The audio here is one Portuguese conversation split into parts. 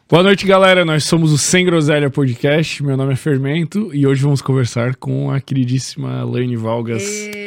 Boa noite, galera. Nós somos o Sem Groselha Podcast. Meu nome é Fermento e hoje vamos conversar com a queridíssima Laine Valgas.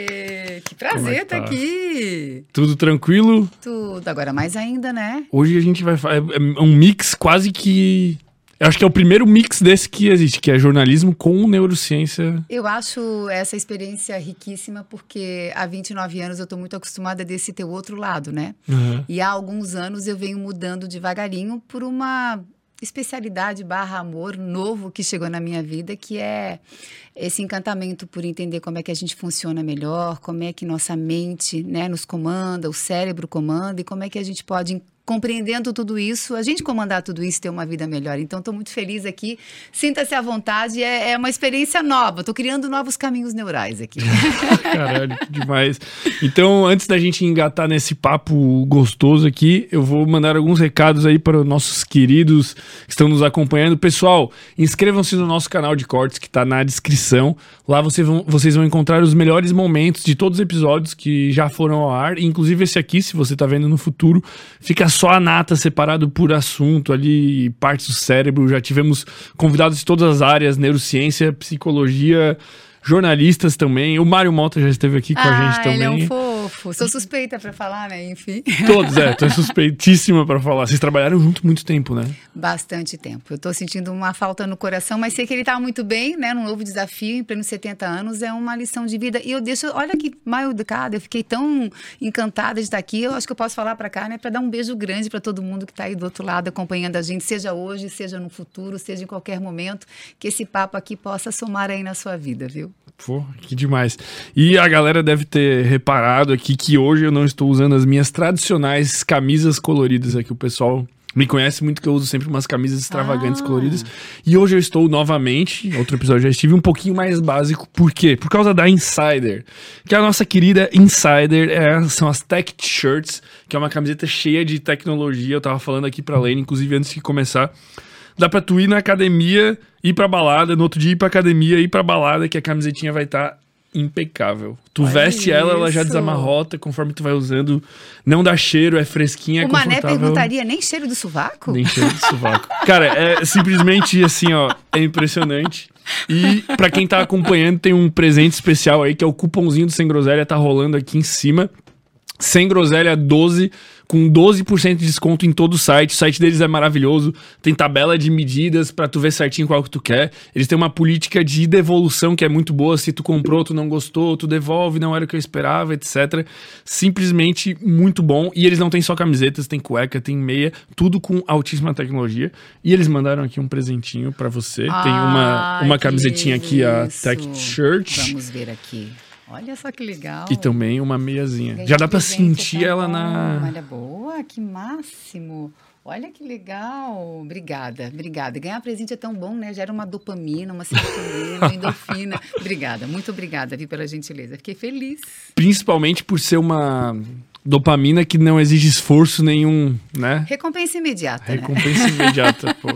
Que prazer estar aqui. Tudo tranquilo? Tudo. Agora mais ainda, né? Hoje a gente vai fazer um mix quase que... Eu acho que é o primeiro mix desse que existe, que é jornalismo com neurociência. Eu acho essa experiência riquíssima porque há 29 anos eu estou muito acostumada desse teu outro lado, né? Uhum. E há alguns anos eu venho mudando devagarinho por uma especialidade / amor novo que chegou na minha vida, que é esse encantamento por entender como é que a gente funciona melhor, como é que nossa mente, né, nos comanda, o cérebro comanda e como é que a gente pode, compreendendo tudo isso, a gente comandar tudo isso e ter uma vida melhor. Então, estou muito feliz aqui. Sinta-se à vontade. É uma experiência nova. Estou criando novos caminhos neurais aqui. Caralho, que demais. Então, antes da gente engatar nesse papo gostoso aqui, eu vou mandar alguns recados aí para os nossos queridos que estão nos acompanhando. Pessoal, inscrevam-se no nosso canal de cortes que está na descrição. Lá vocês vão encontrar os melhores momentos de todos os episódios que já foram ao ar. Inclusive esse aqui, se você está vendo no futuro, fica só a nata separado por assunto ali, partes do cérebro. Já tivemos convidados de todas as áreas, neurociência, psicologia, jornalistas também. O Mário Mota já esteve aqui com a gente também. Ele é um fofo. Sou suspeita pra falar, né? Enfim. Todos, tu é suspeitíssima pra falar. Vocês trabalharam junto muito tempo, né? Bastante tempo. Eu tô sentindo uma falta no coração, mas sei que ele tá muito bem, né? Num novo desafio, em pleno 70 anos, é uma lição de vida. E eu deixo, olha que mal educada, eu fiquei tão encantada de estar aqui. Eu acho que eu posso falar pra cá, né? Pra dar um beijo grande pra todo mundo que tá aí do outro lado acompanhando a gente, seja hoje, seja no futuro, seja em qualquer momento, que esse papo aqui possa somar aí na sua vida, viu? Pô, que demais. E a galera deve ter reparado aqui que hoje eu não estou usando as minhas tradicionais camisas coloridas aqui. O pessoal me conhece muito que eu uso sempre umas camisas extravagantes coloridas. E hoje eu estou novamente, outro episódio já estive, um pouquinho mais básico. Por quê? Por causa da Insider. Que a nossa querida Insider são as Tech Shirts, que é uma camiseta cheia de tecnologia. Eu tava falando aqui pra Laine, inclusive antes de começar. Dá pra tu ir na academia, ir pra balada, no outro dia ir pra academia, ir pra balada, que a camisetinha vai estar impecável. Tu veste ela já desamarrota conforme tu vai usando. Não dá cheiro, é fresquinha, é confortável. O Mané perguntaria, nem cheiro do sovaco? Nem cheiro do sovaco. Cara, é simplesmente assim, ó, é impressionante. E pra quem tá acompanhando, tem um presente especial aí, que é o cupomzinho do Sem Groselha, tá rolando aqui em cima. Sem Groselha 12, com 12% de desconto em todo o site. O site deles é maravilhoso, tem tabela de medidas pra tu ver certinho qual que tu quer. Eles têm uma política de devolução que é muito boa. Se tu comprou, tu não gostou, tu devolve, não era o que eu esperava, etc. Simplesmente muito bom. E eles não têm só camisetas, tem cueca, tem meia, tudo com altíssima tecnologia. E eles mandaram aqui um presentinho pra você. Tem uma camisetinha aqui, a Tech Shirt. Vamos ver aqui. Olha só que legal. E também uma meiazinha. Já dá pra sentir ela na... Olha, boa, que máximo. Olha que legal. Obrigada. Ganhar presente é tão bom, né? Gera uma dopamina, uma serotonina, uma endorfina. Obrigada, muito obrigada, viu, pela gentileza. Fiquei feliz. Principalmente por ser uma dopamina que não exige esforço nenhum, né? Recompensa imediata, Recompensa imediata, pô.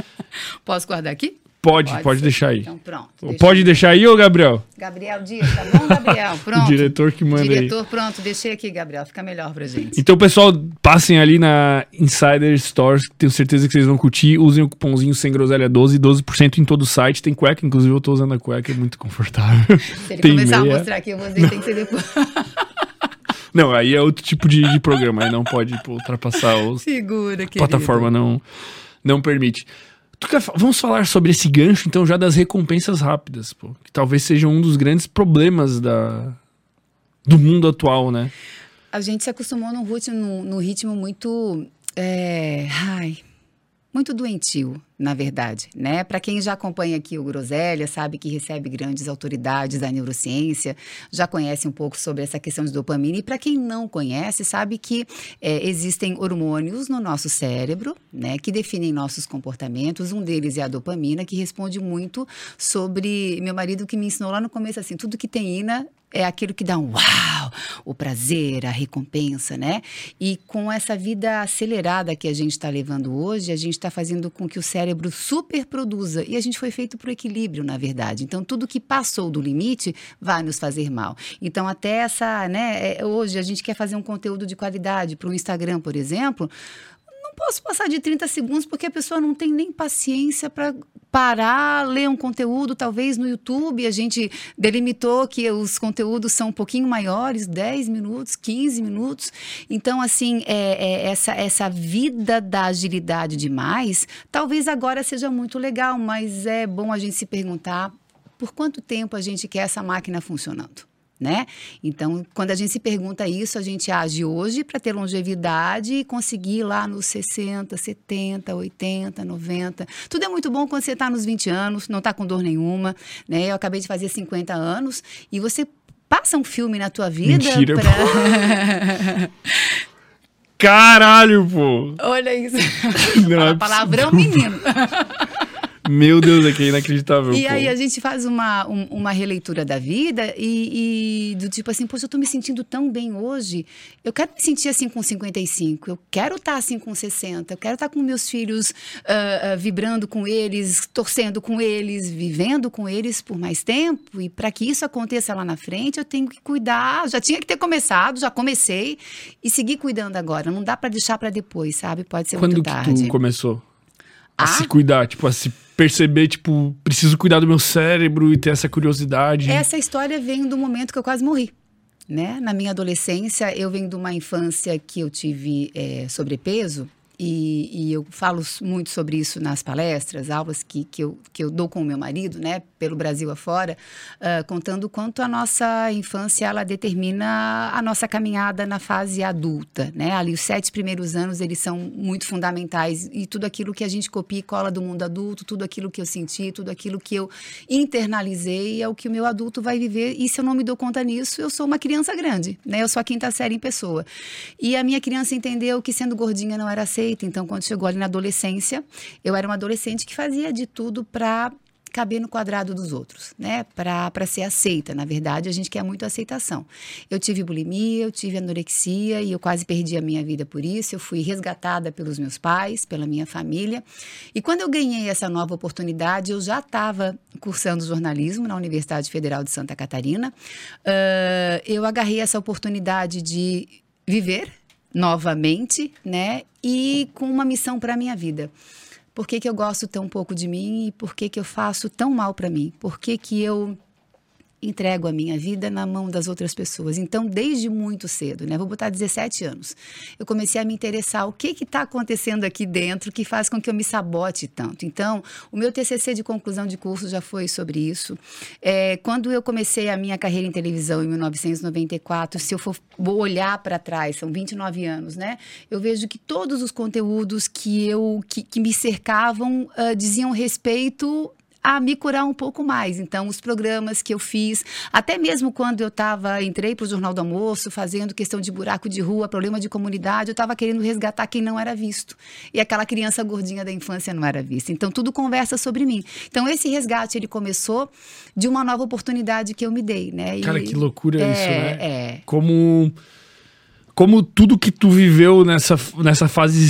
Posso guardar aqui? Pode deixar aí. Então, pronto. Pode deixar aí, ô Gabriel? Gabriel Dias, tá bom, Gabriel? Pronto. O diretor que manda Diretor, aí. pronto. Deixei aqui, Gabriel. Fica melhor pra gente. Então, pessoal, passem ali na Insider Stores. Tenho certeza que vocês vão curtir. Usem o cupomzinho Sem Groselha 12. 12% em todo o site. Tem cueca, inclusive eu tô usando a cueca. É muito confortável. Se ele tem começar meia. a mostrar aqui, eu vou dizer que tem que ser depois. Não, aí é outro tipo de programa. Aí não pode ultrapassar os... Segura, querido. A plataforma não permite. Vamos falar sobre esse gancho, então, já das recompensas rápidas, pô. Que talvez seja um dos grandes problemas do mundo atual, né? A gente se acostumou num ritmo muito... muito doentio, na verdade, né? Para quem já acompanha aqui o Groselha, sabe que recebe grandes autoridades da neurociência, já conhece um pouco sobre essa questão de dopamina. E para quem não conhece, sabe que existem hormônios no nosso cérebro, né? Que definem nossos comportamentos. Um deles é a dopamina, que responde muito sobre... Meu marido que me ensinou lá no começo, assim, tudo que tem ina é aquilo que dá um uau, o prazer, a recompensa, né? E com essa vida acelerada que a gente está levando hoje, a gente está fazendo com que o cérebro superproduza. E a gente foi feito para o equilíbrio, na verdade. Então, tudo que passou do limite vai nos fazer mal. Então, até essa, né? Hoje a gente quer fazer um conteúdo de qualidade para o Instagram, por exemplo. posso passar de 30 segundos porque a pessoa não tem nem paciência para parar, ler um conteúdo, talvez no YouTube a gente delimitou que os conteúdos são um pouquinho maiores, 10 minutos, 15 minutos. Então, assim, essa vida da agilidade demais, talvez agora seja muito legal, mas é bom a gente se perguntar por quanto tempo a gente quer essa máquina funcionando. Né? Então, quando a gente se pergunta isso, a gente age hoje para ter longevidade e conseguir ir lá nos 60, 70, 80, 90. Tudo é muito bom quando você está nos 20 anos, não está com dor nenhuma, né? Eu acabei de fazer 50 anos e você passa um filme na tua vida. Mentira, Caralho, pô! Olha isso. Não Fala palavrão, menino. Meu Deus, é que é inacreditável. E aí a gente faz uma releitura da vida e do tipo assim, poxa, eu tô me sentindo tão bem hoje, eu quero me sentir assim com 55, eu quero estar assim com 60, eu quero estar com meus filhos vibrando com eles, torcendo com eles, vivendo com eles por mais tempo, e para que isso aconteça lá na frente, eu tenho que cuidar, já tinha que ter começado, já comecei, e seguir cuidando agora, não dá para deixar para depois, sabe? Pode ser muito tarde. Quando que tu começou a se cuidar, tipo, a se perceber, tipo, preciso cuidar do meu cérebro e ter essa curiosidade? Essa história vem do momento que eu quase morri, né? Na minha adolescência, eu venho de uma infância que eu tive sobrepeso, e eu falo muito sobre isso nas palestras, aulas que eu dou com o meu marido, né, pelo Brasil afora, contando o quanto a nossa infância, ela determina a nossa caminhada na fase adulta, né? Ali os 7 primeiros anos, eles são muito fundamentais, e tudo aquilo que a gente copia e cola do mundo adulto, tudo aquilo que eu senti, tudo aquilo que eu internalizei é o que o meu adulto vai viver, e se eu não me dou conta nisso, eu sou uma criança grande, né? Eu sou a 5ª série em pessoa. E a minha criança entendeu que sendo gordinha não era aceita. Então, quando chegou ali na adolescência, eu era uma adolescente que fazia de tudo para caber no quadrado dos outros, né? Para ser aceita. Na verdade, a gente quer muito aceitação. Eu tive bulimia, eu tive anorexia e eu quase perdi a minha vida por isso. Eu fui resgatada pelos meus pais, pela minha família. E quando eu ganhei essa nova oportunidade, eu já estava cursando jornalismo na Universidade Federal de Santa Catarina. Eu agarrei essa oportunidade de viver novamente, né? E com uma missão para a minha vida. Por que eu gosto tão pouco de mim e por que eu faço tão mal para mim? Por que eu entrego a minha vida na mão das outras pessoas? Então, desde muito cedo, né? Vou botar 17 anos. Eu comecei a me interessar o que está acontecendo aqui dentro que faz com que eu me sabote tanto. Então, o meu TCC de conclusão de curso já foi sobre isso. Quando eu comecei a minha carreira em televisão em 1994, se eu for olhar para trás, são 29 anos, né? Eu vejo que todos os conteúdos que me cercavam diziam respeito a me curar um pouco mais. Então, os programas que eu fiz, até mesmo quando eu entrei para o Jornal do Almoço, fazendo questão de buraco de rua, problema de comunidade, eu estava querendo resgatar quem não era visto. E aquela criança gordinha da infância não era vista. Então, tudo conversa sobre mim. Então, esse resgate, ele começou de uma nova oportunidade que eu me dei, né? Cara, que loucura isso, né? Como tudo que tu viveu nessa fase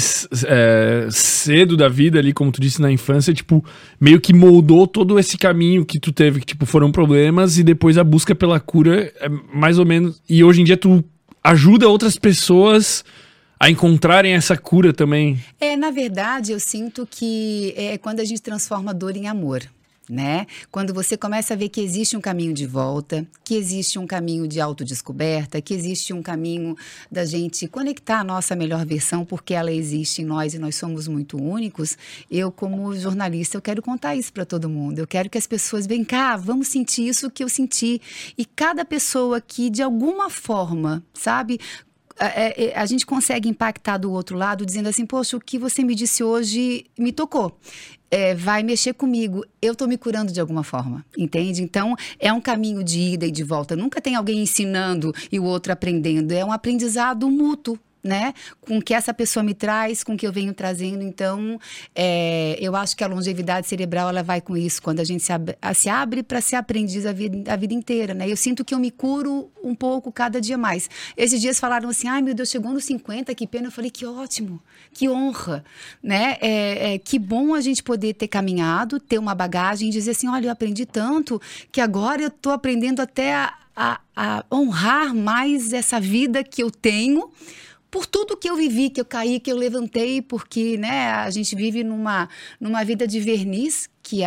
cedo da vida ali, como tu disse, na infância, tipo, meio que moldou todo esse caminho que tu teve, que tipo, foram problemas e depois a busca pela cura, mais ou menos, e hoje em dia tu ajuda outras pessoas a encontrarem essa cura também. Na verdade, eu sinto que é quando a gente transforma dor em amor. Né? Quando você começa a ver que existe um caminho de volta, que existe um caminho de autodescoberta, que existe um caminho da gente conectar a nossa melhor versão, porque ela existe em nós e nós somos muito únicos. Eu, como jornalista, eu quero contar isso para todo mundo. Eu quero que as pessoas venham cá, vamos sentir isso que eu senti. E cada pessoa que, de alguma forma, sabe, a gente consegue impactar do outro lado, dizendo assim, poxa, o que você me disse hoje me tocou. Vai mexer comigo, eu estou me curando de alguma forma, entende? Então, é um caminho de ida e de volta. Nunca tem alguém ensinando e o outro aprendendo. É um aprendizado mútuo, né? Com o que essa pessoa me traz, com o que eu venho trazendo. Então, eu acho que a longevidade cerebral, ela vai com isso. Quando a gente se abre para ser aprendiz a vida inteira, né? Eu sinto que eu me curo um pouco cada dia mais. Esses dias falaram assim, ai meu Deus, chegou nos 50, que pena. Eu falei, que ótimo, que honra, né? Que bom a gente poder ter caminhado, ter uma bagagem e dizer assim, olha, eu aprendi tanto que agora eu estou aprendendo até a honrar mais essa vida que eu tenho, por tudo que eu vivi, que eu caí, que eu levantei, porque, né, a gente vive numa vida de verniz que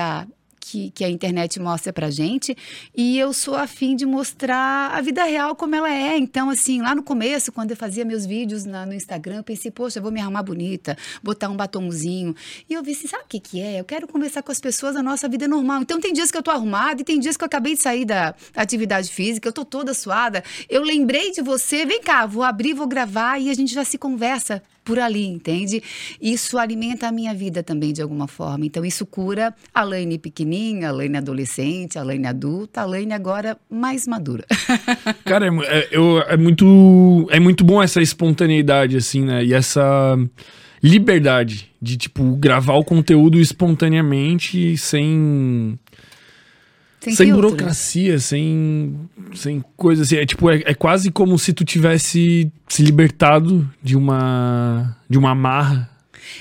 a internet mostra pra gente, e eu sou a fim de mostrar a vida real como ela é. Então, assim, lá no começo, quando eu fazia meus vídeos no Instagram, eu pensei, poxa, eu vou me arrumar bonita, botar um batomzinho. E eu vi assim, sabe o que é? Eu quero conversar com as pessoas da nossa vida normal. Então, tem dias que eu tô arrumada e tem dias que eu acabei de sair da atividade física, eu tô toda suada. Eu lembrei de você, vem cá, vou abrir, vou gravar e a gente já se conversa por ali, entende? Isso alimenta a minha vida também, de alguma forma. Então, isso cura a Laine pequenininha, a Laine adolescente, a Laine adulta, a Laine agora mais madura. Cara, é muito bom essa espontaneidade, assim, né? E essa liberdade de, tipo, gravar o conteúdo espontaneamente, sem filtro, burocracia, sem coisa assim. É quase como se tu tivesse se libertado de uma amarra.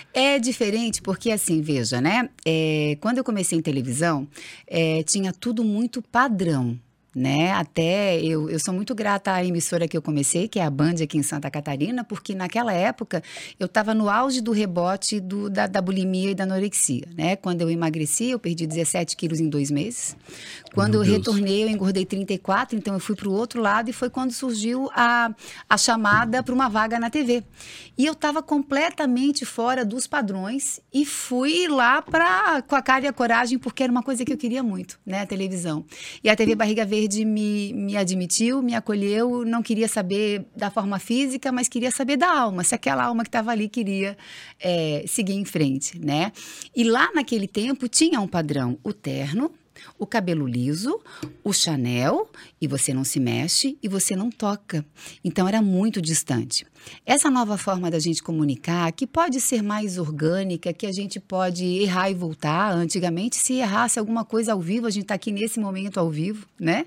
É diferente porque, assim, veja, né? Quando eu comecei em televisão, tinha tudo muito padrão. Né? Até eu sou muito grata à emissora que eu comecei, que é a Band aqui em Santa Catarina, porque naquela época eu estava no auge do rebote da bulimia e da anorexia, né? Quando eu emagreci, eu perdi 17 quilos em 2 meses. Quando eu retornei, eu engordei 34, então eu fui para o outro lado e foi quando surgiu a chamada para uma vaga na TV. E eu estava completamente fora dos padrões e fui lá com a cara e a coragem, porque era uma coisa que eu queria muito, né? A televisão. E a TV Barriga Verde me admitiu, me acolheu, não queria saber da forma física, mas queria saber da alma, se aquela alma que estava ali queria seguir em frente, né? E lá naquele tempo tinha um padrão, o terno, o cabelo liso, o Chanel, e você não se mexe e você não toca. Então era muito distante. Essa nova forma da gente comunicar, que pode ser mais orgânica, que a gente pode errar e voltar. Antigamente, se errasse alguma coisa ao vivo, a gente está aqui nesse momento ao vivo, né?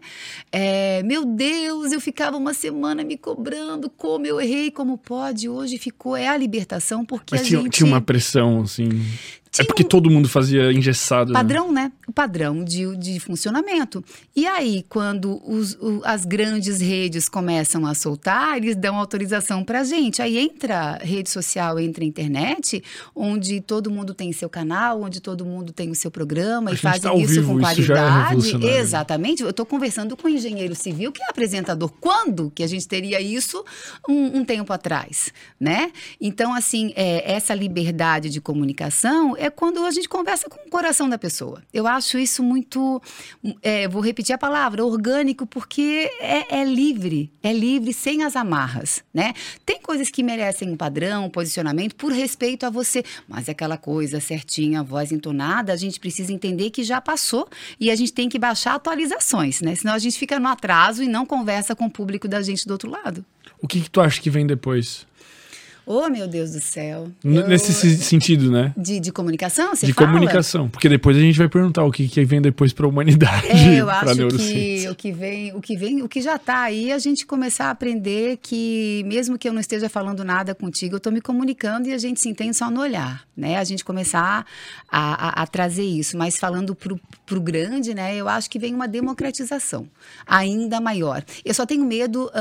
Meu Deus, eu ficava uma semana me cobrando como eu errei, como pode. Hoje ficou, a libertação, porque mas tinha uma pressão, assim... porque todo mundo fazia engessado. Padrão, né? O padrão de funcionamento. E aí, quando as grandes redes começam a soltar, eles dão autorização pra gente. Aí entra rede social, entra internet, onde todo mundo tem seu canal, onde todo mundo tem o seu programa e fazem isso com qualidade. Exatamente. Eu tô conversando com um engenheiro civil que é apresentador. Quando que a gente teria isso um tempo atrás, né? Então, assim, essa liberdade de comunicação é quando a gente conversa com o coração da pessoa. Eu acho isso muito, vou repetir a palavra, orgânico, porque é livre sem as amarras, né? Tem coisas que merecem um padrão, um posicionamento, por respeito a você, mas aquela coisa certinha, a voz entonada, a gente precisa entender que já passou e a gente tem que baixar atualizações, né? Senão a gente fica no atraso e não conversa com o público da gente do outro lado. O que tu acha que vem depois? Oh, meu Deus do céu. Nesse sentido, né? De comunicação, você fala? De comunicação. Porque depois a gente vai perguntar o que vem depois para a humanidade. Eu acho que o que já está aí, a gente começar a aprender que, mesmo que eu não esteja falando nada contigo, eu estou me comunicando e a gente se entende só no olhar, né? A gente começar a trazer isso. Mas falando pro grande, né? Eu acho que vem uma democratização ainda maior. Eu só tenho medo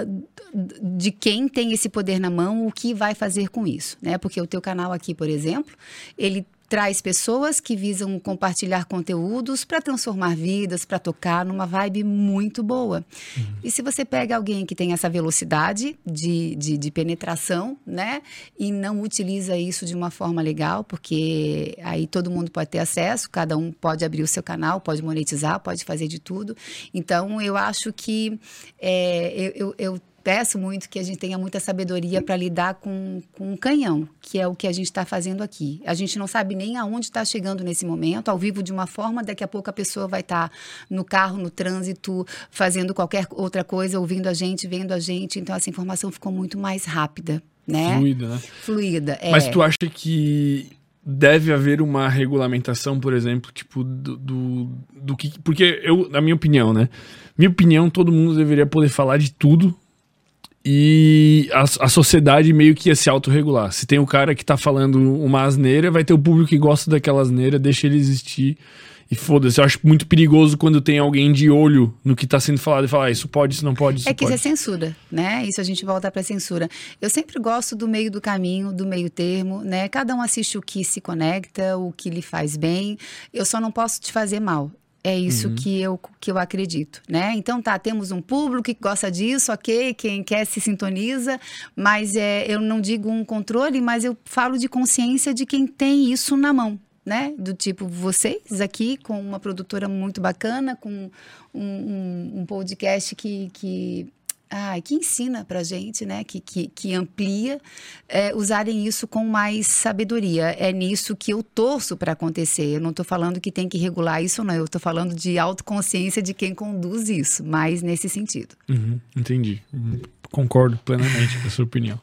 de quem tem esse poder na mão, o que vai fazer com isso, né? Porque o teu canal aqui, por exemplo, ele traz pessoas que visam compartilhar conteúdos para transformar vidas, para tocar numa vibe muito boa. E se você pega alguém que tem essa velocidade de penetração, né? E não utiliza isso de uma forma legal, porque aí todo mundo pode ter acesso, cada um pode abrir o seu canal, pode monetizar, pode fazer de tudo. Então, eu acho que eu peço muito que a gente tenha muita sabedoria para lidar com um canhão, que é o que a gente está fazendo aqui. A gente não sabe nem aonde está chegando nesse momento, ao vivo de uma forma, daqui a pouco a pessoa vai estar no carro, no trânsito, fazendo qualquer outra coisa, ouvindo a gente, vendo a gente. Então, essa informação ficou muito mais rápida, né? Fluida, né? Fluida, Mas tu acha que deve haver uma regulamentação, por exemplo, tipo, do que... Porque na minha opinião, né? Minha opinião, todo mundo deveria poder falar de tudo, e a sociedade meio que ia se autorregular. Se tem o cara que tá falando uma asneira, vai ter o público que gosta daquela asneira, deixa ele existir E foda-se, eu acho muito perigoso quando tem alguém de olho no que tá sendo falado e falar, isso pode, isso não pode, isso que pode. isso é censura, né? Isso a gente volta pra censura. Eu sempre gosto do meio do caminho, do meio termo, né? Cada um assiste o que se conecta, o que lhe faz bem. Eu só não posso te fazer mal. É isso que eu acredito, né? Então temos um público que gosta disso, ok, quem quer se sintoniza, mas eu não digo um controle, mas eu falo de consciência de quem tem isso na mão, né? Do tipo, vocês aqui com uma produtora muito bacana, com um podcast que ensina pra gente, né? Que amplia, usarem isso com mais sabedoria. É nisso que eu torço para acontecer. Eu não estou falando que tem que regular isso, não. Eu estou falando de autoconsciência de quem conduz isso, mas nesse sentido. Entendi. Concordo plenamente com a sua opinião.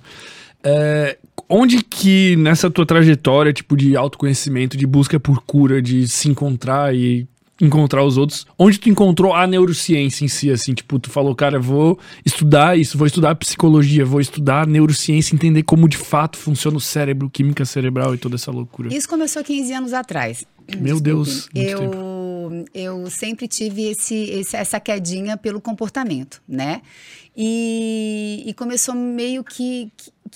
Onde que nessa tua trajetória, tipo, de autoconhecimento, de busca por cura, de se encontrar e encontrar os outros, onde tu encontrou a neurociência em si, assim, tipo, tu falou, cara, vou estudar isso, vou estudar psicologia, vou estudar neurociência, entender como de fato funciona o cérebro, química cerebral e toda essa loucura. Isso começou 15 anos atrás. Meu Deus, eu sempre tive essa quedinha pelo comportamento, né? E começou meio que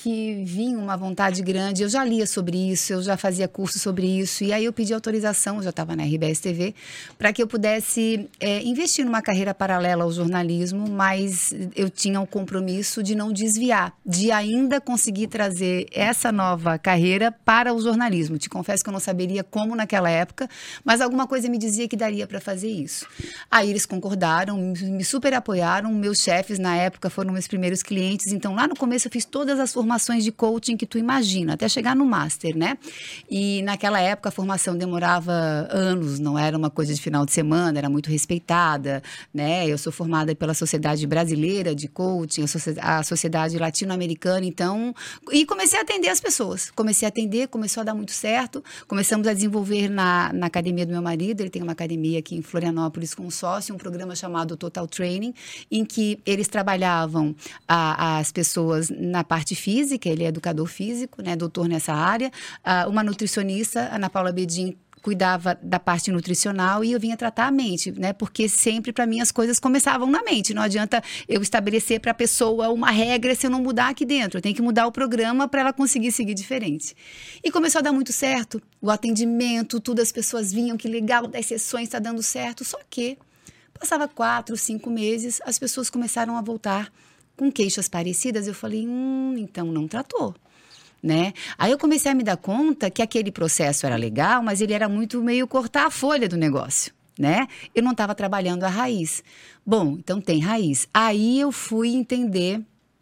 vinha uma vontade grande. Eu já lia sobre isso, eu já fazia curso sobre isso. E aí eu pedi autorização, eu já estava na RBS TV, para que eu pudesse investir numa carreira paralela ao jornalismo, mas eu tinha o compromisso de não desviar, de ainda conseguir trazer essa nova carreira para o jornalismo. Te confesso que eu não saberia como naquela época, mas alguma coisa me dizia que daria para fazer isso. Aí eles concordaram, me super apoiaram. Meus chefes na época foram meus primeiros clientes. Então lá no começo eu fiz todas as formações de coaching que tu imagina, até chegar no master, né? E naquela época a formação demorava anos, não era uma coisa de final de semana, era muito respeitada, né? Eu sou formada pela Sociedade Brasileira de Coaching, a Sociedade Latino-Americana, então... E comecei a atender as pessoas. Começou a dar muito certo. Começamos a desenvolver na academia do meu marido, ele tem uma academia aqui em Florianópolis com um sócio, um programa chamado Total Training, em que eles trabalhavam as pessoas na parte física, ele é educador físico, né, doutor nessa área, uma nutricionista, Ana Paula Bedin, cuidava da parte nutricional e eu vinha tratar a mente, né? Porque sempre, para mim, as coisas começavam na mente. Não adianta eu estabelecer para a pessoa uma regra se eu não mudar aqui dentro. Eu tenho que mudar o programa para ela conseguir seguir diferente. E começou a dar muito certo. O atendimento, tudo, as pessoas vinham, que legal, das sessões está dando certo. Só que passava 4, 5 meses, as pessoas começaram a voltar com queixas parecidas. Eu falei, então não tratou. Né? Aí eu comecei a me dar conta que aquele processo era legal, mas ele era muito meio cortar a folha do negócio, né? Eu não estava trabalhando a raiz. Bom, então tem raiz. Aí eu fui entender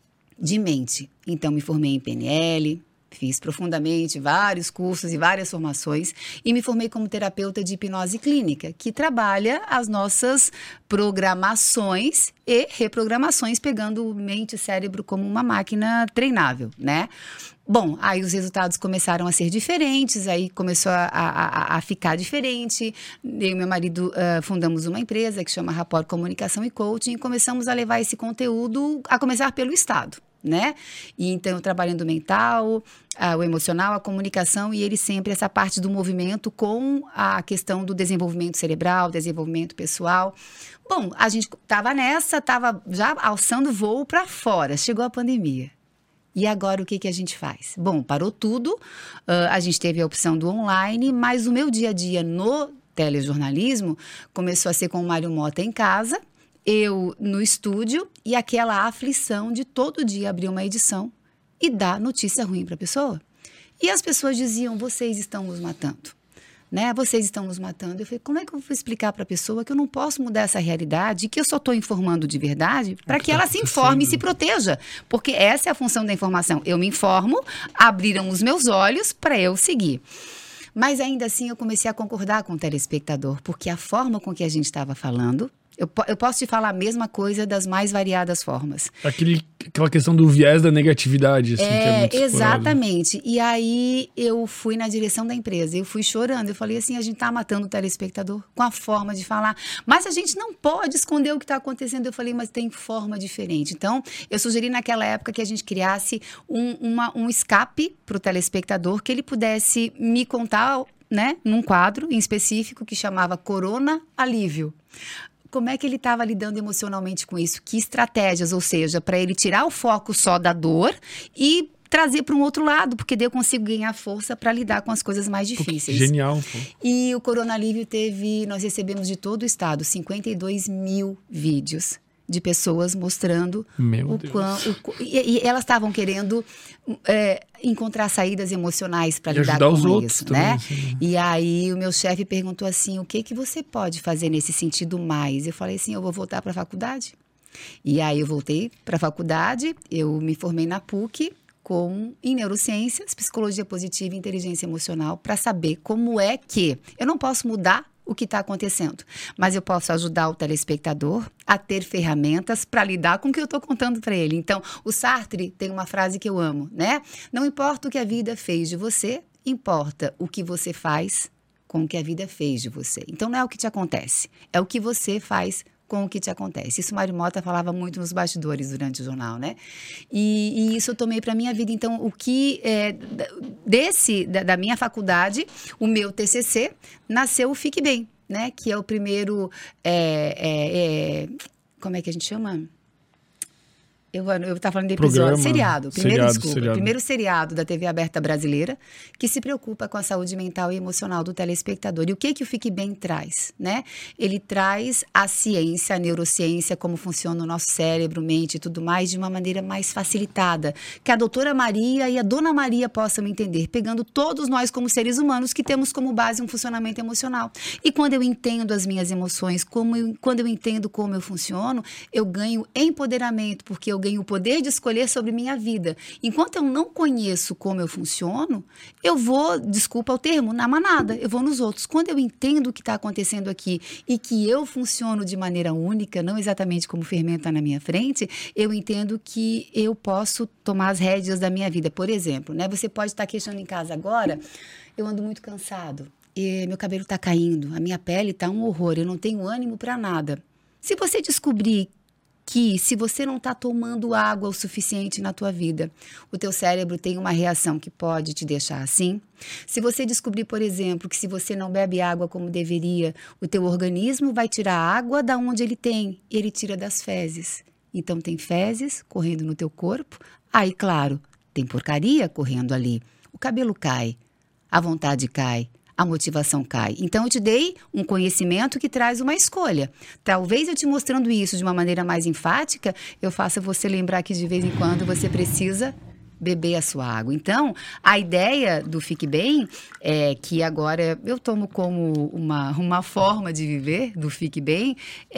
de mente. Então me formei em PNL, fiz profundamente vários cursos e várias formações e me formei como terapeuta de hipnose clínica, que trabalha as nossas programações e reprogramações, pegando mente e cérebro como uma máquina treinável, né? Bom, aí os resultados começaram a ser diferentes, aí começou a ficar diferente. Eu e meu marido fundamos uma empresa que chama Rapport Comunicação e Coaching e começamos a levar esse conteúdo, a começar pelo Estado, né? E então eu trabalhando o mental, o emocional, a comunicação e ele sempre essa parte do movimento com a questão do desenvolvimento cerebral, desenvolvimento pessoal. Bom, a gente estava já alçando voo para fora, chegou a pandemia. E agora o que a gente faz? Bom, parou tudo, a gente teve a opção do online, mas o meu dia a dia no telejornalismo começou a ser com o Mário Mota em casa, eu no estúdio e aquela aflição de todo dia abrir uma edição e dar notícia ruim para a pessoa. E as pessoas diziam, vocês estão nos matando. Né? Vocês estão nos matando. Eu falei, como é que eu vou explicar para a pessoa que eu não posso mudar essa realidade, que eu só estou informando de verdade, para que ela se informe e se proteja? Porque essa é a função da informação. Eu me informo, abriram os meus olhos para eu seguir. Mas ainda assim eu comecei a concordar com o telespectador, porque a forma com que a gente estava falando, eu posso te falar a mesma coisa das mais variadas formas. Aquela questão do viés da negatividade, assim, que é muito exatamente. E aí eu fui na direção da empresa, eu fui chorando, eu falei assim, a gente tá matando o telespectador com a forma de falar, mas a gente não pode esconder o que está acontecendo. Eu falei, mas tem forma diferente. Então, eu sugeri naquela época que a gente criasse um escape para o telespectador, que ele pudesse me contar né, num quadro em específico que chamava Corona Alívio. Como é que ele estava lidando emocionalmente com isso? Que estratégias, ou seja, para ele tirar o foco só da dor e trazer para um outro lado, porque daí eu consigo ganhar força para lidar com as coisas mais difíceis. Genial. Pô. E o Corona Alívio nós recebemos de todo o estado 52 mil vídeos de pessoas mostrando e elas estavam querendo encontrar saídas emocionais para lidar com os outros, isso, também, né? Assim. E aí o meu chefe perguntou assim, o que você pode fazer nesse sentido mais? Eu falei assim, eu vou voltar para a faculdade. E aí eu voltei para a faculdade, eu me formei na PUC em neurociências, psicologia positiva e inteligência emocional, para saber como é que eu não posso mudar o que está acontecendo, mas eu posso ajudar o telespectador a ter ferramentas para lidar com o que eu estou contando para ele. Então, o Sartre tem uma frase que eu amo, né? Não importa o que a vida fez de você, importa o que você faz com o que a vida fez de você. Então, não é o que te acontece, é o que você faz com o que te acontece. Isso Mário Mota falava muito nos bastidores durante o jornal, né? E isso eu tomei para minha vida. Então, o que da minha faculdade, o meu TCC, nasceu o Fique Bem, né? Que é o primeiro, como é que a gente chama? Eu estava falando de episódio, seriado. Primeiro seriado da TV aberta brasileira que se preocupa com a saúde mental e emocional do telespectador. E o que o Fique Bem traz, né? Ele traz a ciência, a neurociência, como funciona o nosso cérebro, mente e tudo mais, de uma maneira mais facilitada. Que a doutora Maria e a dona Maria possam entender, pegando todos nós como seres humanos que temos como base um funcionamento emocional. E quando eu entendo as minhas emoções, quando eu entendo como eu funciono, eu ganho empoderamento, porque eu ganho o poder de escolher sobre minha vida. Enquanto eu não conheço como eu funciono, eu vou, desculpa o termo, na manada, eu vou nos outros. Quando eu entendo o que está acontecendo aqui e que eu funciono de maneira única, não exatamente como o fermento está na minha frente, eu entendo que eu posso tomar as rédeas da minha vida. Por exemplo, né, você pode estar queixando em casa agora, eu ando muito cansado, e meu cabelo está caindo, a minha pele está um horror, eu não tenho ânimo para nada. Se você descobrir que se você não está tomando água o suficiente na tua vida, o teu cérebro tem uma reação que pode te deixar assim. Se você descobrir, por exemplo, que se você não bebe água como deveria, o teu organismo vai tirar a água da onde ele tem, e ele tira das fezes. Então tem fezes correndo no teu corpo, aí claro, tem porcaria correndo ali. O cabelo cai, a vontade cai, a motivação cai. Então, eu te dei um conhecimento que traz uma escolha. Talvez eu te mostrando isso de uma maneira mais enfática, eu faça você lembrar que de vez em quando você precisa beber a sua água. Então, a ideia do Fique Bem, que agora eu tomo como uma forma de viver do Fique Bem,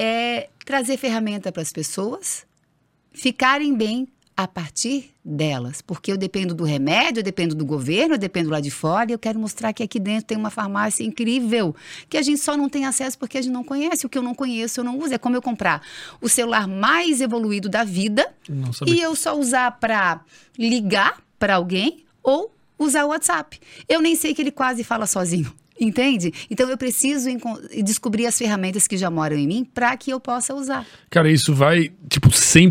é trazer ferramenta para as pessoas ficarem bem a partir delas, porque eu dependo do remédio, eu dependo do governo, eu dependo lá de fora, e eu quero mostrar que aqui dentro tem uma farmácia incrível, que a gente só não tem acesso porque a gente não conhece. O que eu não conheço, eu não uso. É como eu comprar o celular mais evoluído da vida e eu só usar para ligar para alguém ou usar o WhatsApp. Eu nem sei que ele quase fala sozinho. Entende? Então eu preciso descobrir as ferramentas que já moram em mim para que eu possa usar. Cara, isso vai, tipo,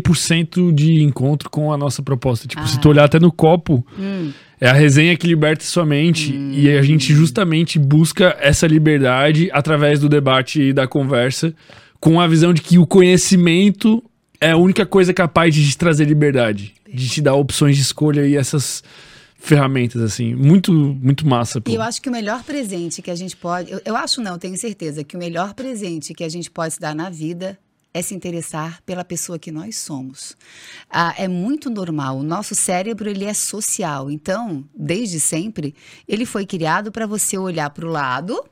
100% de encontro com a nossa proposta. Tipo, se tu olhar até no copo, é a resenha que liberta sua mente. E a gente justamente busca essa liberdade através do debate e da conversa, com a visão de que o conhecimento é a única coisa capaz de te trazer liberdade, de te dar opções de escolha e essas ferramentas, assim, muito, muito massa. Pô. E eu acho que o melhor presente que a gente pode... Eu acho não, tenho certeza que o melhor presente que a gente pode se dar na vida é se interessar pela pessoa que nós somos. É muito normal, o nosso cérebro ele é social, então, desde sempre, ele foi criado para você olhar para o lado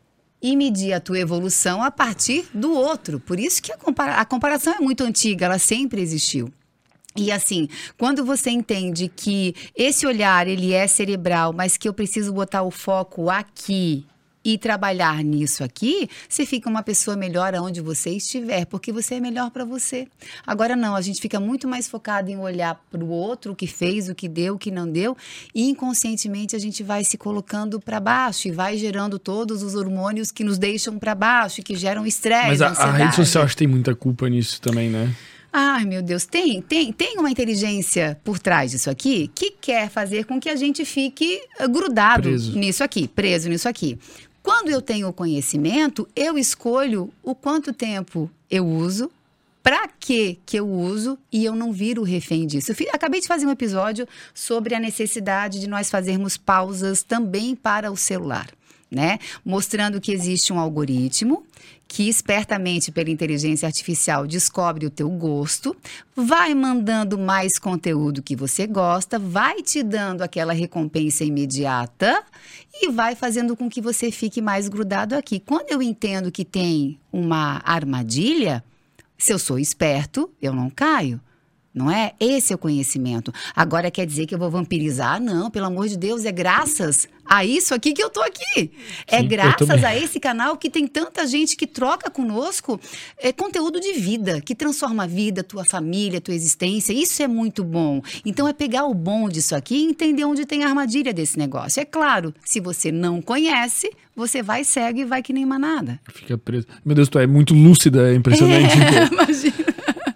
e medir a tua evolução a partir do outro. Por isso que a comparação é muito antiga, ela sempre existiu. E assim, quando você entende que esse olhar, ele é cerebral, mas que eu preciso botar o foco aqui e trabalhar nisso aqui, você fica uma pessoa melhor aonde você estiver, porque você é melhor para você. Agora não, a gente fica muito mais focado em olhar para o outro, o que fez, o que deu, o que não deu, e inconscientemente a gente vai se colocando para baixo e vai gerando todos os hormônios que nos deixam para baixo e que geram estresse, Mas ansiedade. a rede social acho que tem muita culpa nisso também, né? Ai, meu Deus, tem uma inteligência por trás disso aqui que quer fazer com que a gente fique grudado preso nisso aqui, preso nisso aqui. Quando eu tenho o conhecimento, eu escolho o quanto tempo eu uso, para que eu uso, e eu não viro refém disso. Acabei de fazer um episódio sobre a necessidade de nós fazermos pausas também para o celular, né? Mostrando que existe um algoritmo que espertamente pela inteligência artificial descobre o teu gosto, vai mandando mais conteúdo que você gosta, vai te dando aquela recompensa imediata e vai fazendo com que você fique mais grudado aqui. Quando eu entendo que tem uma armadilha, se eu sou esperto, eu não caio. Não é? Esse é o conhecimento. Agora quer dizer que eu vou vampirizar? Não, pelo amor de Deus, é graças a isso aqui que eu tô aqui. É Sim, graças a esse canal que tem tanta gente que troca conosco conteúdo de vida, que transforma a vida, tua família, tua existência. Isso é muito bom. Então é pegar o bom disso aqui e entender onde tem a armadilha desse negócio. É claro, se você não conhece, você vai cego e vai que nem manada. Fica preso. Meu Deus, tu é muito lúcida, é impressionante. Imagina.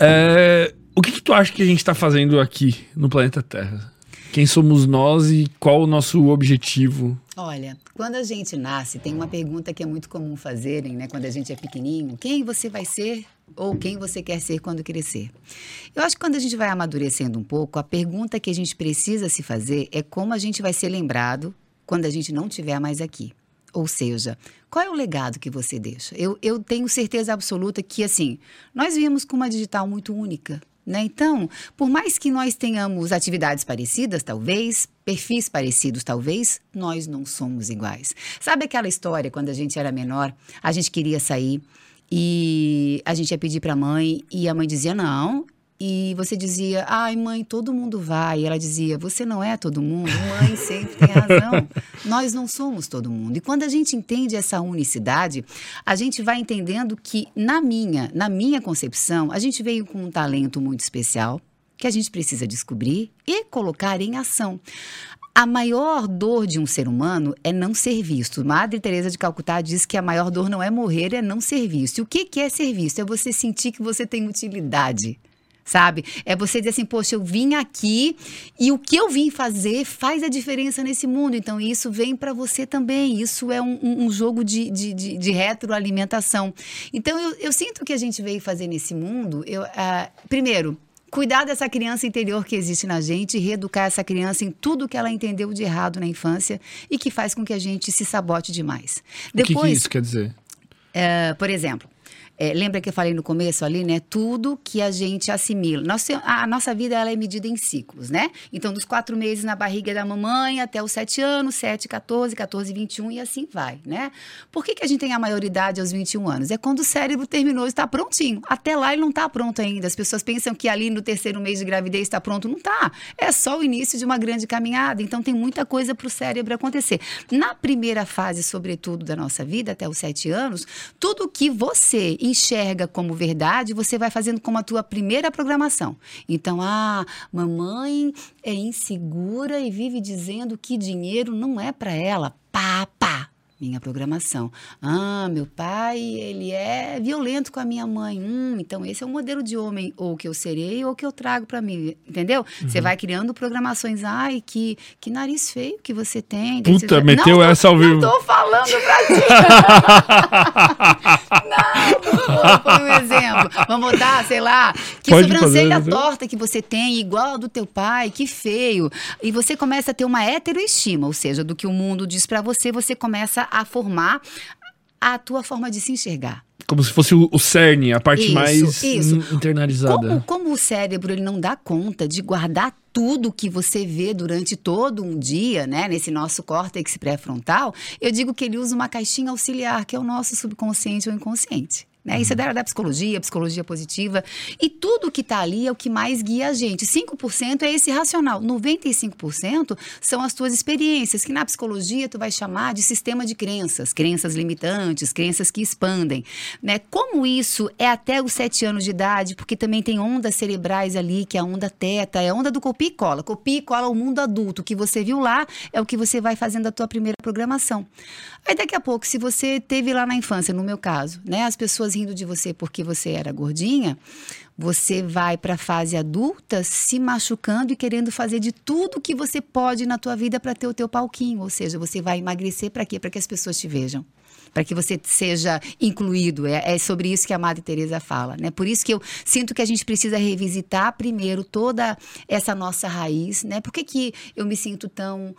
O que tu acha que a gente tá fazendo aqui no planeta Terra? Quem somos nós e qual o nosso objetivo? Olha, quando a gente nasce, tem uma pergunta que é muito comum fazerem, né? Quando a gente é pequenininho, quem você vai ser ou quem você quer ser quando crescer? Eu acho que quando a gente vai amadurecendo um pouco, a pergunta que a gente precisa se fazer é como a gente vai ser lembrado quando a gente não estiver mais aqui. Ou seja, qual é o legado que você deixa? Eu tenho certeza absoluta que, assim, nós viemos com uma digital muito única, né? Então, por mais que nós tenhamos atividades parecidas, talvez, perfis parecidos, talvez, nós não somos iguais. Sabe aquela história, quando a gente era menor, a gente queria sair e a gente ia pedir para a mãe e a mãe dizia não. E você dizia, ai mãe, todo mundo vai. E ela dizia, você não é todo mundo, mãe sempre tem razão. Nós não somos todo mundo. E quando a gente entende essa unicidade, a gente vai entendendo que na minha concepção, a gente veio com um talento muito especial, que a gente precisa descobrir e colocar em ação. A maior dor de um ser humano é não ser visto. Madre Teresa de Calcutá diz que a maior dor não é morrer, é não ser visto. E o que é ser visto? É você sentir que você tem utilidade. Sabe? É você dizer assim, poxa, eu vim aqui e o que eu vim fazer faz a diferença nesse mundo. Então, isso vem para você também. Isso é um jogo de retroalimentação. Então, eu sinto que a gente veio fazer nesse mundo, primeiro, cuidar dessa criança interior que existe na gente e reeducar essa criança em tudo que ela entendeu de errado na infância e que faz com que a gente se sabote demais. Depois, o que isso quer dizer? Por exemplo, lembra que eu falei no começo ali, né? Tudo que a gente assimila. A nossa vida, ela é medida em ciclos, né? Então, dos 4 meses na barriga da mamãe até os 7 anos, 7, 14, 14, 21 e assim vai, né? Por que a gente tem a maioridade aos 21 anos? É quando o cérebro terminou, está prontinho. Até lá ele não está pronto ainda. As pessoas pensam que ali no 3º mês de gravidez está pronto. Não está. É só o início de uma grande caminhada. Então, tem muita coisa para o cérebro acontecer. Na primeira fase, sobretudo, da nossa vida, até os 7 anos, tudo que você enxerga como verdade, você vai fazendo como a tua primeira programação. Então, mamãe é insegura e vive dizendo que dinheiro não é para ela. Pá. Minha programação. Meu pai, ele é violento com a minha mãe. Então esse é o modelo de homem ou que eu serei ou que eu trago para mim, entendeu? Você vai criando programações. Ai, que nariz feio que você tem. Puta, meteu essa ao vivo. Não tô falando pra ti. Não, foi um exemplo. Vamos botar, sei lá, que Pode sobrancelha fazer, torta que você tem, igual a do teu pai, que feio. E você começa a ter uma heteroestima, ou seja, do que o mundo diz pra você, você começa a formar a tua forma de se enxergar. Como se fosse o cerne, a parte mais internalizada. Como o cérebro ele não dá conta de guardar tudo que você vê durante todo um dia, né, nesse nosso córtex pré-frontal, eu digo que ele usa uma caixinha auxiliar, que é o nosso subconsciente ou inconsciente. Né? Isso é da psicologia positiva. E tudo que está ali é o que mais guia a gente. 5% é esse racional. 95% são as tuas experiências, que na psicologia tu vai chamar de sistema de crenças. Crenças limitantes, crenças que expandem. Né? Como isso é até os 7 anos de idade, porque também tem ondas cerebrais ali, que é a onda teta, é a onda do copia e cola. Copia e cola o mundo adulto. O que você viu lá é o que você vai fazendo a tua primeira programação. Aí daqui a pouco, se você teve lá na infância, no meu caso, né, as pessoas pessoas rindo de você porque você era gordinha, você vai para a fase adulta se machucando e querendo fazer de tudo que você pode na tua vida para ter o teu palquinho. Ou seja, você vai emagrecer para quê? Para que as pessoas te vejam. Para que você seja incluído. É sobre isso que a Madre Teresa fala, né? Por isso que eu sinto que a gente precisa revisitar primeiro toda essa nossa raiz, né? Por que eu me sinto tão,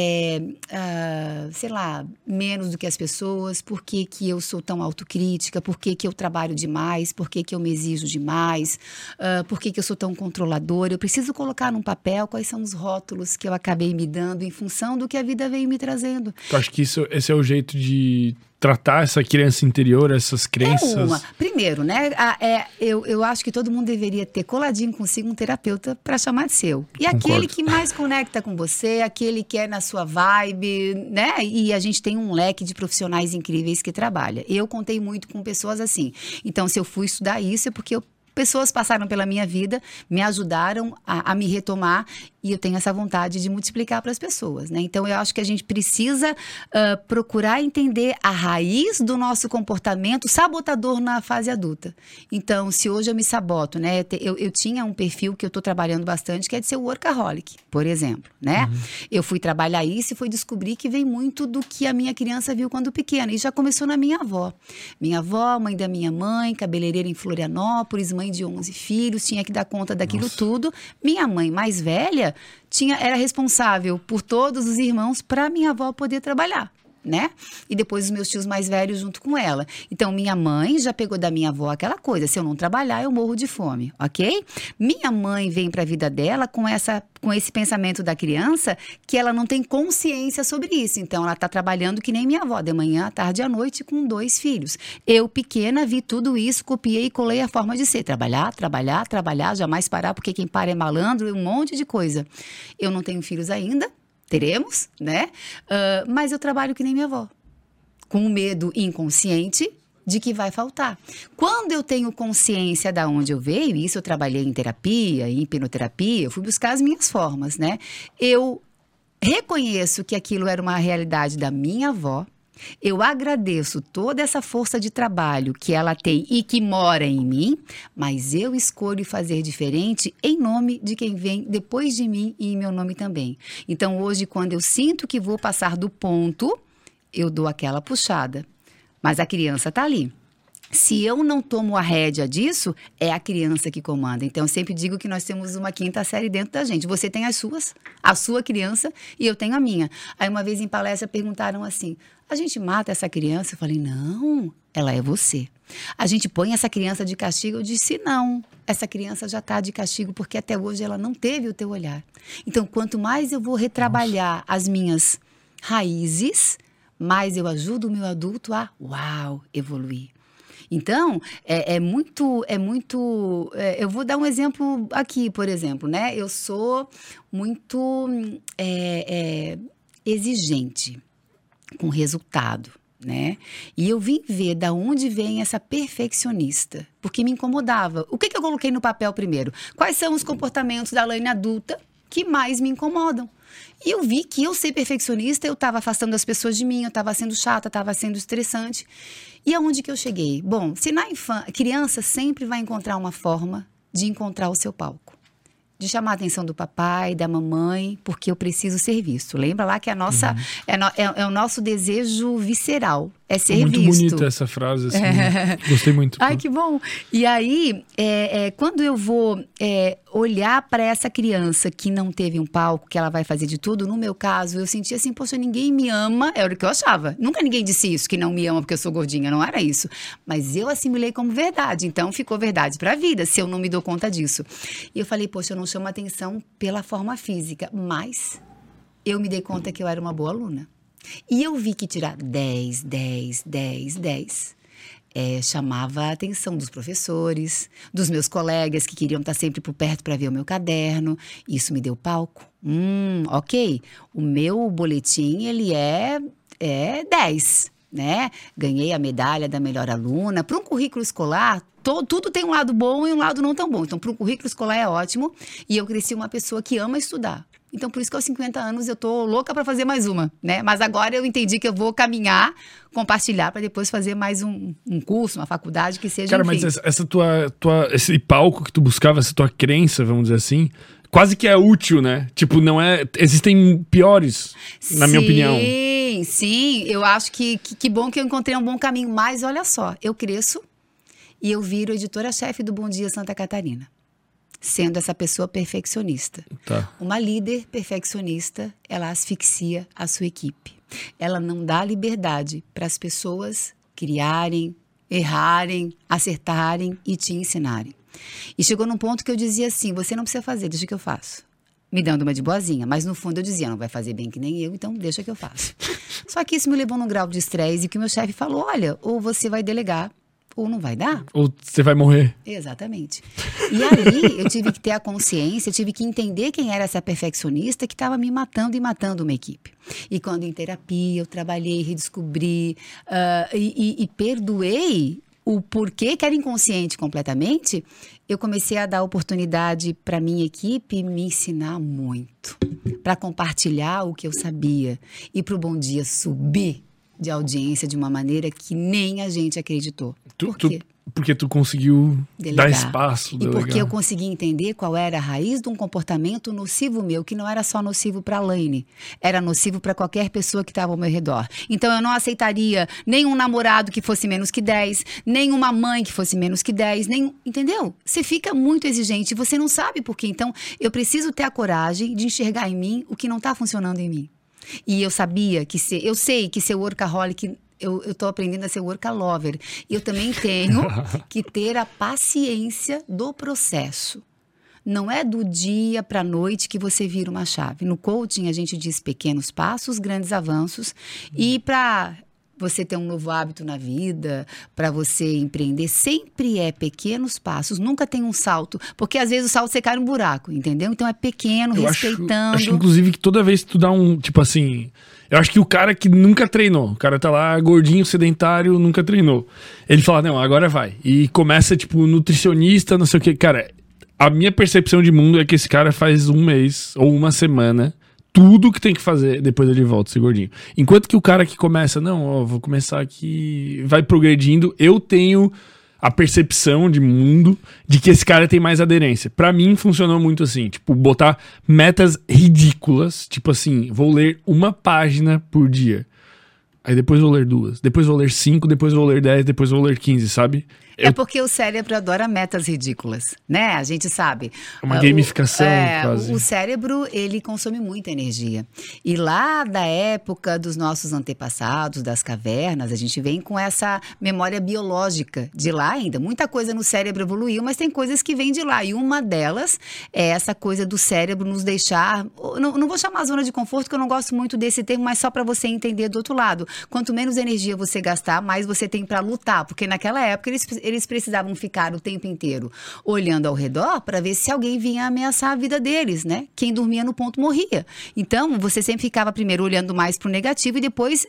sei lá, menos do que as pessoas? Por que eu sou tão autocrítica? Por que eu trabalho demais? Por que eu me exijo demais? Por que eu sou tão controladora? Eu preciso colocar num papel quais são os rótulos que eu acabei me dando em função do que a vida veio me trazendo. Eu acho que esse é o jeito de tratar essa criança interior, essas crenças. Primeiro, né? Eu acho que todo mundo deveria ter coladinho consigo um terapeuta para chamar de seu. E Concordo. Aquele que mais conecta com você, aquele que é na sua vibe, né? E a gente tem um leque de profissionais incríveis que trabalha. Eu contei muito com pessoas assim. Então, se eu fui estudar isso, é porque pessoas passaram pela minha vida, me ajudaram a me retomar e eu tenho essa vontade de multiplicar para as pessoas, né? Então, eu acho que a gente precisa procurar entender a raiz do nosso comportamento sabotador na fase adulta. Então, se hoje eu me saboto, né? Eu tinha um perfil que eu estou trabalhando bastante, que é de ser workaholic, por exemplo, né? Uhum. Eu fui trabalhar isso e fui descobrir que vem muito do que a minha criança viu quando pequena. E já começou na minha avó. Minha avó, mãe da minha mãe, cabeleireira em Florianópolis, mãe de 11 filhos, tinha que dar conta daquilo tudo. Minha mãe mais velha era responsável por todos os irmãos para minha avó poder trabalhar, né? E depois os meus tios mais velhos junto com ela. Então, minha mãe já pegou da minha avó aquela coisa, se eu não trabalhar, eu morro de fome, ok? Minha mãe vem para a vida dela com esse pensamento da criança que ela não tem consciência sobre isso. Então, ela está trabalhando que nem minha avó, de manhã, à tarde e à noite, com 2 filhos. Eu, pequena, vi tudo isso, copiei e colei a forma de ser. Trabalhar, trabalhar, trabalhar, jamais parar, porque quem para é malandro, um monte de coisa. Eu não tenho filhos ainda. Teremos, né? Mas eu trabalho que nem minha avó. Com o medo inconsciente de que vai faltar. Quando eu tenho consciência de onde eu veio, isso eu trabalhei em terapia, em hipnoterapia, eu fui buscar as minhas formas, né? Eu reconheço que aquilo era uma realidade da minha avó. Eu agradeço toda essa força de trabalho que ela tem e que mora em mim, mas eu escolho fazer diferente em nome de quem vem depois de mim e em meu nome também. Então, hoje, quando eu sinto que vou passar do ponto, eu dou aquela puxada. Mas a criança está ali. Se eu não tomo a rédea disso, é a criança que comanda. Então, eu sempre digo que nós temos uma 5ª série dentro da gente. Você tem a sua criança e eu tenho a minha. Aí, uma vez em palestra, perguntaram assim, a gente mata essa criança? Eu falei, não, ela é você. A gente põe essa criança de castigo? Eu disse, não, essa criança já está de castigo porque até hoje ela não teve o teu olhar. Então, quanto mais eu vou retrabalhar as minhas raízes, mais eu ajudo o meu adulto a, evoluir. Então, eu vou dar um exemplo aqui, por exemplo, né? Eu sou muito exigente com resultado, né? E eu vim ver da onde vem essa perfeccionista, porque me incomodava. O que eu coloquei no papel primeiro? Quais são os comportamentos da Elaine adulta que mais me incomodam? E eu vi que eu ser perfeccionista, eu estava afastando as pessoas de mim, eu estava sendo chata, estava sendo estressante. E aonde que eu cheguei? Bom, se na infância, criança sempre vai encontrar uma forma de encontrar o seu palco. De chamar a atenção do papai, da mamãe, porque eu preciso ser visto. Lembra lá que a nossa, é o nosso desejo visceral, é ser muito visto. Muito bonita essa frase, assim, gostei muito. Ai, que bom! E aí, quando eu vou olhar para essa criança que não teve um palco, que ela vai fazer de tudo, no meu caso, eu senti assim, poxa, ninguém me ama, era o que eu achava. Nunca ninguém disse isso, que não me ama porque eu sou gordinha, não era isso. Mas eu assimilei como verdade, então ficou verdade para a vida, se eu não me dou conta disso. E eu falei, poxa, eu não chamo atenção pela forma física, mas eu me dei conta que eu era uma boa aluna. E eu vi que tirar 10, 10, 10, 10 chamava a atenção dos professores, dos meus colegas que queriam estar sempre por perto para ver o meu caderno. Isso me deu palco. Ok, o meu boletim ele é 10, né? Ganhei a medalha da melhor aluna. Para um currículo escolar, tudo tem um lado bom e um lado não tão bom. Então, para um currículo escolar é ótimo. E eu cresci uma pessoa que ama estudar. Então, por isso que aos 50 anos eu tô louca para fazer mais uma, né? Mas agora eu entendi que eu vou caminhar, compartilhar para depois fazer mais um curso, uma faculdade que seja. Cara, enfim. mas esse palco que tu buscava, essa tua crença, vamos dizer assim, quase que é útil, né? Tipo, não é. Existem piores, na minha opinião. Sim. Eu acho que bom que eu encontrei um bom caminho. Mas olha só, eu cresço e eu viro editora-chefe do Bom Dia Santa Catarina. Sendo essa pessoa perfeccionista. Tá. Uma líder perfeccionista, ela asfixia a sua equipe. Ela não dá liberdade para as pessoas criarem, errarem, acertarem e te ensinarem. E chegou num ponto que eu dizia assim, você não precisa fazer, deixa que eu faço. Me dando uma de boazinha, mas no fundo eu dizia, não vai fazer bem que nem eu, então deixa que eu faço. Só que isso me levou num grau de estresse e que o meu chefe falou, olha, ou você vai delegar, ou não vai dar. Ou você vai morrer. Exatamente. E ali eu tive que ter a consciência, eu tive que entender quem era essa perfeccionista que estava me matando e matando uma equipe. E quando em terapia eu trabalhei, redescobri e perdoei o porquê que era inconsciente completamente, eu comecei a dar oportunidade para minha equipe me ensinar muito, para compartilhar o que eu sabia e para o Bom Dia subir de audiência de uma maneira que nem a gente acreditou. Por quê? Porque tu conseguiu Delegar. dar espaço. E porque eu consegui entender qual era a raiz de um comportamento nocivo meu, que não era só nocivo para a Laine, era nocivo para qualquer pessoa que estava ao meu redor. Então eu não aceitaria nenhum namorado que fosse menos que 10, nenhuma mãe que fosse menos que 10, entendeu? Você fica muito exigente e você não sabe por quê. Então eu preciso ter a coragem de enxergar em mim o que não está funcionando em mim. E eu sabia que eu sei que ser workaholic, eu tô aprendendo a ser workalover. E eu também tenho que ter a paciência do processo. Não é do dia para a noite que você vira uma chave. No coaching a gente diz pequenos passos, grandes avanços. E para você ter um novo hábito na vida, para você empreender, sempre é pequenos passos, nunca tem um salto, porque às vezes o salto você cai num buraco, entendeu? Então é pequeno, respeitando. Acho inclusive que toda vez que tu dá tipo assim, eu acho que o cara que nunca treinou, o cara tá lá gordinho, sedentário, nunca treinou, ele fala, não, agora vai, e começa tipo nutricionista, não sei o que, cara, a minha percepção de mundo é que esse cara faz um mês ou uma semana tudo que tem que fazer, depois ele volta a ser gordinho. Enquanto que o cara que começa, não, ó, vou começar aqui, vai progredindo, eu tenho a percepção de mundo de que esse cara tem mais aderência. Pra mim, funcionou muito assim, tipo, botar metas ridículas, tipo assim, vou ler uma página por dia. Aí depois vou ler 2, depois vou ler 5, depois vou ler 10, depois vou ler 15, sabe? É porque o cérebro adora metas ridículas, né? A gente sabe. Uma gamificação, quase. O cérebro, ele consome muita energia. E lá da época dos nossos antepassados, das cavernas, a gente vem com essa memória biológica de lá ainda. Muita coisa no cérebro evoluiu, mas tem coisas que vêm de lá. E uma delas é essa coisa do cérebro nos deixar... Não vou chamar zona de conforto, porque eu não gosto muito desse termo, mas só para você entender do outro lado. Quanto menos energia você gastar, mais você tem para lutar. Porque naquela época, eles precisavam ficar o tempo inteiro olhando ao redor para ver se alguém vinha ameaçar a vida deles, né? Quem dormia no ponto morria. Então, você sempre ficava primeiro olhando mais para o negativo e depois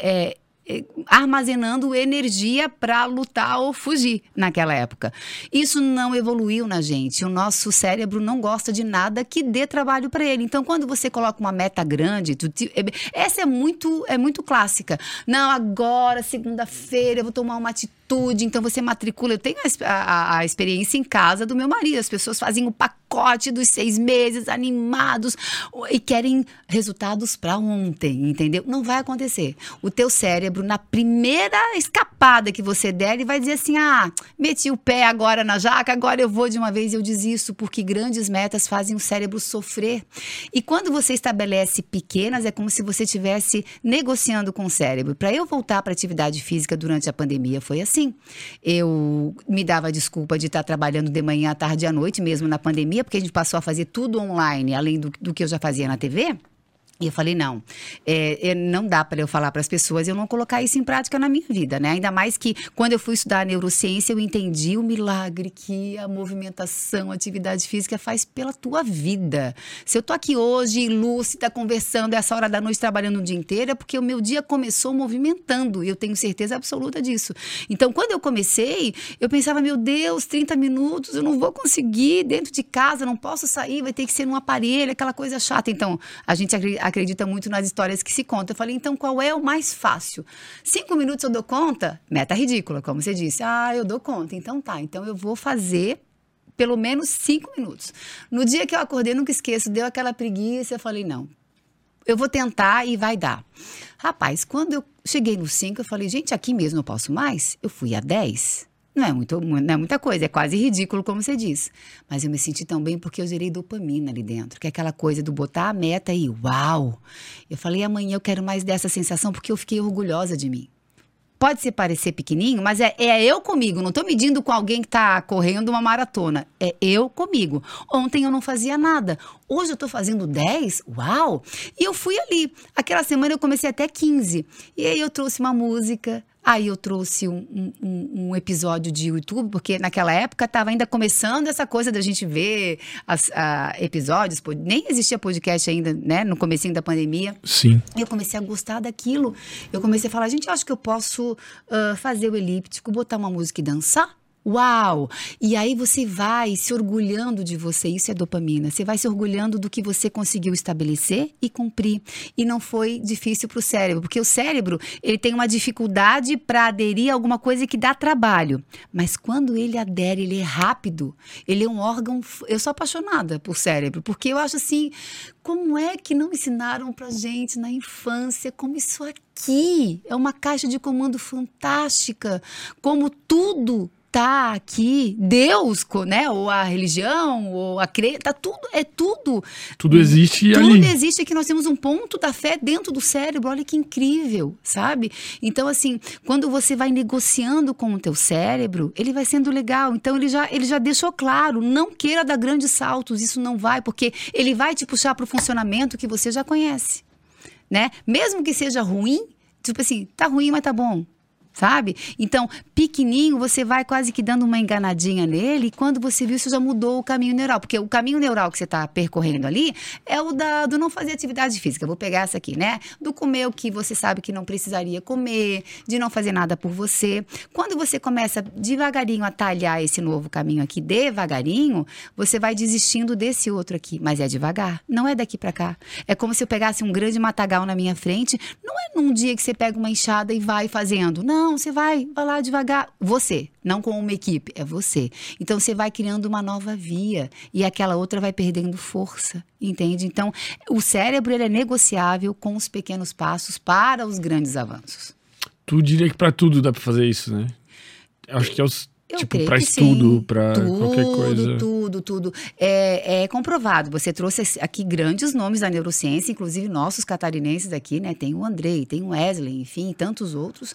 armazenando energia para lutar ou fugir naquela época. Isso não evoluiu na gente. O nosso cérebro não gosta de nada que dê trabalho para ele. Então, quando você coloca uma meta grande, essa é muito clássica. Não, agora, segunda-feira, eu vou tomar uma atitude. Então você matricula. Eu tenho a experiência em casa do meu marido. As pessoas fazem o pacote dos 6 meses, animados, e querem resultados para ontem, entendeu? Não vai acontecer. O teu cérebro, na primeira escapada que você der, ele vai dizer assim, meti o pé agora na jaca, agora eu vou de uma vez e eu desisto, porque grandes metas fazem o cérebro sofrer. E quando você estabelece pequenas, é como se você estivesse negociando com o cérebro. Para eu voltar para a atividade física durante a pandemia, foi assim. Eu me dava a desculpa de estar trabalhando de manhã, à tarde e à noite, mesmo na pandemia, porque a gente passou a fazer tudo online, além do que eu já fazia na TV. E eu falei, não dá para eu falar para as pessoas eu não colocar isso em prática na minha vida, né? Ainda mais que quando eu fui estudar neurociência, eu entendi o milagre que a movimentação, a atividade física faz pela tua vida. Se eu tô aqui hoje, lúcida, conversando, essa hora da noite, trabalhando o dia inteiro, é porque o meu dia começou movimentando, e eu tenho certeza absoluta disso. Então, quando eu comecei, eu pensava, meu Deus, 30 minutos, eu não vou conseguir, dentro de casa, não posso sair, vai ter que ser num aparelho, aquela coisa chata. Então, a gente acredita muito nas histórias que se contam. Eu falei, então qual é o mais fácil? 5 minutos eu dou conta? Meta ridícula, como você disse. Eu dou conta. Então tá, então eu vou fazer pelo menos 5 minutos. No dia que eu acordei, nunca esqueço, deu aquela preguiça, eu falei, não, eu vou tentar e vai dar. Rapaz, quando eu cheguei no 5, eu falei, gente, aqui mesmo eu posso mais? Eu fui a 10. Não é muita coisa, é quase ridículo, como você diz. Mas eu me senti tão bem porque eu gerei dopamina ali dentro, que é aquela coisa do botar a meta e uau! Eu falei, amanhã eu quero mais dessa sensação porque eu fiquei orgulhosa de mim. Pode parecer pequenininho, mas é eu comigo. Não estou medindo com alguém que está correndo uma maratona. É eu comigo. Ontem eu não fazia nada. Hoje eu estou fazendo 10. Uau! E eu fui ali. Aquela semana eu comecei até 15. E aí eu trouxe uma música. Aí eu trouxe um episódio de YouTube, porque naquela época estava ainda começando essa coisa da gente ver episódios, nem existia podcast ainda, né, no comecinho da pandemia. Sim. Eu comecei a gostar daquilo, eu comecei a falar, gente, eu acho que eu posso fazer o elíptico, botar uma música e dançar. Uau! E aí você vai se orgulhando de você, isso é dopamina, você vai se orgulhando do que você conseguiu estabelecer e cumprir. E não foi difícil para o cérebro, porque o cérebro, ele tem uma dificuldade para aderir a alguma coisa que dá trabalho. Mas quando ele adere, ele é rápido, ele é um órgão... Eu sou apaixonada por cérebro, porque eu acho assim, como é que não ensinaram pra gente na infância como isso aqui é uma caixa de comando fantástica, como tudo tá aqui, Deus, né? Ou a religião, ou a crença, tá tudo, tudo. Tudo existe tudo ali. Tudo existe aqui, nós temos um ponto da fé dentro do cérebro, olha que incrível, sabe? Então, assim, quando você vai negociando com o teu cérebro, ele vai sendo legal. Então, ele já deixou claro, não queira dar grandes saltos, isso não vai, porque ele vai te puxar para o funcionamento que você já conhece, né? Mesmo que seja ruim, tipo assim, tá ruim, mas tá bom. Sabe? Então, pequenininho, você vai quase que dando uma enganadinha nele e quando você viu, isso já mudou o caminho neural. Porque o caminho neural que você está percorrendo ali é o do não fazer atividade física. Eu vou pegar essa aqui, né? Do comer o que você sabe que não precisaria comer, de não fazer nada por você. Quando você começa devagarinho a talhar esse novo caminho aqui, devagarinho, você vai desistindo desse outro aqui. Mas é devagar, não é daqui para cá. É como se eu pegasse um grande matagal na minha frente. Não é num dia que você pega uma enxada e vai fazendo. Não, você vai lá devagar. Você, não com uma equipe, é você. Então, você vai criando uma nova via e aquela outra vai perdendo força, entende? Então, o cérebro, ele é negociável com os pequenos passos para os grandes avanços. Tu diria que para tudo dá para fazer isso, né? Acho que é os... Tipo, para estudo, para qualquer coisa. Tudo. É comprovado. Você trouxe aqui grandes nomes da neurociência, inclusive nossos catarinenses aqui, né? Tem o Andrei, tem o Wesley, enfim, tantos outros,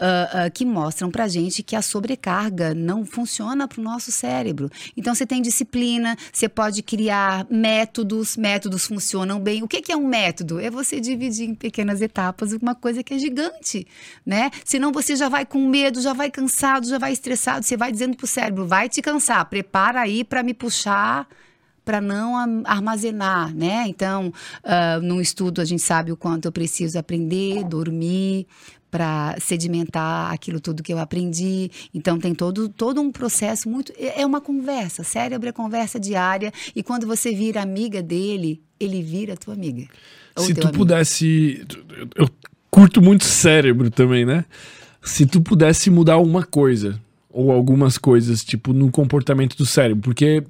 que mostram pra gente que a sobrecarga não funciona pro nosso cérebro. Então, você tem disciplina, você pode criar métodos funcionam bem. O que é um método? É você dividir em pequenas etapas uma coisa que é gigante, né? Senão você já vai com medo, já vai cansado, já vai estressado, você vai dizendo pro cérebro, vai te cansar, prepara aí para me puxar, para não armazenar, né? Então, num estudo a gente sabe o quanto eu preciso aprender, dormir, para sedimentar aquilo tudo que eu aprendi. Então, tem todo um processo muito... É uma conversa, cérebro é conversa diária, e quando você vira amiga dele, ele vira tua amiga. Se tu pudesse... Eu curto muito cérebro também, né? Se tu pudesse mudar uma coisa... ou algumas coisas, tipo, no comportamento do cérebro. Porque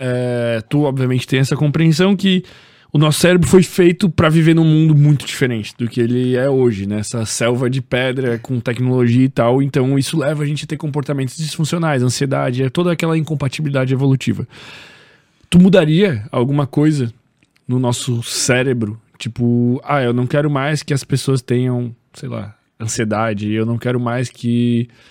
tu, obviamente, tem essa compreensão que o nosso cérebro foi feito para viver num mundo muito diferente do que ele é hoje, né? Essa selva de pedra com tecnologia e tal. Então, isso leva a gente a ter comportamentos disfuncionais, ansiedade, toda aquela incompatibilidade evolutiva. Tu mudaria alguma coisa no nosso cérebro? Tipo, eu não quero mais que as pessoas tenham, sei lá, ansiedade. Eu não quero mais que...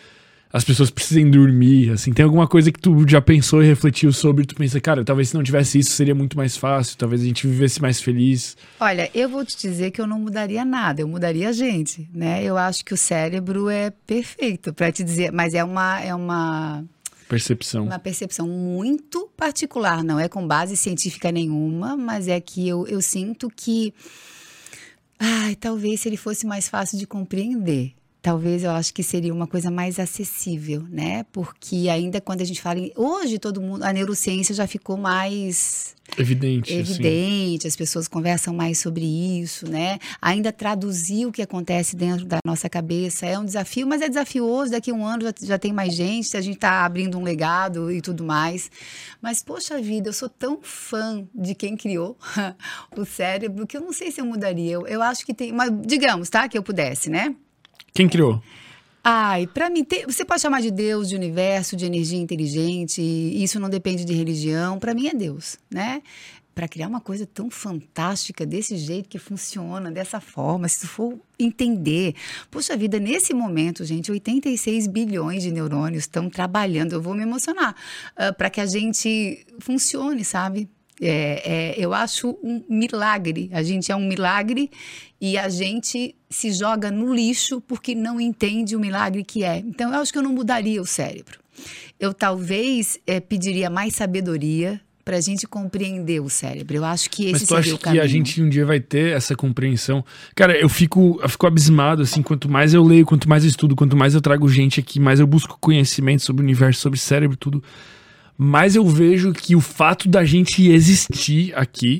as pessoas precisem dormir, assim, tem alguma coisa que tu já pensou e refletiu sobre, tu pensa, cara, talvez se não tivesse isso seria muito mais fácil, talvez a gente vivesse mais feliz. Olha, eu vou te dizer que eu não mudaria nada, eu mudaria a gente, né? Eu acho que o cérebro é perfeito para te dizer, mas é uma percepção muito particular, não é com base científica nenhuma, mas é que eu sinto que, talvez se ele fosse mais fácil de compreender. Talvez eu acho que seria uma coisa mais acessível, né? Porque ainda quando a gente fala hoje todo mundo, a neurociência já ficou mais evidente, as pessoas conversam mais sobre isso, né? Ainda traduzir o que acontece dentro da nossa cabeça é um desafio, mas é desafioso, daqui a um ano já tem mais gente, a gente está abrindo um legado e tudo mais. Mas, poxa vida, eu sou tão fã de quem criou o cérebro que eu não sei se eu mudaria. Eu acho que tem, mas digamos, tá? Que eu pudesse, né? Quem criou? Pra mim, você pode chamar de Deus, de universo, de energia inteligente, isso não depende de religião, pra mim é Deus, né? Pra criar uma coisa tão fantástica, desse jeito que funciona, dessa forma, se tu for entender. Poxa vida, nesse momento, gente, 86 bilhões de neurônios estão trabalhando, eu vou me emocionar, pra que a gente funcione, sabe? Eu acho um milagre, a gente é um milagre e a gente se joga no lixo porque não entende o milagre que é. Então eu acho que eu não mudaria o cérebro, eu talvez pediria mais sabedoria pra gente compreender o cérebro. Eu acho que esse seria o caminho. Mas tu acha que a gente um dia vai ter essa compreensão? Cara, eu fico abismado, assim, quanto mais eu leio, quanto mais eu estudo, quanto mais eu trago gente aqui, mais eu busco conhecimento sobre o universo, sobre cérebro, tudo. Mas eu vejo que o fato da gente existir aqui,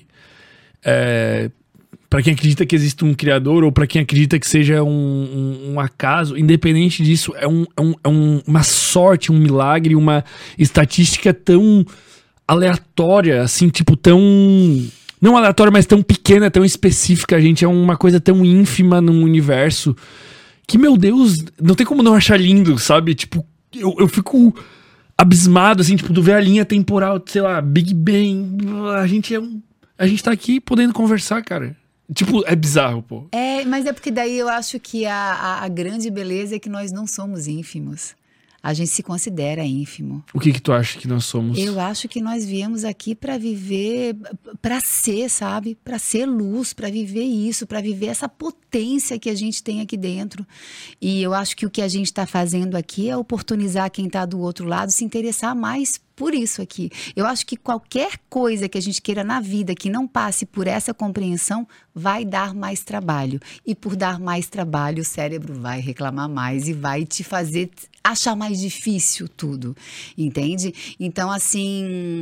para quem acredita que existe um criador ou para quem acredita que seja um acaso, independente disso, é uma sorte, um milagre, uma estatística tão aleatória, assim, tipo, tão... Não aleatória, mas tão pequena, tão específica. A gente é uma coisa tão ínfima num universo que, meu Deus, não tem como não achar lindo, sabe? Tipo, eu fico... abismado, assim, tipo, tu vê a linha temporal, sei lá, Big Bang, a gente tá aqui podendo conversar, cara. Tipo, é bizarro, pô. Mas é porque daí eu acho que a grande beleza é que nós não somos ínfimos. A gente se considera ínfimo. O que tu acha que nós somos? Eu acho que nós viemos aqui para viver, para ser, sabe? Para ser luz, para viver isso, para viver essa potência que a gente tem aqui dentro. E eu acho que o que a gente está fazendo aqui é oportunizar quem está do outro lado se interessar mais por isso aqui. Eu acho que qualquer coisa que a gente queira na vida que não passe por essa compreensão vai dar mais trabalho. E por dar mais trabalho, o cérebro vai reclamar mais e vai te fazer achar mais difícil tudo, entende? Então, assim,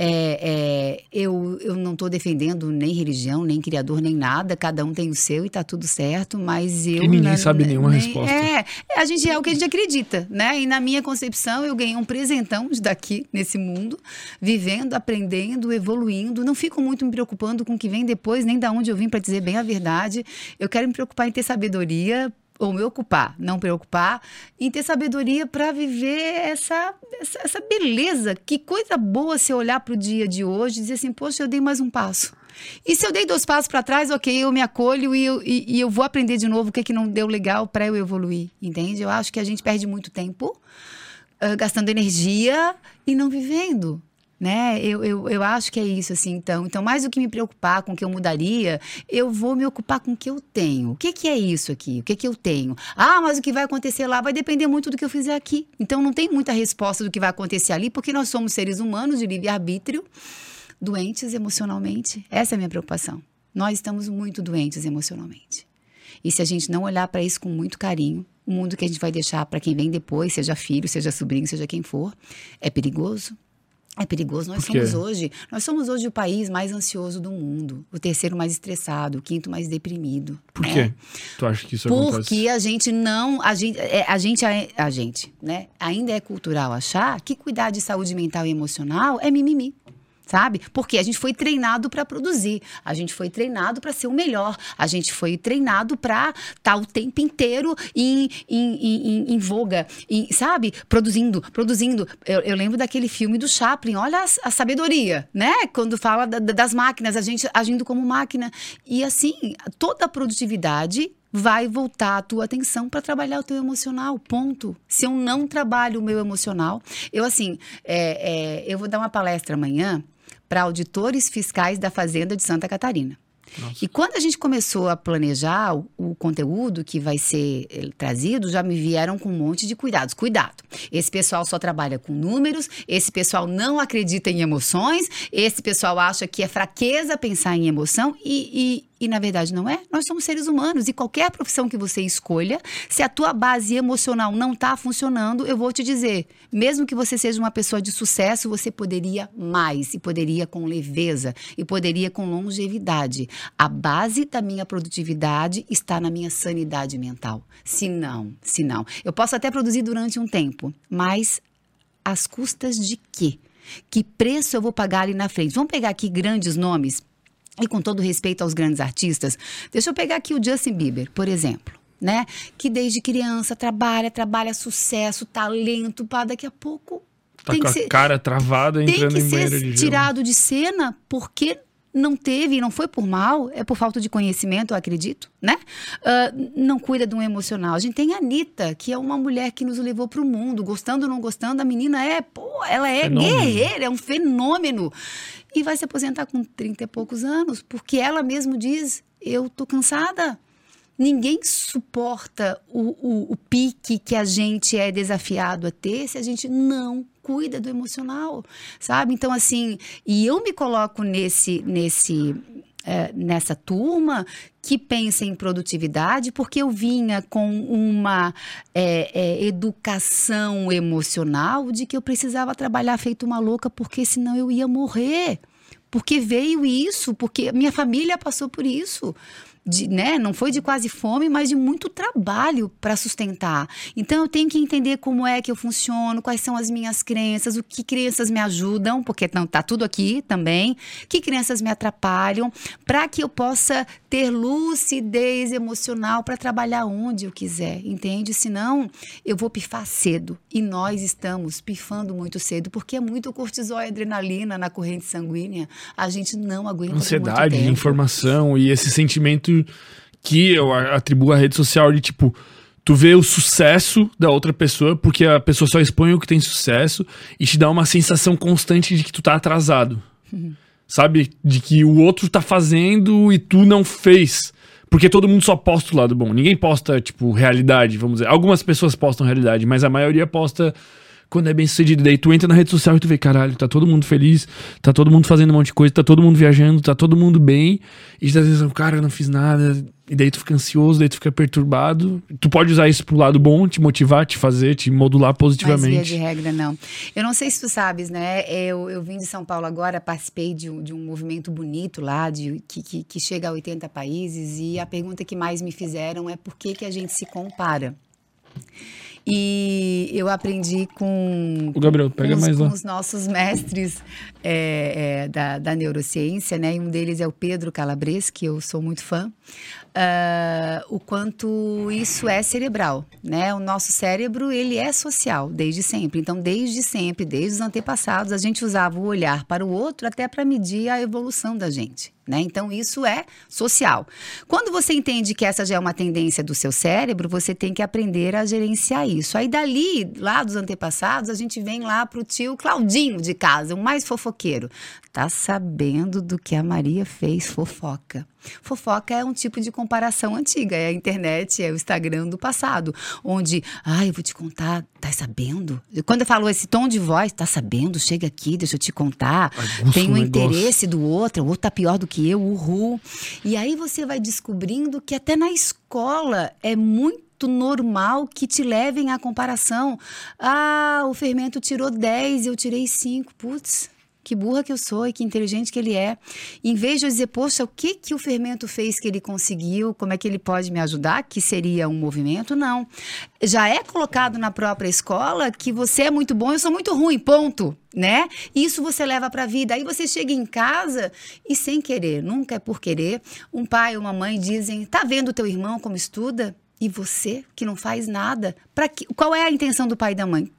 eu não estou defendendo nem religião, nem criador, nem nada. Cada um tem o seu e tá tudo certo, mas eu... E ninguém sabe nenhuma resposta. A gente é o que a gente acredita, né? E na minha concepção, eu ganhei um presentão daqui, nesse mundo, vivendo, aprendendo, evoluindo. Não fico muito me preocupando com o que vem depois, nem da onde eu vim, para dizer bem a verdade. Eu quero me preocupar em ter sabedoria, ou me ocupar, não preocupar, em ter sabedoria para viver essa beleza. Que coisa boa se eu olhar para o dia de hoje e dizer assim, poxa, eu dei mais um passo. E se eu dei 2 passos para trás, ok, eu me acolho e eu vou aprender de novo o que não deu legal para eu evoluir, entende? Eu acho que a gente perde muito tempo gastando energia e não vivendo. Né? Eu acho que é isso, assim, então mais do que me preocupar com o que eu mudaria, eu vou me ocupar com o que eu tenho. O que é isso aqui? O que eu tenho? Mas o que vai acontecer lá vai depender muito do que eu fizer aqui. Então não tem muita resposta do que vai acontecer ali, porque nós somos seres humanos de livre-arbítrio, doentes emocionalmente. Essa é a minha preocupação. Nós estamos muito doentes emocionalmente. E se a gente não olhar para isso com muito carinho, o mundo que a gente vai deixar para quem vem depois, seja filho, seja sobrinho, seja quem for, é perigoso. É perigoso. Nós somos hoje o país mais ansioso do mundo, o 3º mais estressado, o 5º mais deprimido. Por quê? Tu acha que isso acontece? Porque a gente, né? Ainda é cultural achar que cuidar de saúde mental e emocional é mimimi. Sabe? Porque a gente foi treinado para produzir, a gente foi treinado para ser o melhor, a gente foi treinado para estar o tempo inteiro em voga, sabe? Produzindo. Eu lembro daquele filme do Chaplin, olha a sabedoria, né? Quando fala das máquinas, a gente agindo como máquina. E assim, toda a produtividade vai voltar a tua atenção para trabalhar o teu emocional, ponto. Se eu não trabalho o meu emocional, eu vou dar uma palestra amanhã para auditores fiscais da Fazenda de Santa Catarina. Nossa. E quando a gente começou a planejar o conteúdo que vai ser trazido, já me vieram com um monte de cuidados. Cuidado, esse pessoal só trabalha com números, esse pessoal não acredita em emoções, esse pessoal acha que é fraqueza pensar em emoção e na verdade não é. Nós somos seres humanos e qualquer profissão que você escolha, se a tua base emocional não está funcionando, eu vou te dizer, mesmo que você seja uma pessoa de sucesso, você poderia mais e poderia com leveza e poderia com longevidade. A base da minha produtividade está na minha sanidade mental. Se não. Eu posso até produzir durante um tempo, mas às custas de quê? Que preço eu vou pagar ali na frente? Vamos pegar aqui grandes nomes. E com todo respeito aos grandes artistas, deixa eu pegar aqui o Justin Bieber, por exemplo, né? Que desde criança trabalha sucesso, talento, pá, daqui a pouco tá tem com a cara travada entrando em banheiro de gelo. Tem que ser tirado de cena porque não teve, não foi por mal, é por falta de conhecimento, eu acredito, né? Não cuida do emocional. A gente tem a Anitta, que é uma mulher que nos levou para o mundo, gostando ou não gostando, a menina ela é guerreira, é um fenômeno. E vai se aposentar com 30 e poucos anos, porque ela mesmo diz, eu tô cansada. Ninguém suporta o pique que a gente é desafiado a ter se a gente não cuida do emocional, sabe? Então, assim, e eu me coloco nessa turma que pensa em produtividade, porque eu vinha com uma educação emocional de que eu precisava trabalhar feito uma louca, porque senão eu ia morrer. Porque veio isso, porque minha família passou por isso. Não foi de quase fome, mas de muito trabalho para sustentar. Então, eu tenho que entender como é que eu funciono, quais são as minhas crenças, o que crenças me ajudam, porque tá tudo aqui também, que crenças me atrapalham, para que eu possa ter lucidez emocional para trabalhar onde eu quiser, entende? Senão, eu vou pifar cedo. E nós estamos pifando muito cedo, porque é muito cortisol e adrenalina na corrente sanguínea. A gente não aguenta ansiedade, muito tempo. Informação e esse sentimento que eu atribuo à rede social de tipo, tu vê o sucesso da outra pessoa, porque a pessoa só expõe o que tem sucesso e te dá uma sensação constante de que tu tá atrasado. Sabe? De que o outro tá fazendo e tu não fez. Porque todo mundo só posta o lado bom. Ninguém posta, tipo, realidade, vamos dizer. Algumas pessoas postam realidade, mas a maioria posta quando é bem sucedido. Daí tu entra na rede social e tu vê, caralho, tá todo mundo feliz, tá todo mundo fazendo um monte de coisa, tá todo mundo viajando, tá todo mundo bem. E às vezes, cara, eu não fiz nada. E daí tu fica ansioso, daí tu fica perturbado. Tu pode usar isso pro lado bom, te motivar, te fazer, te modular positivamente. Mas via de regra, não. Eu não sei se tu sabes, né? Eu vim de São Paulo agora, participei de um movimento bonito lá, que chega a 80 países. E a pergunta que mais me fizeram é por que a gente se compara? E eu aprendi com os nossos mestres da neurociência, né? E um deles é o Pedro Calabres, que eu sou muito fã. O quanto isso é cerebral, né? O nosso cérebro, ele é social desde sempre. Então, desde sempre, desde os antepassados, a gente usava o olhar para o outro até para medir a evolução da gente, né? Então, isso é social. Quando você entende que essa já é uma tendência do seu cérebro, você tem que aprender a gerenciar isso. Aí, lá dos antepassados, a gente vem lá pro tio Claudinho de casa, o mais fofoqueiro. Tá sabendo do que a Maria fez? Fofoca. Fofoca é um tipo de comparação antiga, é a internet, é o Instagram do passado, onde, eu vou te contar, tá sabendo? Quando eu falo esse tom de voz, tá sabendo? Chega aqui, deixa eu te contar. Tem um interesse do outro, o outro tá pior do que eu, uhul. E aí você vai descobrindo que até na escola é muito normal que te levem à comparação. O Fermento tirou 10 e eu tirei 5, putz. Que burra que eu sou e que inteligente que ele é. Em vez de eu dizer, poxa, o que o Fermento fez que ele conseguiu, como é que ele pode me ajudar, que seria um movimento, não. Já é colocado na própria escola que você é muito bom, eu sou muito ruim, ponto, né? Isso você leva para a vida. Aí você chega em casa e sem querer, nunca é por querer, um pai ou uma mãe dizem, tá vendo o teu irmão como estuda? E você, que não faz nada, qual é a intenção do pai e da mãe?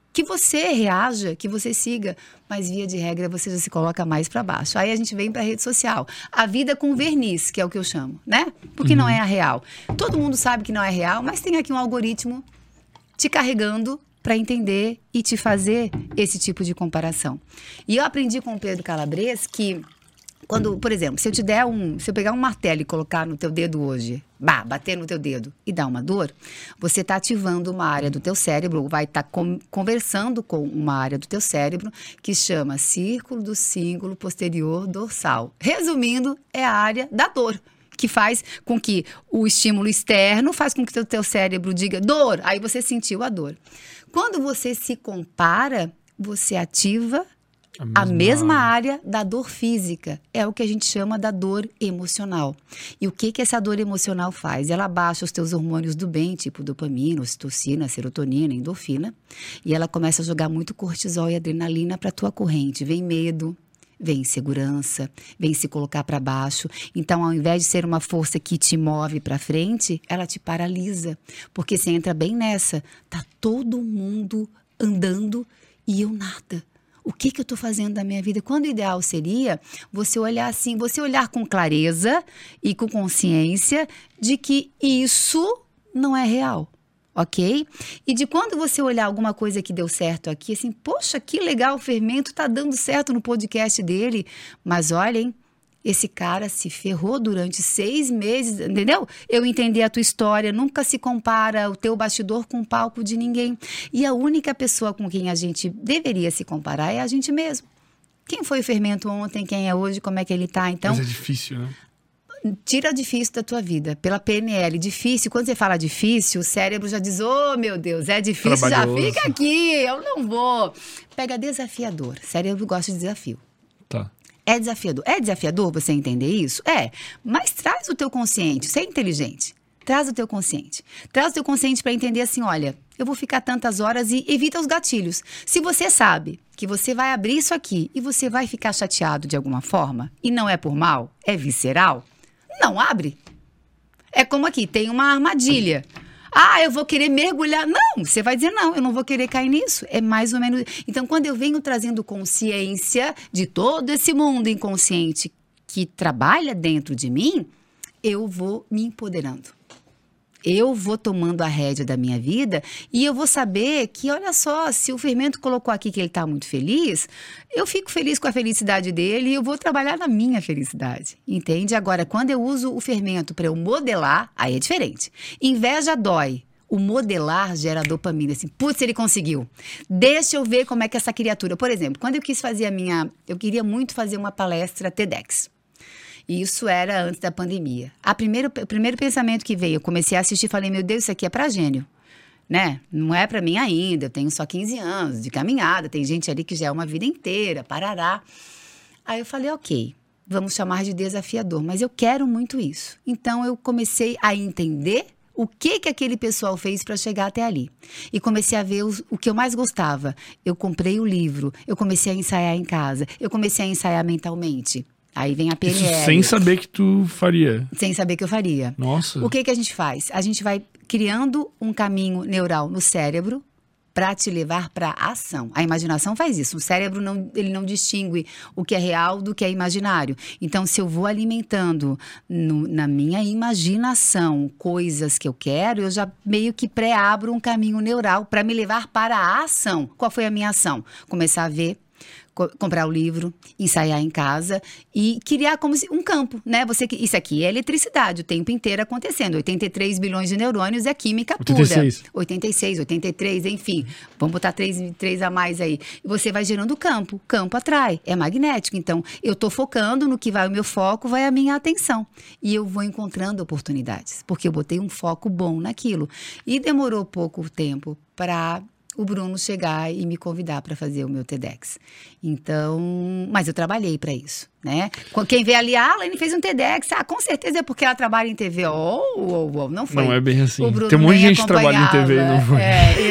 que você reaja, que você siga, mas via de regra você já se coloca mais para baixo. Aí a gente vem para a rede social. A vida com verniz, que é o que eu chamo, né? Porque não é a real. Todo mundo sabe que não é real, mas tem aqui um algoritmo te carregando para entender e te fazer esse tipo de comparação. E eu aprendi com o Pedro Calabres que quando, por exemplo, se eu pegar um martelo e colocar no teu dedo hoje, bater no teu dedo e dar uma dor, você está ativando uma área do teu cérebro, vai estar conversando com uma área do teu cérebro que chama círculo do cíngulo posterior dorsal. Resumindo, é a área da dor, que faz com que o estímulo externo faz com que o teu cérebro diga dor, aí você sentiu a dor. Quando você se compara, você ativa a mesma área da dor física, é o que a gente chama da dor emocional. E o que essa dor emocional faz? Ela baixa os teus hormônios do bem, tipo dopamina, ocitocina, serotonina, endorfina, e ela começa a jogar muito cortisol e adrenalina para a tua corrente. Vem medo, vem insegurança, vem se colocar para baixo. Então, ao invés de ser uma força que te move para frente, ela te paralisa, porque você entra bem nessa. Tá todo mundo andando e eu nada. O que eu estou fazendo da minha vida? Quando o ideal seria você olhar assim, você olhar com clareza e com consciência de que isso não é real, ok? E de quando você olhar alguma coisa que deu certo aqui, assim, poxa, que legal, o Fermento tá dando certo no podcast dele, mas olhem, esse cara se ferrou durante 6 meses, entendeu? Eu entendi a tua história, nunca se compara o teu bastidor com o palco de ninguém. E a única pessoa com quem a gente deveria se comparar é a gente mesmo. Quem foi o Fermento ontem, quem é hoje, como é que ele tá? Então, mas é difícil, né? Tira difícil da tua vida, pela PNL. Difícil, quando você fala difícil, o cérebro já diz, oh meu Deus, é difícil, já fica aqui, eu não vou. Pega desafiador, o cérebro gosta de desafio. Tá. É desafiador. É desafiador você entender isso? É. Mas traz o teu consciente. Você é inteligente. Traz o teu consciente. Traz o teu consciente para entender assim, olha, eu vou ficar tantas horas e evita os gatilhos. Se você sabe que você vai abrir isso aqui e você vai ficar chateado de alguma forma, e não é por mal, é visceral, não abre. É como aqui, tem uma armadilha. Ah, eu vou querer mergulhar. Não, você vai dizer não, eu não vou querer cair nisso. É mais ou menos... Então, quando eu venho trazendo consciência de todo esse mundo inconsciente que trabalha dentro de mim, eu vou me empoderando. Eu vou tomando a rédea da minha vida e eu vou saber que, olha só, se o Fermento colocou aqui que ele está muito feliz, eu fico feliz com a felicidade dele e eu vou trabalhar na minha felicidade, entende? Agora, quando eu uso o Fermento para eu modelar, aí é diferente. Inveja dói. O modelar gera dopamina, assim, putz, ele conseguiu. Deixa eu ver como é que essa criatura... Por exemplo, quando eu quis fazer eu queria muito fazer uma palestra TEDx. E isso era antes da pandemia. O primeiro pensamento que veio, eu comecei a assistir e falei, meu Deus, isso aqui é pra gênio, né? Não é pra mim ainda, eu tenho só 15 anos de caminhada, tem gente ali que já é uma vida inteira, parará. Aí eu falei, ok, vamos chamar de desafiador, mas eu quero muito isso. Então eu comecei a entender o que aquele pessoal fez para chegar até ali. E comecei a ver o que eu mais gostava. Eu comprei o livro, eu comecei a ensaiar em casa, eu comecei a ensaiar mentalmente. Aí vem a PNL. Isso sem saber que tu faria. Sem saber que eu faria. Nossa. O que a gente faz? A gente vai criando um caminho neural no cérebro para te levar para a ação. A imaginação faz isso. O cérebro ele não distingue o que é real do que é imaginário. Então, se eu vou alimentando na minha imaginação coisas que eu quero, eu já meio que pré-abro um caminho neural para me levar para a ação. Qual foi a minha ação? Começar a ver, comprar o livro, ensaiar em casa e criar como um campo, né? Isso aqui é eletricidade o tempo inteiro acontecendo. 83 bilhões de neurônios é química 86. pura. 86, 83, enfim. Vamos botar 3 a mais aí. E você vai gerando campo. O campo atrai, é magnético. Então, eu tô focando no que vai o meu foco, vai a minha atenção. E eu vou encontrando oportunidades, porque eu botei um foco bom naquilo. E demorou pouco tempo para o Bruno chegar e me convidar para fazer o meu TEDx. Então, mas eu trabalhei para isso, né? Quem vê ali, a Alaine fez um TEDx, com certeza é porque ela trabalha em TV. Não foi. Não é bem assim. O Bruno tem um monte de gente que acompanhava. trabalha em TV e não foi.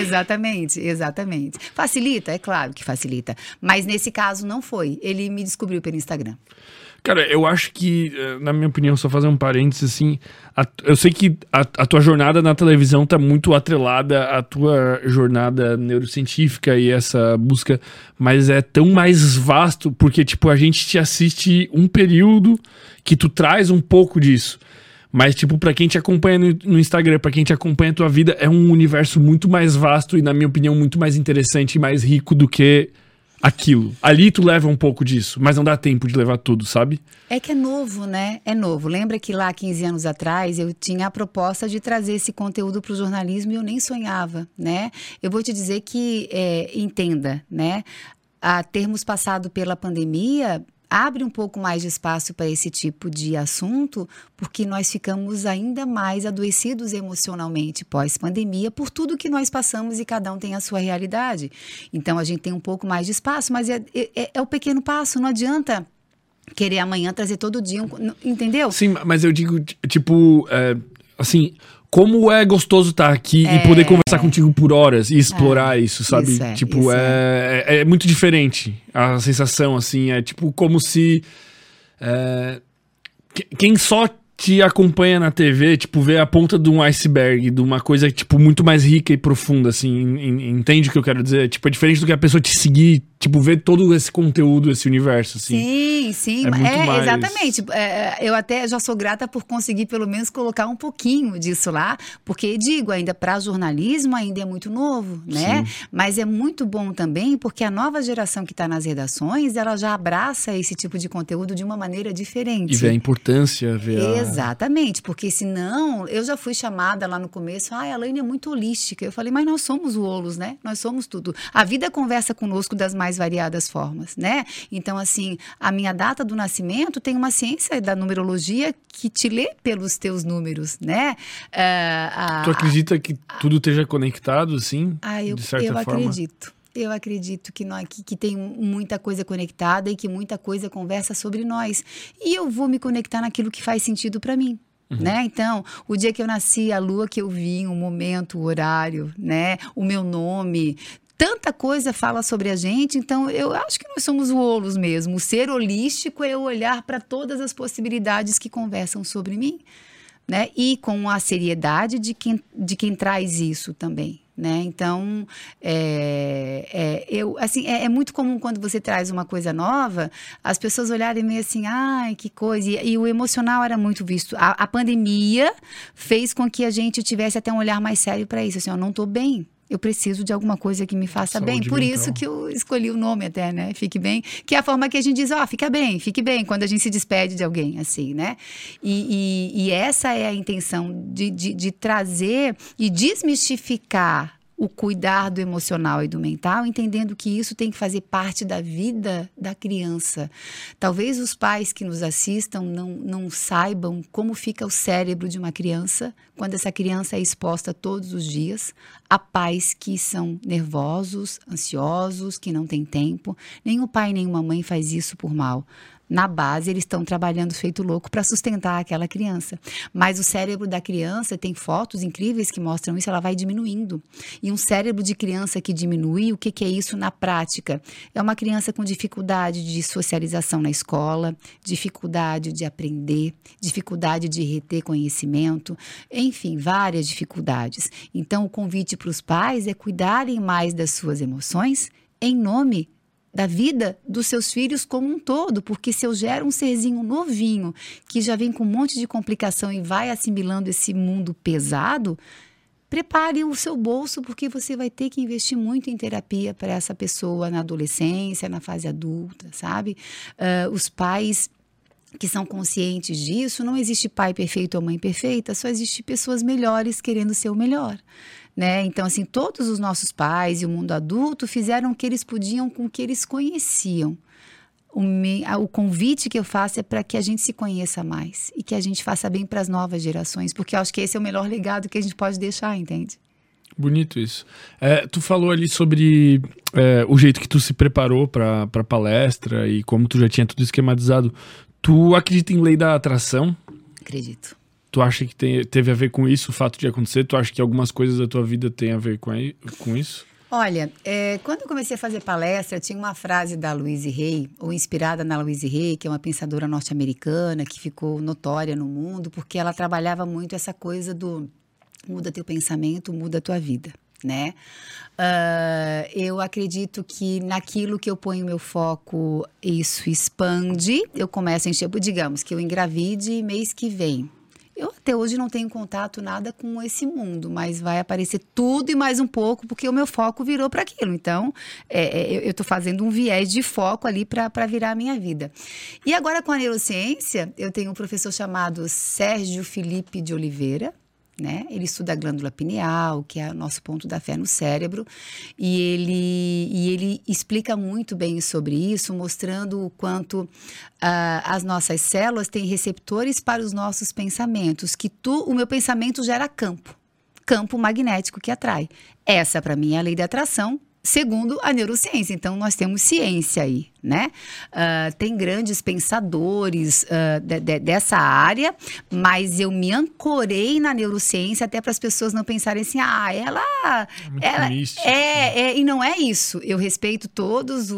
Exatamente. Facilita? É claro que facilita. Mas nesse caso não foi. Ele me descobriu pelo Instagram. Cara, eu acho que, na minha opinião, só fazer um parênteses, assim, eu sei que a tua jornada na televisão tá muito atrelada à tua jornada pesquisa neurocientífica e essa busca, mas é tão mais vasto, porque, tipo, a gente te assiste um período que tu traz um pouco disso. Mas, tipo, pra quem te acompanha no Instagram, pra quem te acompanha a tua vida, é um universo muito mais vasto e, na minha opinião, muito mais interessante e mais rico do que aquilo. Ali tu leva um pouco disso, mas não dá tempo de levar tudo, sabe? É que é novo, né? É novo. Lembra que lá 15 anos atrás eu tinha a proposta de trazer esse conteúdo para o jornalismo e eu nem sonhava, né? Eu vou te dizer que, entenda, né? A termos passado pela pandemia abre um pouco mais de espaço para esse tipo de assunto, porque nós ficamos ainda mais adoecidos emocionalmente pós-pandemia por tudo que nós passamos e cada um tem a sua realidade. Então, a gente tem um pouco mais de espaço, mas é o pequeno passo, não adianta querer amanhã trazer todo dia, entendeu? Sim, mas eu digo, tipo, assim, como é gostoso estar aqui e poder conversar contigo por horas e explorar isso, sabe? Tipo, é muito diferente a sensação, assim, é tipo como se quem só te acompanha na TV, tipo, vê a ponta de um iceberg, de uma coisa, tipo, muito mais rica e profunda, assim, entende o que eu quero dizer? Tipo, é diferente do que a pessoa te seguir, tipo, ver todo esse conteúdo, esse universo, assim. Sim, é muito mais... exatamente. Eu até já sou grata por conseguir, pelo menos, colocar um pouquinho disso lá, porque, digo, ainda para jornalismo, ainda é muito novo, né? Sim. Mas é muito bom também, porque a nova geração que está nas redações, ela já abraça esse tipo de conteúdo de uma maneira diferente. E vê a importância, Exatamente, porque senão, eu já fui chamada lá no começo, a Elaine é muito holística. Eu falei, mas nós somos o holos, né? Nós somos tudo. A vida conversa conosco das mais variadas formas, né? Então, assim, a minha data do nascimento tem uma ciência da numerologia que te lê pelos teus números, né? Tu acredita que tudo esteja conectado, assim, de certa eu forma? acredito. Eu acredito que tem muita coisa conectada e que muita coisa conversa sobre nós. E eu vou me conectar naquilo que faz sentido para mim. Né? Então, o dia que eu nasci, a lua que eu vi, o momento, o horário, né? O meu nome, tanta coisa fala sobre a gente. Então, eu acho que nós somos o holos mesmo. O ser holístico é o olhar para todas as possibilidades que conversam sobre mim, né? E com a seriedade de quem traz isso também. Né? Então, é muito comum quando você traz uma coisa nova, as pessoas olharem meio assim, ai, que coisa, e o emocional era muito visto. A pandemia fez com que a gente tivesse até um olhar mais sério para isso, assim, eu não estou bem. Eu preciso de alguma coisa que me faça Saúde bem. Por mental. isso que eu escolhi o nome até, né? Fique Bem. Que é a forma que a gente diz, fique bem, quando a gente se despede de alguém, assim, né? E essa é a intenção de trazer e desmistificar o cuidar do emocional e do mental, entendendo que isso tem que fazer parte da vida da criança. Talvez os pais que nos assistam não saibam como fica o cérebro de uma criança quando essa criança é exposta todos os dias a pais que são nervosos, ansiosos, que não têm tempo. Nem o pai nem uma mãe faz isso por mal. Na base, eles estão trabalhando feito louco para sustentar aquela criança. Mas o cérebro da criança, tem fotos incríveis que mostram isso, ela vai diminuindo. E um cérebro de criança que diminui, o que é isso na prática? É uma criança com dificuldade de socialização na escola, dificuldade de aprender, dificuldade de reter conhecimento, enfim, várias dificuldades. Então, o convite para os pais é cuidarem mais das suas emoções em nome da vida dos seus filhos como um todo, porque se eu gero um serzinho novinho que já vem com um monte de complicação e vai assimilando esse mundo pesado, prepare o seu bolso, porque você vai ter que investir muito em terapia para essa pessoa na adolescência, na fase adulta, sabe? Os pais que são conscientes disso, não existe pai perfeito ou mãe perfeita, só existe pessoas melhores querendo ser o melhor. Né? Então, assim, todos os nossos pais e o mundo adulto fizeram o que eles podiam com o que eles conheciam. O convite que eu faço é para que a gente se conheça mais e que a gente faça bem para as novas gerações, porque eu acho que esse é o melhor legado que a gente pode deixar, entende? Bonito isso. Tu falou ali sobre o jeito que tu se preparou para a palestra e como tu já tinha tudo esquematizado. Tu acredita em lei da atração? Acredito. Tu acha que teve a ver com isso, o fato de acontecer? Tu acha que algumas coisas da tua vida têm a ver com isso? Olha, quando eu comecei a fazer palestra, tinha uma frase da Louise Hay, ou inspirada na Louise Hay, que é uma pensadora norte-americana, que ficou notória no mundo, porque ela trabalhava muito essa coisa do muda teu pensamento, muda a tua vida. né? Eu acredito que naquilo que eu ponho meu foco, isso expande. Eu começo a encher, digamos que eu engravide mês que vem. Eu até hoje não tenho contato nada com esse mundo, mas vai aparecer tudo e mais um pouco, porque o meu foco virou para aquilo. Então, eu estou fazendo um viés de foco ali para virar a minha vida. E agora com a neurociência, eu tenho um professor chamado Sérgio Felipe de Oliveira, né? Ele estuda a glândula pineal, que é o nosso ponto da fé no cérebro, e ele explica muito bem sobre isso, mostrando o quanto as nossas células têm receptores para os nossos pensamentos, que o meu pensamento gera campo magnético que atrai. Essa, para mim, é a lei da atração, segundo a neurociência. Então, nós temos ciência aí, né? Tem grandes pensadores dessa área, mas eu me ancorei na neurociência até para as pessoas não pensarem assim, ela místico. E não é isso. Eu respeito todos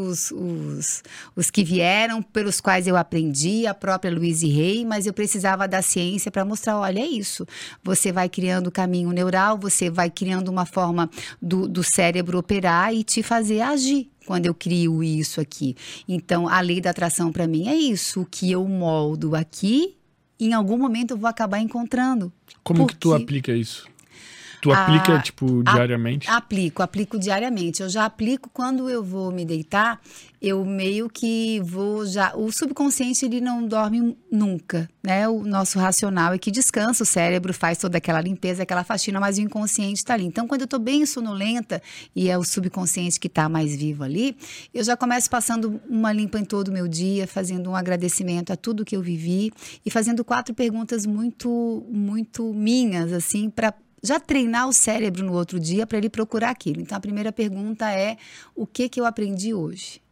os que vieram, pelos quais eu aprendi, a própria Louise Hay, mas eu precisava da ciência para mostrar, olha, é isso. Você vai criando caminho neural, você vai criando uma forma do cérebro operar e te fazer agir. Quando eu crio isso aqui. Então, a lei da atração para mim é isso. O que eu moldo aqui, em algum momento eu vou acabar encontrando. Como que tu aplica isso? Tu aplica, diariamente? Aplico diariamente. Eu já aplico quando eu vou me deitar, eu meio que vou já... O subconsciente, ele não dorme nunca, né? O nosso racional é que descansa, o cérebro faz toda aquela limpeza, aquela faxina, mas o inconsciente está ali. Então, quando eu estou bem sonolenta e é o subconsciente que está mais vivo ali, eu já começo passando uma limpa em todo o meu dia, fazendo um agradecimento a tudo que eu vivi e fazendo 4 perguntas muito, muito minhas, assim, para já treinar o cérebro no outro dia para ele procurar aquilo. Então, a primeira pergunta é, o que eu aprendi hoje?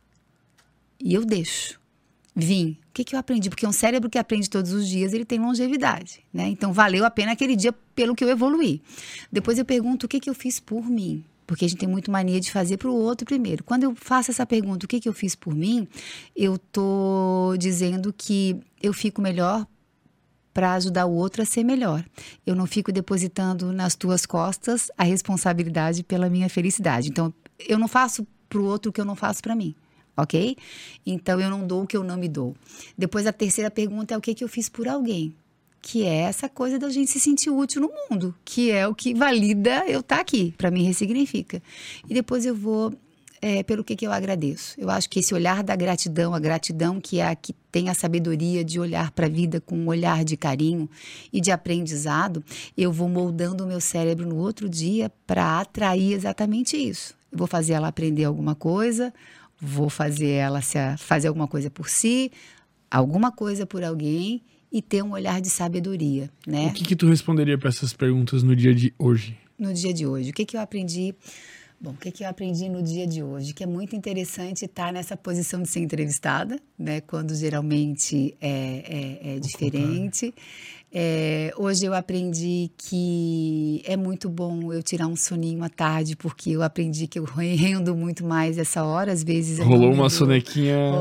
E eu deixo. O que eu aprendi? Porque um cérebro que aprende todos os dias, ele tem longevidade, né? Então, valeu a pena aquele dia pelo que eu evoluí. Depois eu pergunto, o que eu fiz por mim? Porque a gente tem muito mania de fazer para o outro primeiro. Quando eu faço essa pergunta, o que eu fiz por mim? Eu estou dizendo que eu fico melhor para ajudar o outro a ser melhor. Eu não fico depositando nas tuas costas a responsabilidade pela minha felicidade. Então, eu não faço para o outro o que eu não faço para mim, ok? Então, eu não dou o que eu não me dou. Depois, a terceira pergunta é o que eu fiz por alguém, que é essa coisa da gente se sentir útil no mundo, que é o que valida eu estar aqui, para mim ressignifica. E depois eu vou... pelo que eu agradeço. Eu acho que esse olhar da gratidão, a gratidão que é a que tem a sabedoria de olhar para a vida com um olhar de carinho e de aprendizado, eu vou moldando o meu cérebro no outro dia para atrair exatamente isso. Eu vou fazer ela aprender alguma coisa, vou fazer ela fazer alguma coisa por si, alguma coisa por alguém e ter um olhar de sabedoria, né? O que tu responderia para essas perguntas no dia de hoje? No dia de hoje, o que eu aprendi... Bom, o que eu aprendi no dia de hoje? Que é muito interessante estar nessa posição de ser entrevistada, né? Quando geralmente é diferente. Hoje eu aprendi que é muito bom eu tirar um soninho à tarde, porque eu aprendi que eu rendo muito mais essa hora, às vezes... Rolou uma sonequinha.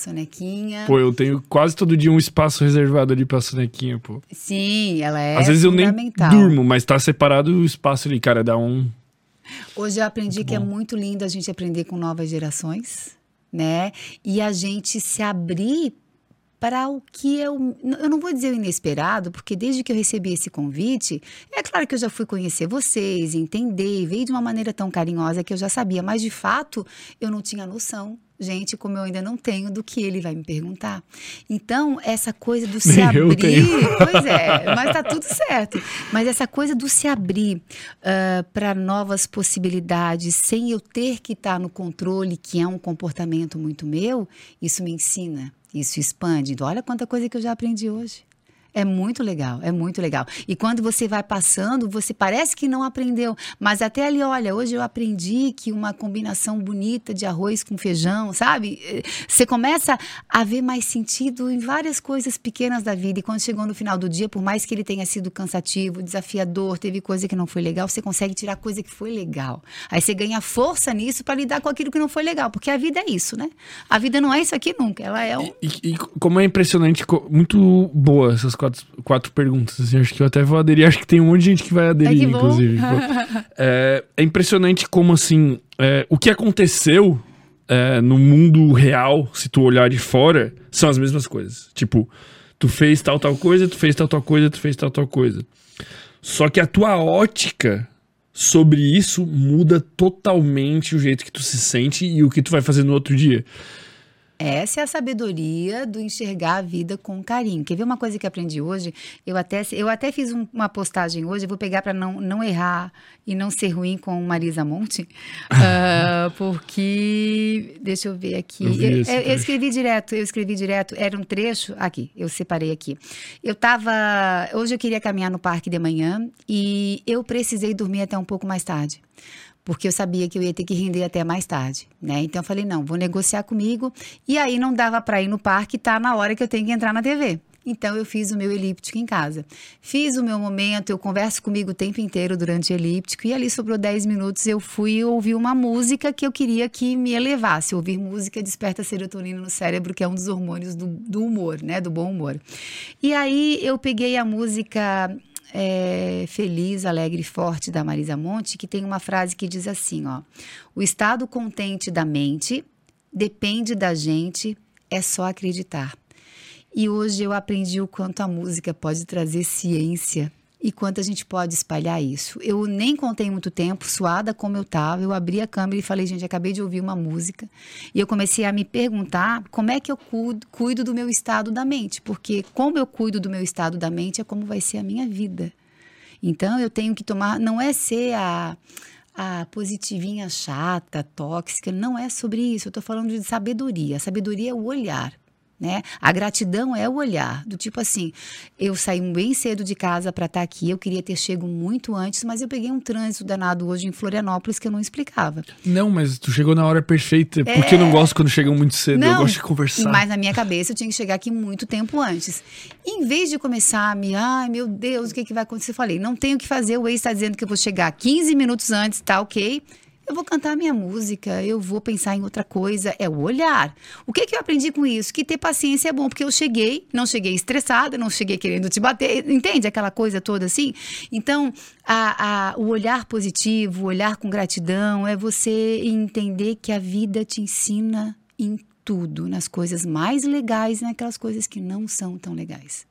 Pô, eu tenho quase todo dia um espaço reservado ali pra sonequinha, pô. Sim, ela é às vezes eu nem fundamental. durmo, mas tá separado o espaço ali, cara, dá um... Hoje eu aprendi que é muito lindo a gente aprender com novas gerações, né? E a gente se abrir para o que eu não vou dizer o inesperado, porque desde que eu recebi esse convite, é claro que eu já fui conhecer vocês, entender, veio de uma maneira tão carinhosa que eu já sabia, mas de fato eu não tinha noção, gente, como eu ainda não tenho, do que ele vai me perguntar. Então, essa coisa do se abrir, pois é, mas tá tudo certo. Mas essa coisa do se abrir para novas possibilidades, sem eu ter que estar no controle, que é um comportamento muito meu, isso me ensina. Isso expande. Então, olha quanta coisa que eu já aprendi hoje. É muito legal, é muito legal. E quando você vai passando, você parece que não aprendeu. Mas até ali, olha, hoje eu aprendi que uma combinação bonita de arroz com feijão, sabe? Você começa a ver mais sentido em várias coisas pequenas da vida. E quando chegou no final do dia, por mais que ele tenha sido cansativo, desafiador, teve coisa que não foi legal, você consegue tirar coisa que foi legal. Aí você ganha força nisso para lidar com aquilo que não foi legal. Porque a vida é isso, né? A vida não é isso aqui nunca. Ela é um... E como é impressionante, muito boa essas quatro perguntas. Assim, acho que eu até vou aderir. Acho que tem um monte de gente que vai aderir, inclusive. É impressionante como, assim, o que aconteceu no mundo real, se tu olhar de fora, são as mesmas coisas. Tipo, tu fez tal coisa, tu fez tal coisa, tu fez tal coisa. Só que a tua ótica sobre isso muda totalmente o jeito que tu se sente e o que tu vai fazer no outro dia. Essa é a sabedoria do enxergar a vida com carinho. Quer ver uma coisa que aprendi hoje? Eu até fiz uma postagem hoje, eu vou pegar para não errar e não ser ruim com Marisa Monte, porque, deixa eu ver aqui, eu escrevi direto, era um trecho, aqui, eu separei aqui. Hoje eu queria caminhar no parque de manhã e eu precisei dormir até um pouco mais tarde. Porque eu sabia que eu ia ter que render até mais tarde, né? Então eu falei, não, vou negociar comigo. E aí não dava para ir no parque, tá na hora que eu tenho que entrar na TV. Então eu fiz o meu elíptico em casa. Fiz o meu momento, eu converso comigo o tempo inteiro durante o elíptico. E ali sobrou 10 minutos, eu fui ouvir uma música que eu queria que me elevasse. Ouvir música desperta serotonina no cérebro, que é um dos hormônios do humor, né? Do bom humor. E aí eu peguei a música... Feliz, Alegre e Forte, da Marisa Monte, que tem uma frase que diz assim, ó: o estado contente da mente depende da gente, é só acreditar. E hoje eu aprendi o quanto a música pode trazer ciência e quanto a gente pode espalhar isso. Eu nem contei muito tempo, suada como eu estava, eu abri a câmera e falei, gente, acabei de ouvir uma música. E eu comecei a me perguntar como é que eu cuido do meu estado da mente. Porque como eu cuido do meu estado da mente é como vai ser a minha vida. Então eu tenho que tomar, não é ser a positivinha chata, tóxica, não é sobre isso. Eu estou falando de sabedoria. A sabedoria é o olhar. Né? A gratidão é o olhar, do tipo assim, eu saí bem cedo de casa para estar aqui, eu queria ter chego muito antes, mas eu peguei um trânsito danado hoje em Florianópolis que eu não explicava. Não, mas tu chegou na hora perfeita, porque eu não gosto quando chegam muito cedo, eu gosto de conversar. Mas na minha cabeça eu tinha que chegar aqui muito tempo antes. Em vez de começar ai meu Deus, o que vai acontecer? Eu falei, não tenho o que fazer, o Waze está dizendo que eu vou chegar 15 minutos antes, tá ok? Eu vou cantar minha música, eu vou pensar em outra coisa, é o olhar. O que eu aprendi com isso? Que ter paciência é bom, porque eu não cheguei estressada, não cheguei querendo te bater, entende? Aquela coisa toda assim. Então, o olhar positivo, o olhar com gratidão, é você entender que a vida te ensina em tudo, nas coisas mais legais e naquelas coisas que não são tão legais.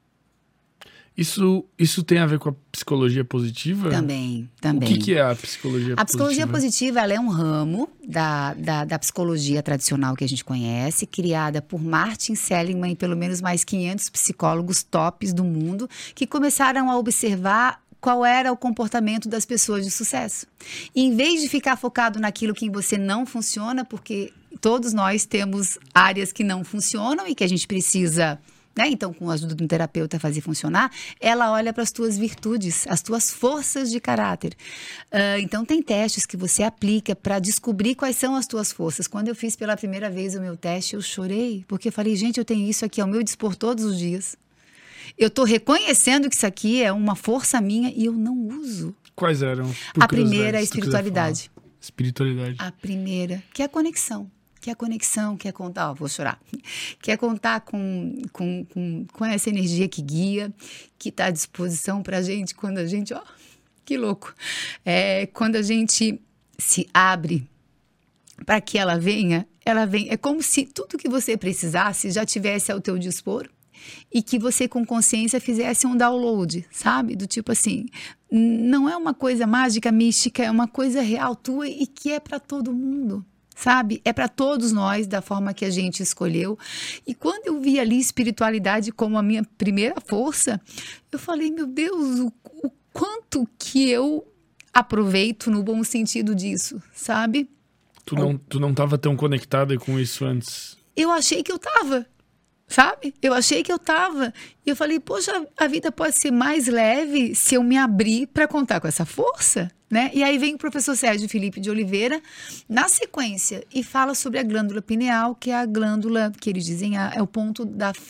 Isso tem a ver com a psicologia positiva? Também. O que é a psicologia positiva? A psicologia positiva, ela é um ramo da psicologia tradicional que a gente conhece, criada por Martin Seligman e pelo menos mais 500 psicólogos tops do mundo, que começaram a observar qual era o comportamento das pessoas de sucesso. E em vez de ficar focado naquilo que em você não funciona, porque todos nós temos áreas que não funcionam e que a gente precisa... Então, com a ajuda de um terapeuta fazer funcionar, ela olha para as tuas virtudes, as tuas forças de caráter. Então, tem testes que você aplica para descobrir quais são as tuas forças. Quando eu fiz pela primeira vez o meu teste, eu chorei, porque eu falei, gente, eu tenho isso aqui ao meu dispor todos os dias. Eu estou reconhecendo que isso aqui é uma força minha e eu não uso. Quais eram? A primeira é a espiritualidade. Espiritualidade. A primeira, que é a conexão. Quer conexão, quer contar, vou chorar, quer contar com essa energia que guia, que está à disposição para a gente quando a gente, que louco, quando a gente se abre para que ela vem, é como se tudo que você precisasse já tivesse ao teu dispor e que você com consciência fizesse um download, sabe? Do tipo assim, não é uma coisa mágica, mística, é uma coisa real tua e que é para todo mundo. Sabe? É para todos nós, da forma que a gente escolheu. E quando eu vi ali espiritualidade como a minha primeira força, eu falei, meu Deus, o quanto que eu aproveito no bom sentido disso, sabe? Tu não estava tão conectada com isso antes? Eu achei que eu estava, sabe? Eu achei que eu estava. E eu falei, poxa, a vida pode ser mais leve se eu me abrir para contar com essa força. Né? E aí vem o professor Sérgio Felipe de Oliveira na sequência e fala sobre a glândula pineal, que é a glândula que eles dizem é o ponto da fé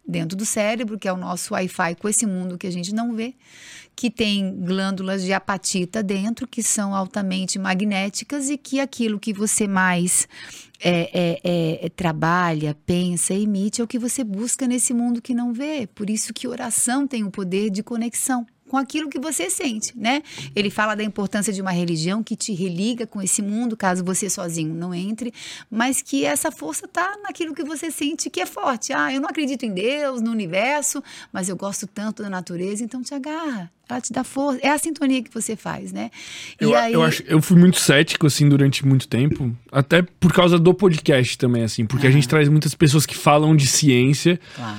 dentro do cérebro, que é o nosso Wi-Fi com esse mundo que a gente não vê, que tem glândulas de apatita dentro, que são altamente magnéticas e que aquilo que você mais trabalha, pensa, emite, é o que você busca nesse mundo que não vê. Por isso que oração tem o poder de conexão com aquilo que você sente, né? Ele fala da importância de uma religião que te religa com esse mundo, caso você sozinho não entre, mas que essa força tá naquilo que você sente que é forte. Eu não acredito em Deus, no universo, mas eu gosto tanto da natureza, então te agarra. Ela te dá força. É a sintonia que você faz, né? Eu fui muito cético, assim, durante muito tempo. Até por causa do podcast também, assim. Porque a gente traz muitas pessoas que falam de ciência. Claro.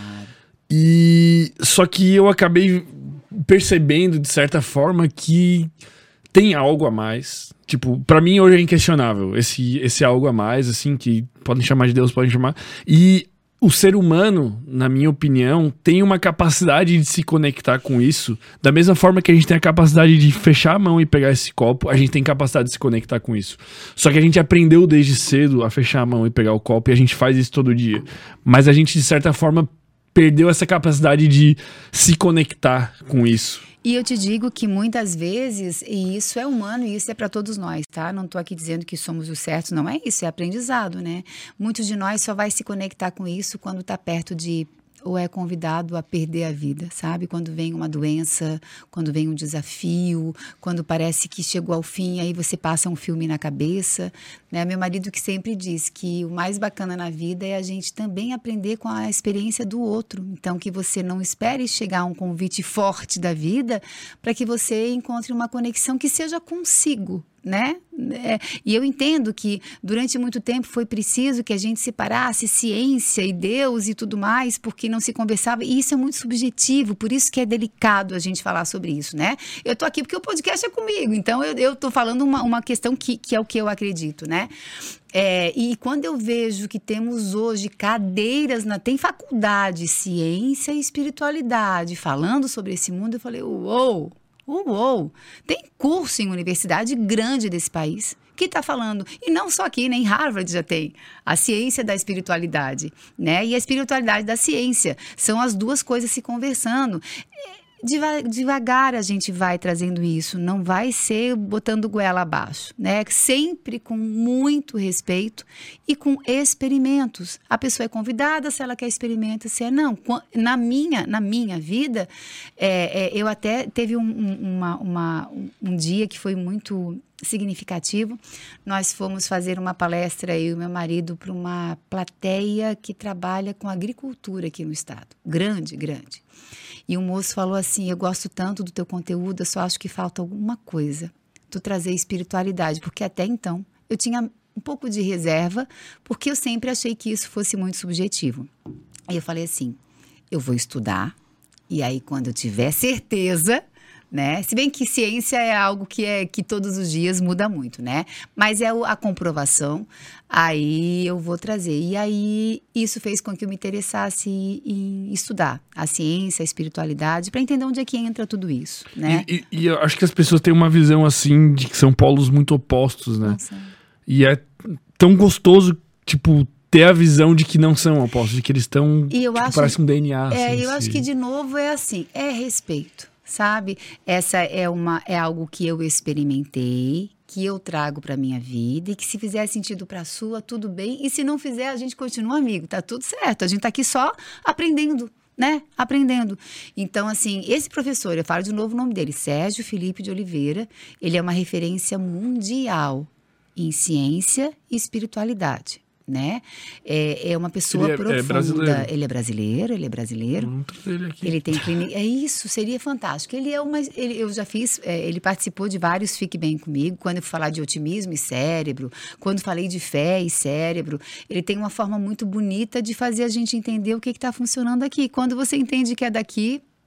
Só que eu acabei percebendo, de certa forma, que tem algo a mais. Tipo, pra mim hoje é inquestionável esse algo a mais, assim, que podem chamar de Deus, podem chamar. E o ser humano, na minha opinião, tem uma capacidade de se conectar com isso. Da mesma forma que a gente tem a capacidade de fechar a mão e pegar esse copo, a gente tem capacidade de se conectar com isso. Só que a gente aprendeu desde cedo a fechar a mão e pegar o copo, e a gente faz isso todo dia. Mas a gente, de certa forma, perdeu essa capacidade de se conectar com isso. E eu te digo que muitas vezes, e isso é humano e isso é para todos nós, tá? Não tô aqui dizendo que somos os certos, não é isso, é aprendizado, né? Muitos de nós só vai se conectar com isso quando tá perto de, ou é convidado a perder a vida, sabe? Quando vem uma doença, quando vem um desafio, quando parece que chegou ao fim, aí você passa um filme na cabeça, né? Meu marido que sempre diz que o mais bacana na vida é a gente também aprender com a experiência do outro. Então, que você não espere chegar a um convite forte da vida para que você encontre uma conexão que seja consigo, né? E eu entendo que durante muito tempo foi preciso que a gente separasse ciência e Deus e tudo mais, porque não se conversava, e isso é muito subjetivo, por isso que é delicado a gente falar sobre isso, né? Eu tô aqui porque o podcast é comigo, então eu tô falando uma questão que é o que eu acredito, né? E quando eu vejo que temos hoje cadeiras, tem faculdade, ciência e espiritualidade, falando sobre esse mundo, eu falei, uou! Tem curso em universidade grande desse país que está falando, e não só aqui, né? Em Harvard já tem a ciência da espiritualidade, né? E a espiritualidade da ciência, são as duas coisas se conversando. Devagar a gente vai trazendo isso, não vai ser botando goela abaixo, né? Sempre com muito respeito e com experimentos. A pessoa é convidada, se ela quer experimentar, se é não. Na minha vida, eu até teve um dia que foi muito significativo. Nós fomos fazer uma palestra, eu e meu marido, para uma plateia que trabalha com agricultura aqui no estado. Grande. E o moço falou assim, eu gosto tanto do teu conteúdo, eu só acho que falta alguma coisa. Tu trazer espiritualidade, porque até então eu tinha um pouco de reserva, porque eu sempre achei que isso fosse muito subjetivo. Aí eu falei assim, eu vou estudar, e aí quando eu tiver certeza, né? Se bem que ciência é algo que todos os dias muda muito, né? Mas é a comprovação, aí eu vou trazer. E aí isso fez com que eu me interessasse em estudar a ciência, a espiritualidade, para entender onde é que entra tudo isso, né? E eu acho que as pessoas têm uma visão assim de que são polos muito opostos, né? Nossa. E é tão gostoso, tipo, ter a visão de que não são opostos, de que eles estão, parece um DNA. Eu acho que, de novo, é assim, é respeito. Sabe? Essa é algo que eu experimentei, que eu trago para minha vida e que se fizer sentido para a sua, tudo bem. E se não fizer, a gente continua amigo, tá tudo certo. A gente tá aqui só aprendendo, né? Aprendendo. Então, assim, esse professor, eu falo de novo o nome dele, Sérgio Felipe de Oliveira, ele é uma referência mundial em ciência e espiritualidade. Né? É uma pessoa profunda. Ele é brasileiro. Ele aqui. Ele tem clínica. Isso, seria fantástico. Eu já fiz. Ele participou de vários Fique Bem Comigo. Quando eu fui falar de otimismo e cérebro, quando falei de fé e cérebro, ele tem uma forma muito bonita de fazer a gente entender o que está funcionando aqui. Quando você entende que é daqui,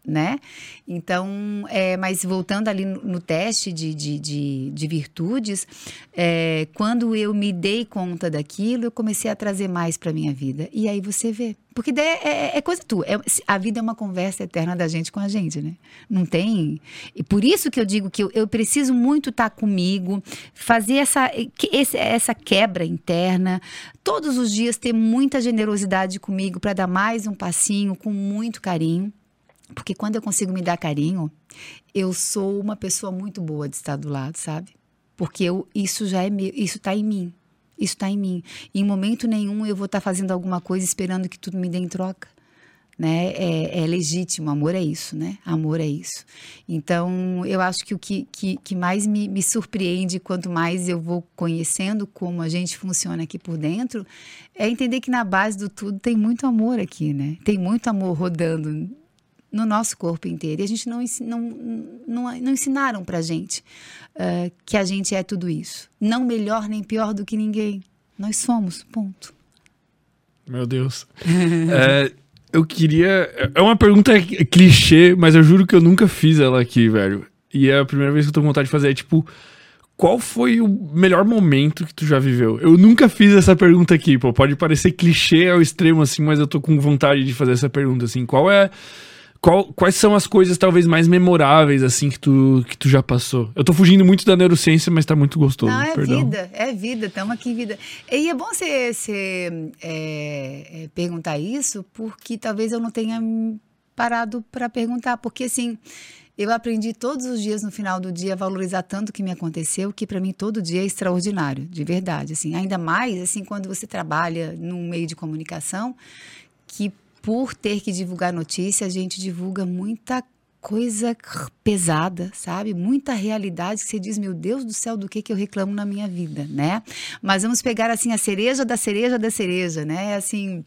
né? Então, mas voltando ali no teste de virtudes, quando eu me dei conta daquilo, eu comecei a trazer mais para minha vida. E aí você vê. Porque é coisa tua. A vida é uma conversa eterna da gente com a gente, né? Não tem... E por isso que eu digo que eu preciso muito estar comigo, fazer essa quebra interna, todos os dias ter muita generosidade comigo para dar mais um passinho com muito carinho. Porque quando eu consigo me dar carinho, eu sou uma pessoa muito boa de estar do lado, sabe? Porque isso já é meu, isso está em mim. Isso está em mim. E em momento nenhum eu vou estar fazendo alguma coisa esperando que tudo me dê em troca. Né? É legítimo, amor é isso, né? Amor é isso. Então, eu acho que o que mais me surpreende, quanto mais eu vou conhecendo como a gente funciona aqui por dentro, é entender que na base do tudo tem muito amor aqui, né? Tem muito amor rodando no nosso corpo inteiro. E a gente não ensinaram pra gente que a gente é tudo isso. Não melhor nem pior do que ninguém. Nós somos, ponto. Meu Deus. Eu queria... É uma pergunta clichê, mas eu juro que eu nunca fiz ela aqui, velho. E é a primeira vez que eu tô com vontade de fazer. Tipo, qual foi o melhor momento que tu já viveu? Eu nunca fiz essa pergunta aqui, pô. Pode parecer clichê ao extremo, assim, mas eu tô com vontade de fazer essa pergunta, assim. Quais são as coisas talvez mais memoráveis, assim, que tu já passou? Eu tô fugindo muito da neurociência, mas tá muito gostoso. Não, perdão. vida, estamos aqui em vida. E é bom você perguntar isso, porque talvez eu não tenha parado para perguntar, porque assim, eu aprendi todos os dias no final do dia a valorizar tanto o que me aconteceu, que para mim todo dia é extraordinário, de verdade, assim, ainda mais assim quando você trabalha num meio de comunicação, que por ter que divulgar notícia, a gente divulga muita coisa pesada, sabe? Muita realidade que você diz, meu Deus do céu, do que eu reclamo na minha vida, né? Mas vamos pegar, assim, a cereja da cereja da cereja, né? Assim,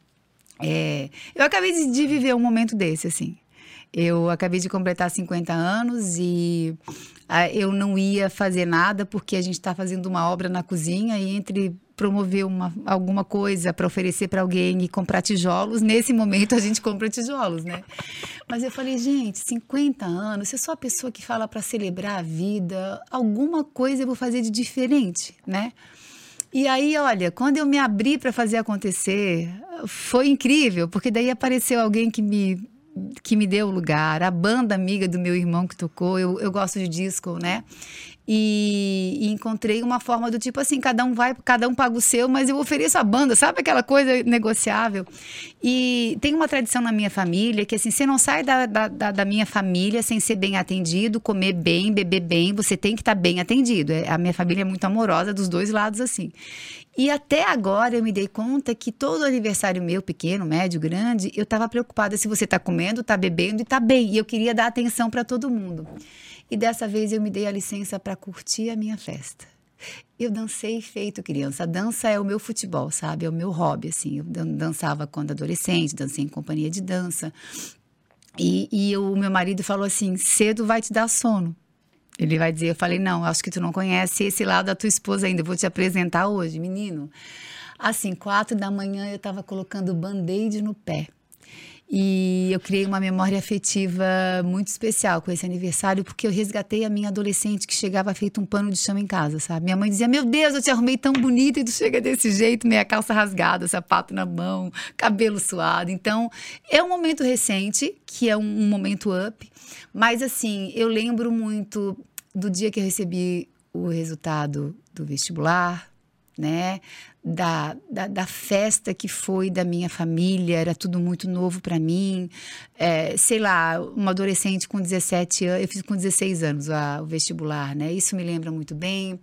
eu acabei de viver um momento desse, assim. Eu acabei de completar 50 anos e eu não ia fazer nada porque a gente está fazendo uma obra na cozinha e entre promover alguma coisa para oferecer para alguém e comprar tijolos, nesse momento a gente compra tijolos, né? Mas eu falei, gente, 50 anos, se eu sou a pessoa que fala para celebrar a vida, alguma coisa eu vou fazer de diferente, né? E aí, olha, quando eu me abri para fazer acontecer, foi incrível, porque daí apareceu alguém que me deu lugar, a banda amiga do meu irmão que tocou, eu gosto de disco, né? E encontrei uma forma do tipo assim, cada um paga o seu, mas eu ofereço a banda, sabe aquela coisa negociável? E tem uma tradição na minha família que assim, você não sai da minha família sem ser bem atendido, comer bem, beber bem, você tem que estar bem atendido. A minha família é muito amorosa dos dois lados assim. E até agora eu me dei conta que todo aniversário meu, pequeno, médio, grande, eu estava preocupada se você está comendo, está bebendo e está bem. E eu queria dar atenção para todo mundo. E dessa vez eu me dei a licença para curtir a minha festa. Eu dancei feito criança. A dança é o meu futebol, sabe? É o meu hobby, assim. Eu dançava quando adolescente, dancei em companhia de dança. E o meu marido falou assim, cedo vai te dar sono. Ele vai dizer, eu falei, não, acho que tu não conhece esse lado da tua esposa ainda, eu vou te apresentar hoje, menino. Assim, 4 da manhã eu estava colocando band-aid no pé. E eu criei uma memória afetiva muito especial com esse aniversário, porque eu resgatei a minha adolescente que chegava feito um pano de chão em casa, sabe? Minha mãe dizia, meu Deus, eu te arrumei tão bonita e tu chega desse jeito, meia calça rasgada, sapato na mão, cabelo suado. Então, é um momento recente, que é um momento up, mas assim, eu lembro muito do dia que eu recebi o resultado do vestibular, né? Da festa que foi da minha família, era tudo muito novo para mim. Sei lá, uma adolescente com 17 anos, eu fiz com 16 anos o vestibular, né? Isso me lembra muito bem.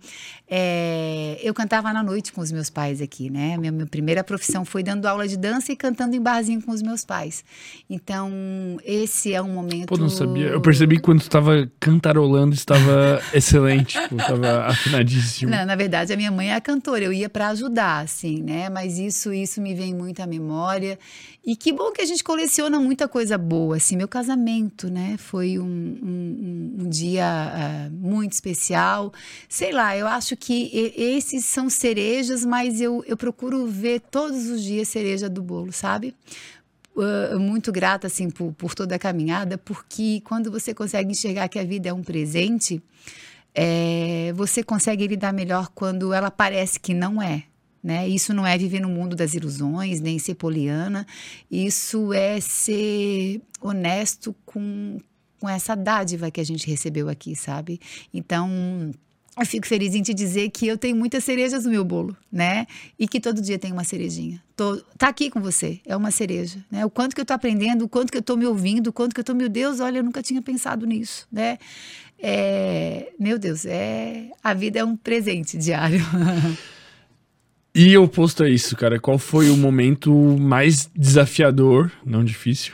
Eu cantava na noite com os meus pais aqui, né? Minha primeira profissão foi dando aula de dança e cantando em barzinho com os meus pais. Então, esse é um momento... Pô, não sabia. Eu percebi que quando tu tava cantarolando, estava excelente, tipo, tava afinadíssimo. Não, na verdade, a minha mãe é a cantora, eu ia para ajudar, assim, né? Mas isso me vem muito à memória. E que bom que a gente coleciona muita coisa boa, assim. Meu casamento, né? Foi um dia muito especial. Sei lá, eu acho que esses são cerejas, mas eu procuro ver todos os dias cereja do bolo, sabe? muito grata, assim, por toda a caminhada, porque quando você consegue enxergar que a vida é um presente, você consegue lidar melhor quando ela parece que não é. Né? Isso não é viver no mundo das ilusões, nem ser poliana. Isso é ser honesto com essa dádiva que a gente recebeu aqui, sabe? Então, eu fico feliz em te dizer que eu tenho muitas cerejas no meu bolo, né? E que todo dia tem uma cerejinha. Tá aqui com você, é uma cereja, né? O quanto que eu tô aprendendo, o quanto que eu tô me ouvindo, o quanto que eu tô, meu Deus, olha, eu nunca tinha pensado nisso, né? Meu Deus, a vida é um presente diário. E oposto a isso, cara, qual foi o momento mais desafiador, não difícil?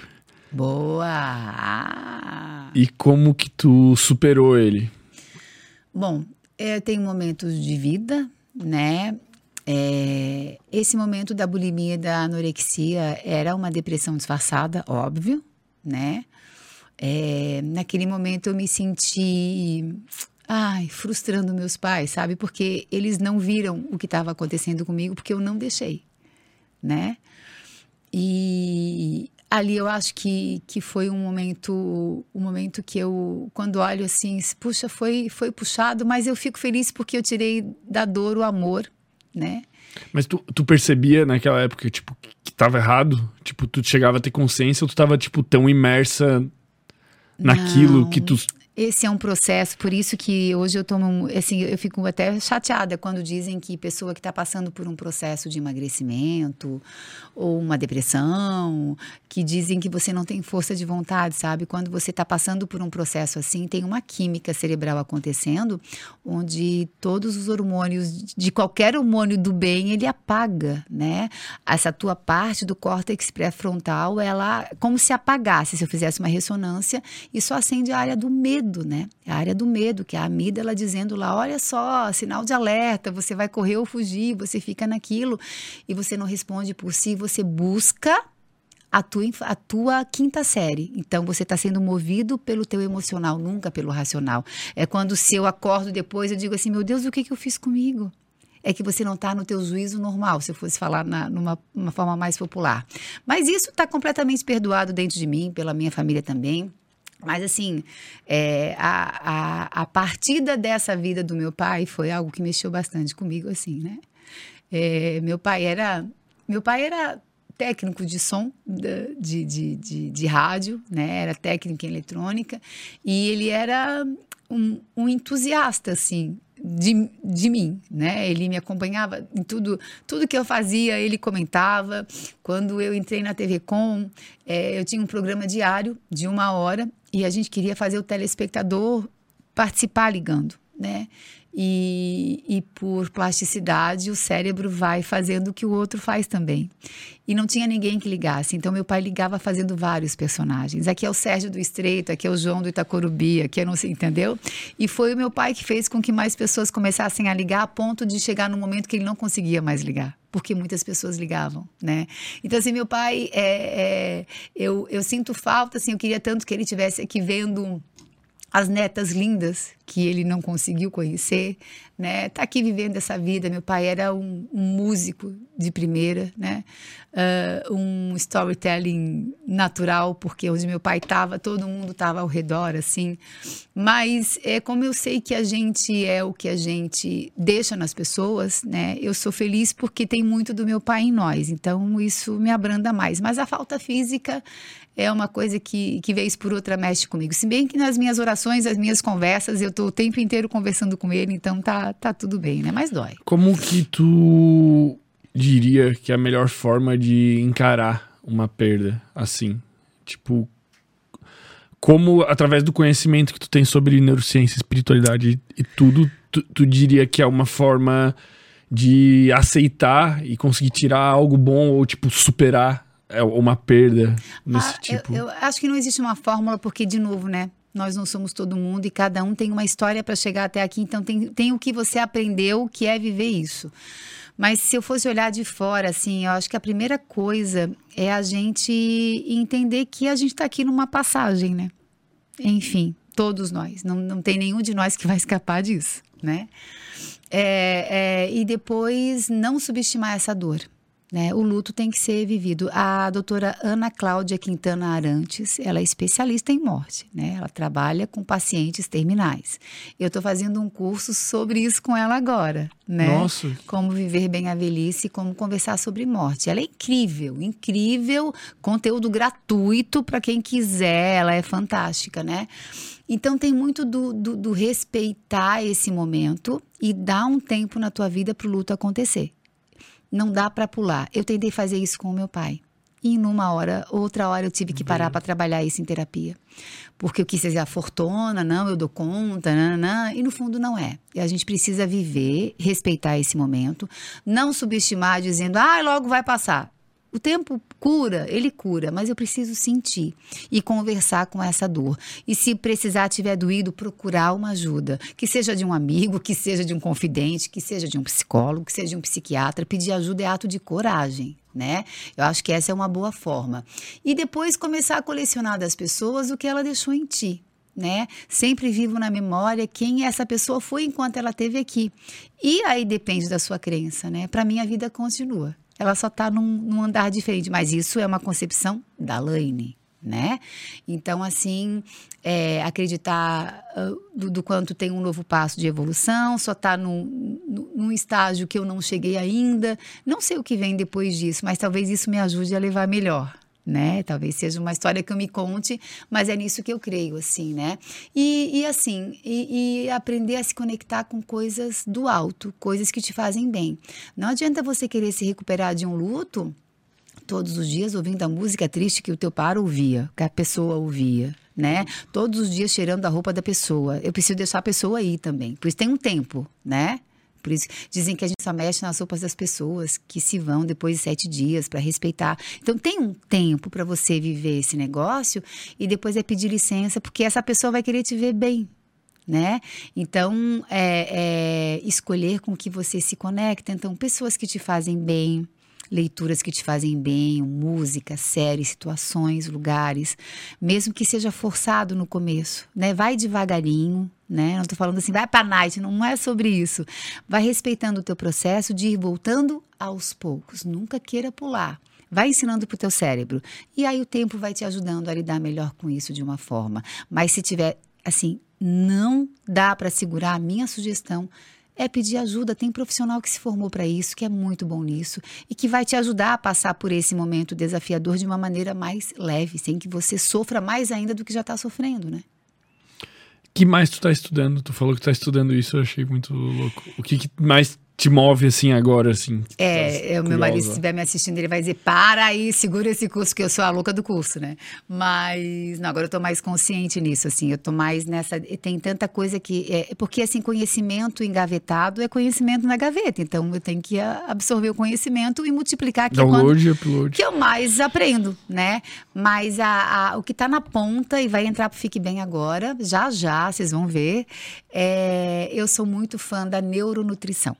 Boa! E como que tu superou ele? Bom, eu tenho momentos de vida, né? Esse momento da bulimia e da anorexia era uma depressão disfarçada, óbvio, né? Naquele momento eu me senti... frustrando meus pais, sabe? Porque eles não viram o que estava acontecendo comigo, porque eu não deixei, né? E ali eu acho que foi um momento que eu, quando olho assim, puxa, foi puxado, mas eu fico feliz porque eu tirei da dor o amor, né? Mas tu percebia naquela época, tipo, que tava errado? Tipo, tu chegava a ter consciência ou tu tava, tipo, tão imersa naquilo Não. que tu... Esse é um processo, por isso que hoje eu tomo, assim, eu fico até chateada quando dizem que pessoa que está passando por um processo de emagrecimento ou uma depressão, que dizem que você não tem força de vontade, sabe? Quando você está passando por um processo assim, tem uma química cerebral acontecendo, onde todos os hormônios, de qualquer hormônio do bem, ele apaga, né? Essa tua parte do córtex pré-frontal, ela como se apagasse, se eu fizesse uma ressonância, e só acende a área do medo, né? A área do medo, que é a amígdala dizendo lá, olha só, sinal de alerta, você vai correr ou fugir, você fica naquilo e você não responde por si, você busca a tua quinta série. Então, você está sendo movido pelo teu emocional, nunca pelo racional. É quando se eu acordo depois, eu digo assim, meu Deus, o que eu fiz comigo? É que você não está no teu juízo normal, se eu fosse falar numa forma mais popular. Mas isso está completamente perdoado dentro de mim, pela minha família também. Mas, assim, a partida dessa vida do meu pai foi algo que mexeu bastante comigo, assim, né? Meu pai era técnico de som, de rádio, né? Era técnico em eletrônica. E ele era um entusiasta, assim, de mim, né? Ele me acompanhava em tudo que eu fazia, ele comentava. Quando eu entrei na TV Com, eu tinha um programa diário de 1 hora e a gente queria fazer o telespectador participar ligando, né? E por plasticidade o cérebro vai fazendo o que o outro faz também. E não tinha ninguém que ligasse, então meu pai ligava fazendo vários personagens. Aqui é o Sérgio do Estreito, aqui é o João do Itacorubi, aqui eu não sei, entendeu? E foi o meu pai que fez com que mais pessoas começassem a ligar a ponto de chegar num momento que ele não conseguia mais ligar. Porque muitas pessoas ligavam, né? Então, assim, meu pai, eu sinto falta, assim, eu queria tanto que ele estivesse aqui vendo as netas lindas que ele não conseguiu conhecer, né? Tá aqui vivendo essa vida. Meu pai era um músico de primeira, né? Um storytelling natural, porque onde meu pai estava, todo mundo estava ao redor, assim. Mas como eu sei que a gente é o que a gente deixa nas pessoas, né? Eu sou feliz porque tem muito do meu pai em nós, então isso me abranda mais. Mas a falta física é uma coisa que vez por outra mexe comigo. Se bem que nas minhas orações, as minhas conversas, eu tô o tempo inteiro conversando com ele, então tá tudo bem, né? Mas dói. Como que tu diria que é a melhor forma de encarar uma perda assim? Tipo, como através do conhecimento que tu tem sobre neurociência, espiritualidade e tudo, tu diria que é uma forma de aceitar e conseguir tirar algo bom ou tipo superar uma perda nesse tipo? Eu acho que não existe uma fórmula porque, de novo, né? Nós não somos todo mundo e cada um tem uma história para chegar até aqui, então tem o que você aprendeu, que é viver isso. Mas se eu fosse olhar de fora, assim, eu acho que a primeira coisa é a gente entender que a gente está aqui numa passagem, né? Enfim, todos nós. Não tem nenhum de nós que vai escapar disso, né? E depois não subestimar essa dor. né? O luto tem que ser vivido. A doutora Ana Cláudia Quintana Arantes, ela é especialista em morte, né? Ela trabalha com pacientes terminais. Eu estou fazendo um curso sobre isso com ela agora, né? Nossa! Como viver bem a velhice, como conversar sobre morte. Ela é incrível, incrível, conteúdo gratuito para quem quiser, ela é fantástica, né? Então tem muito do respeitar esse momento e dar um tempo na tua vida para o luto acontecer. Não dá para pular. Eu tentei fazer isso com o meu pai. E outra hora eu tive que parar para trabalhar isso em terapia. Porque eu quis dizer a fortuna, não, eu dou conta, nanã, e no fundo não é. E a gente precisa viver, respeitar esse momento, não subestimar dizendo, logo vai passar. O tempo cura, ele cura, mas eu preciso sentir e conversar com essa dor. E se precisar, tiver doído, procurar uma ajuda. Que seja de um amigo, que seja de um confidente, que seja de um psicólogo, que seja de um psiquiatra. Pedir ajuda é ato de coragem, né? Eu acho que essa é uma boa forma. E depois começar a colecionar das pessoas o que ela deixou em ti. Né? Sempre vivo na memória quem essa pessoa foi enquanto ela esteve aqui. E aí depende da sua crença, né? Para mim a vida continua. Ela só está num andar diferente, mas isso é uma concepção da Laine, né? Então, assim, acreditar do quanto tem um novo passo de evolução, só está num estágio que eu não cheguei ainda. Não sei o que vem depois disso, mas talvez isso me ajude a levar melhor. Né? Talvez seja uma história que eu me conte, mas é nisso que eu creio, assim, né? E aprender a se conectar com coisas do alto, coisas que te fazem bem. Não adianta você querer se recuperar de um luto todos os dias ouvindo a música triste que o teu par ouvia, que a pessoa ouvia, né? Todos os dias cheirando a roupa da pessoa. Eu preciso deixar a pessoa aí também. Por isso tem um tempo, né? Por isso dizem que a gente só mexe nas roupas das pessoas que se vão depois de 7 dias para respeitar. Então tem um tempo para você viver esse negócio e depois é pedir licença porque essa pessoa vai querer te ver bem, né? Então escolher com que você se conecta. Então pessoas que te fazem bem, leituras que te fazem bem, música, séries, situações, lugares, mesmo que seja forçado no começo, né? Vai devagarinho, né? Não estou falando assim, vai para night, não é sobre isso. Vai respeitando o teu processo de ir voltando aos poucos, nunca queira pular. Vai ensinando para o teu cérebro e aí o tempo vai te ajudando a lidar melhor com isso de uma forma. Mas se tiver, assim, não dá para segurar, a minha sugestão é pedir ajuda. Tem profissional que se formou para isso, que é muito bom nisso e que vai te ajudar a passar por esse momento desafiador de uma maneira mais leve, sem que você sofra mais ainda do que já está sofrendo, né? Que mais tu tá estudando? Tu falou que tá estudando isso, eu achei muito louco. O que mais te move, assim, agora, assim? O meu marido, se estiver me assistindo, ele vai dizer, para aí, segura esse curso, que eu sou a louca do curso, né? Mas, não, agora eu tô mais consciente nisso, assim, eu tô mais nessa, tem tanta coisa que, porque, assim, conhecimento engavetado é conhecimento na gaveta, então eu tenho que absorver o conhecimento e multiplicar aqui upload. Que eu mais aprendo, né? Mas o que tá na ponta e vai entrar pro Fique Bem agora, já, vocês vão ver, eu sou muito fã da neuronutrição.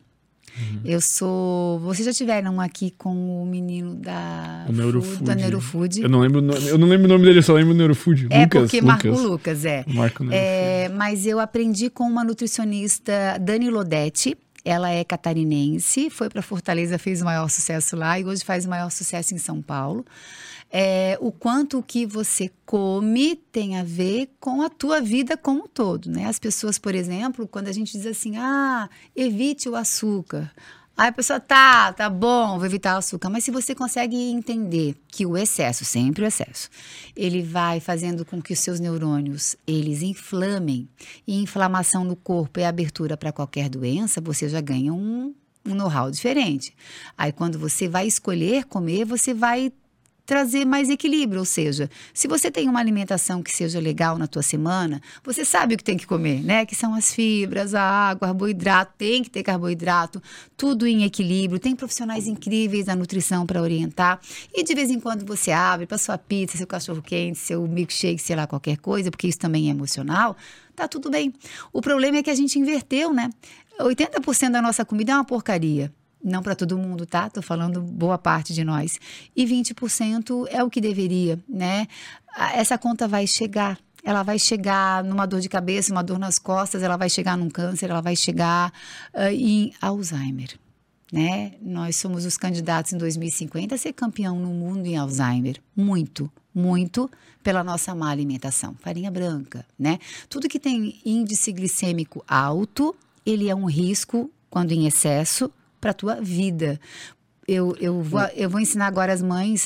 Vocês já tiveram aqui com o menino da Neurofood? Eu não lembro o nome dele, eu só lembro o Neurofood. Marco Lucas, Marco Neurofood. Mas eu aprendi com uma nutricionista, Dani Lodetti. Ela é catarinense, foi para Fortaleza, fez o maior sucesso lá e hoje faz o maior sucesso em São Paulo. O quanto o que você come tem a ver com a tua vida como um todo, né? As pessoas, por exemplo, quando a gente diz assim, evite o açúcar. Aí a pessoa, tá bom, vou evitar o açúcar. Mas se você consegue entender que o excesso, sempre o excesso, ele vai fazendo com que os seus neurônios, eles inflamem. E inflamação no corpo é abertura para qualquer doença, você já ganha um know-how diferente. Aí quando você vai escolher comer, você vai trazer mais equilíbrio, ou seja, se você tem uma alimentação que seja legal na tua semana, você sabe o que tem que comer, né? Que são as fibras, a água, carboidrato, tem que ter carboidrato, tudo em equilíbrio, tem profissionais incríveis da nutrição para orientar e de vez em quando você abre para sua pizza, seu cachorro-quente, seu milkshake, sei lá, qualquer coisa, porque isso também é emocional, tá tudo bem. O problema é que a gente inverteu, né? 80% da nossa comida é uma porcaria. Não para todo mundo, tá? Tô falando boa parte de nós. E 20% é o que deveria, né? Essa conta vai chegar. Ela vai chegar numa dor de cabeça, uma dor nas costas, ela vai chegar num câncer, ela vai chegar em Alzheimer. né? Nós somos os candidatos em 2050 a ser campeão no mundo em Alzheimer. Muito pela nossa má alimentação. Farinha branca, né? Tudo que tem índice glicêmico alto, ele é um risco, quando em excesso, para a tua vida. Eu vou ensinar agora as mães,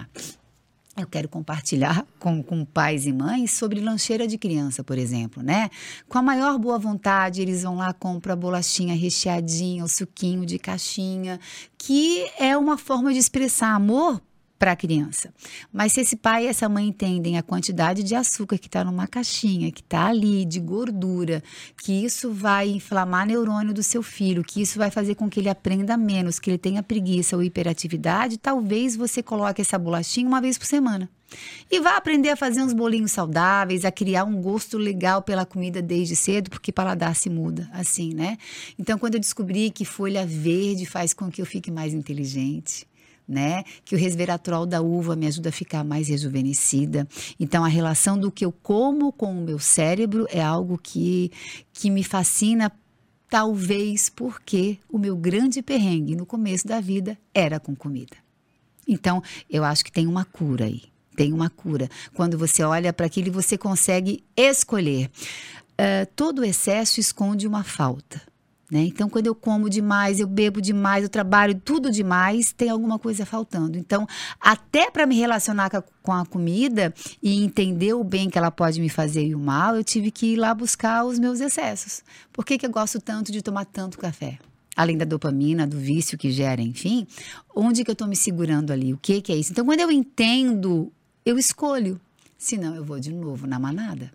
Eu quero compartilhar com pais e mães sobre lancheira de criança, por exemplo, né? Com a maior boa vontade, eles vão lá, compram a bolachinha recheadinha, o suquinho de caixinha, que é uma forma de expressar amor para a criança. Mas se esse pai e essa mãe entendem a quantidade de açúcar que está numa caixinha, que está ali, de gordura, que isso vai inflamar neurônio do seu filho, que isso vai fazer com que ele aprenda menos, que ele tenha preguiça ou hiperatividade, talvez você coloque essa bolachinha uma vez por semana. E vá aprender a fazer uns bolinhos saudáveis, a criar um gosto legal pela comida desde cedo, porque paladar se muda, assim, né? Então, quando eu descobri que folha verde faz com que eu fique mais inteligente, né? Que o resveratrol da uva me ajuda a ficar mais rejuvenescida. Então, a relação do que eu como com o meu cérebro é algo que me fascina, talvez porque o meu grande perrengue no começo da vida era com comida. Então, eu acho que tem uma cura aí. Tem uma cura. Quando você olha para aquilo e você consegue escolher. Todo excesso esconde uma falta. Né? Então, quando eu como demais, eu bebo demais, eu trabalho tudo demais, tem alguma coisa faltando. Então, até para me relacionar com a comida e entender o bem que ela pode me fazer e o mal, eu tive que ir lá buscar os meus excessos. Por que eu gosto tanto de tomar tanto café? Além da dopamina, do vício que gera, enfim, onde que eu estou me segurando ali? O que é isso? Então, quando eu entendo, eu escolho. Senão, eu vou de novo na manada.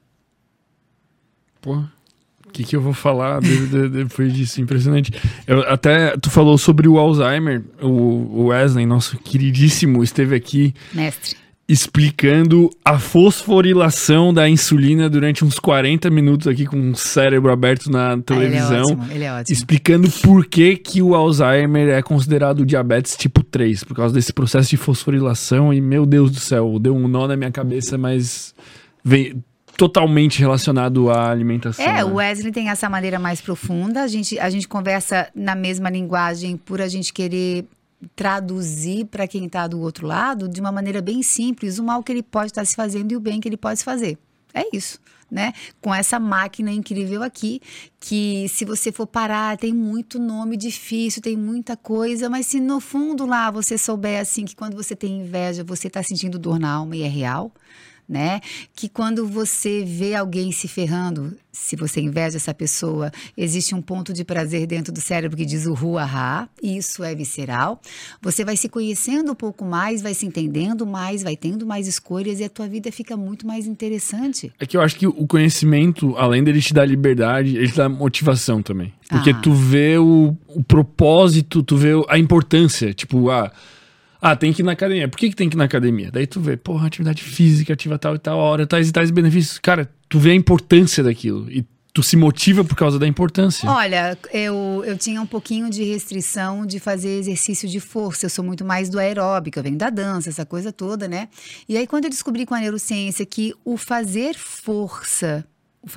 Pô, o que eu vou falar depois disso? Impressionante. Tu falou sobre o Alzheimer. O Wesley, nosso queridíssimo, esteve aqui. Mestre. Explicando a fosforilação da insulina durante uns 40 minutos aqui com o cérebro aberto na televisão. Ele é ótimo. Explicando por que o Alzheimer é considerado diabetes tipo 3, por causa desse processo de fosforilação. E, meu Deus do céu, deu um nó na minha cabeça, mas veio totalmente relacionado à alimentação. Né? O Wesley tem essa maneira mais profunda. A gente conversa na mesma linguagem por a gente querer traduzir para quem está do outro lado de uma maneira bem simples o mal que ele pode estar se fazendo e o bem que ele pode se fazer. É isso, né? Com essa máquina incrível aqui, que se você for parar, tem muito nome difícil, tem muita coisa, mas se no fundo lá você souber assim que quando você tem inveja, você está sentindo dor na alma e é real, né? Que quando você vê alguém se ferrando, se você inveja essa pessoa, existe um ponto de prazer dentro do cérebro que diz uhu-ahá, isso é visceral. Você vai se conhecendo um pouco mais, vai se entendendo mais, vai tendo mais escolhas e a tua vida fica muito mais interessante. É que eu acho que o conhecimento, além dele te dar liberdade, ele te dá motivação também. Porque tu vê o propósito, tu vê a importância, tipo, tem que ir na academia. Por que tem que ir na academia? Daí tu vê, atividade física, ativa tal e tal hora, tais e tais benefícios. Cara, tu vê a importância daquilo e tu se motiva por causa da importância. Olha, eu tinha um pouquinho de restrição de fazer exercício de força. Eu sou muito mais do aeróbico, eu venho da dança, essa coisa toda, né? E aí quando eu descobri com a neurociência que o fazer força,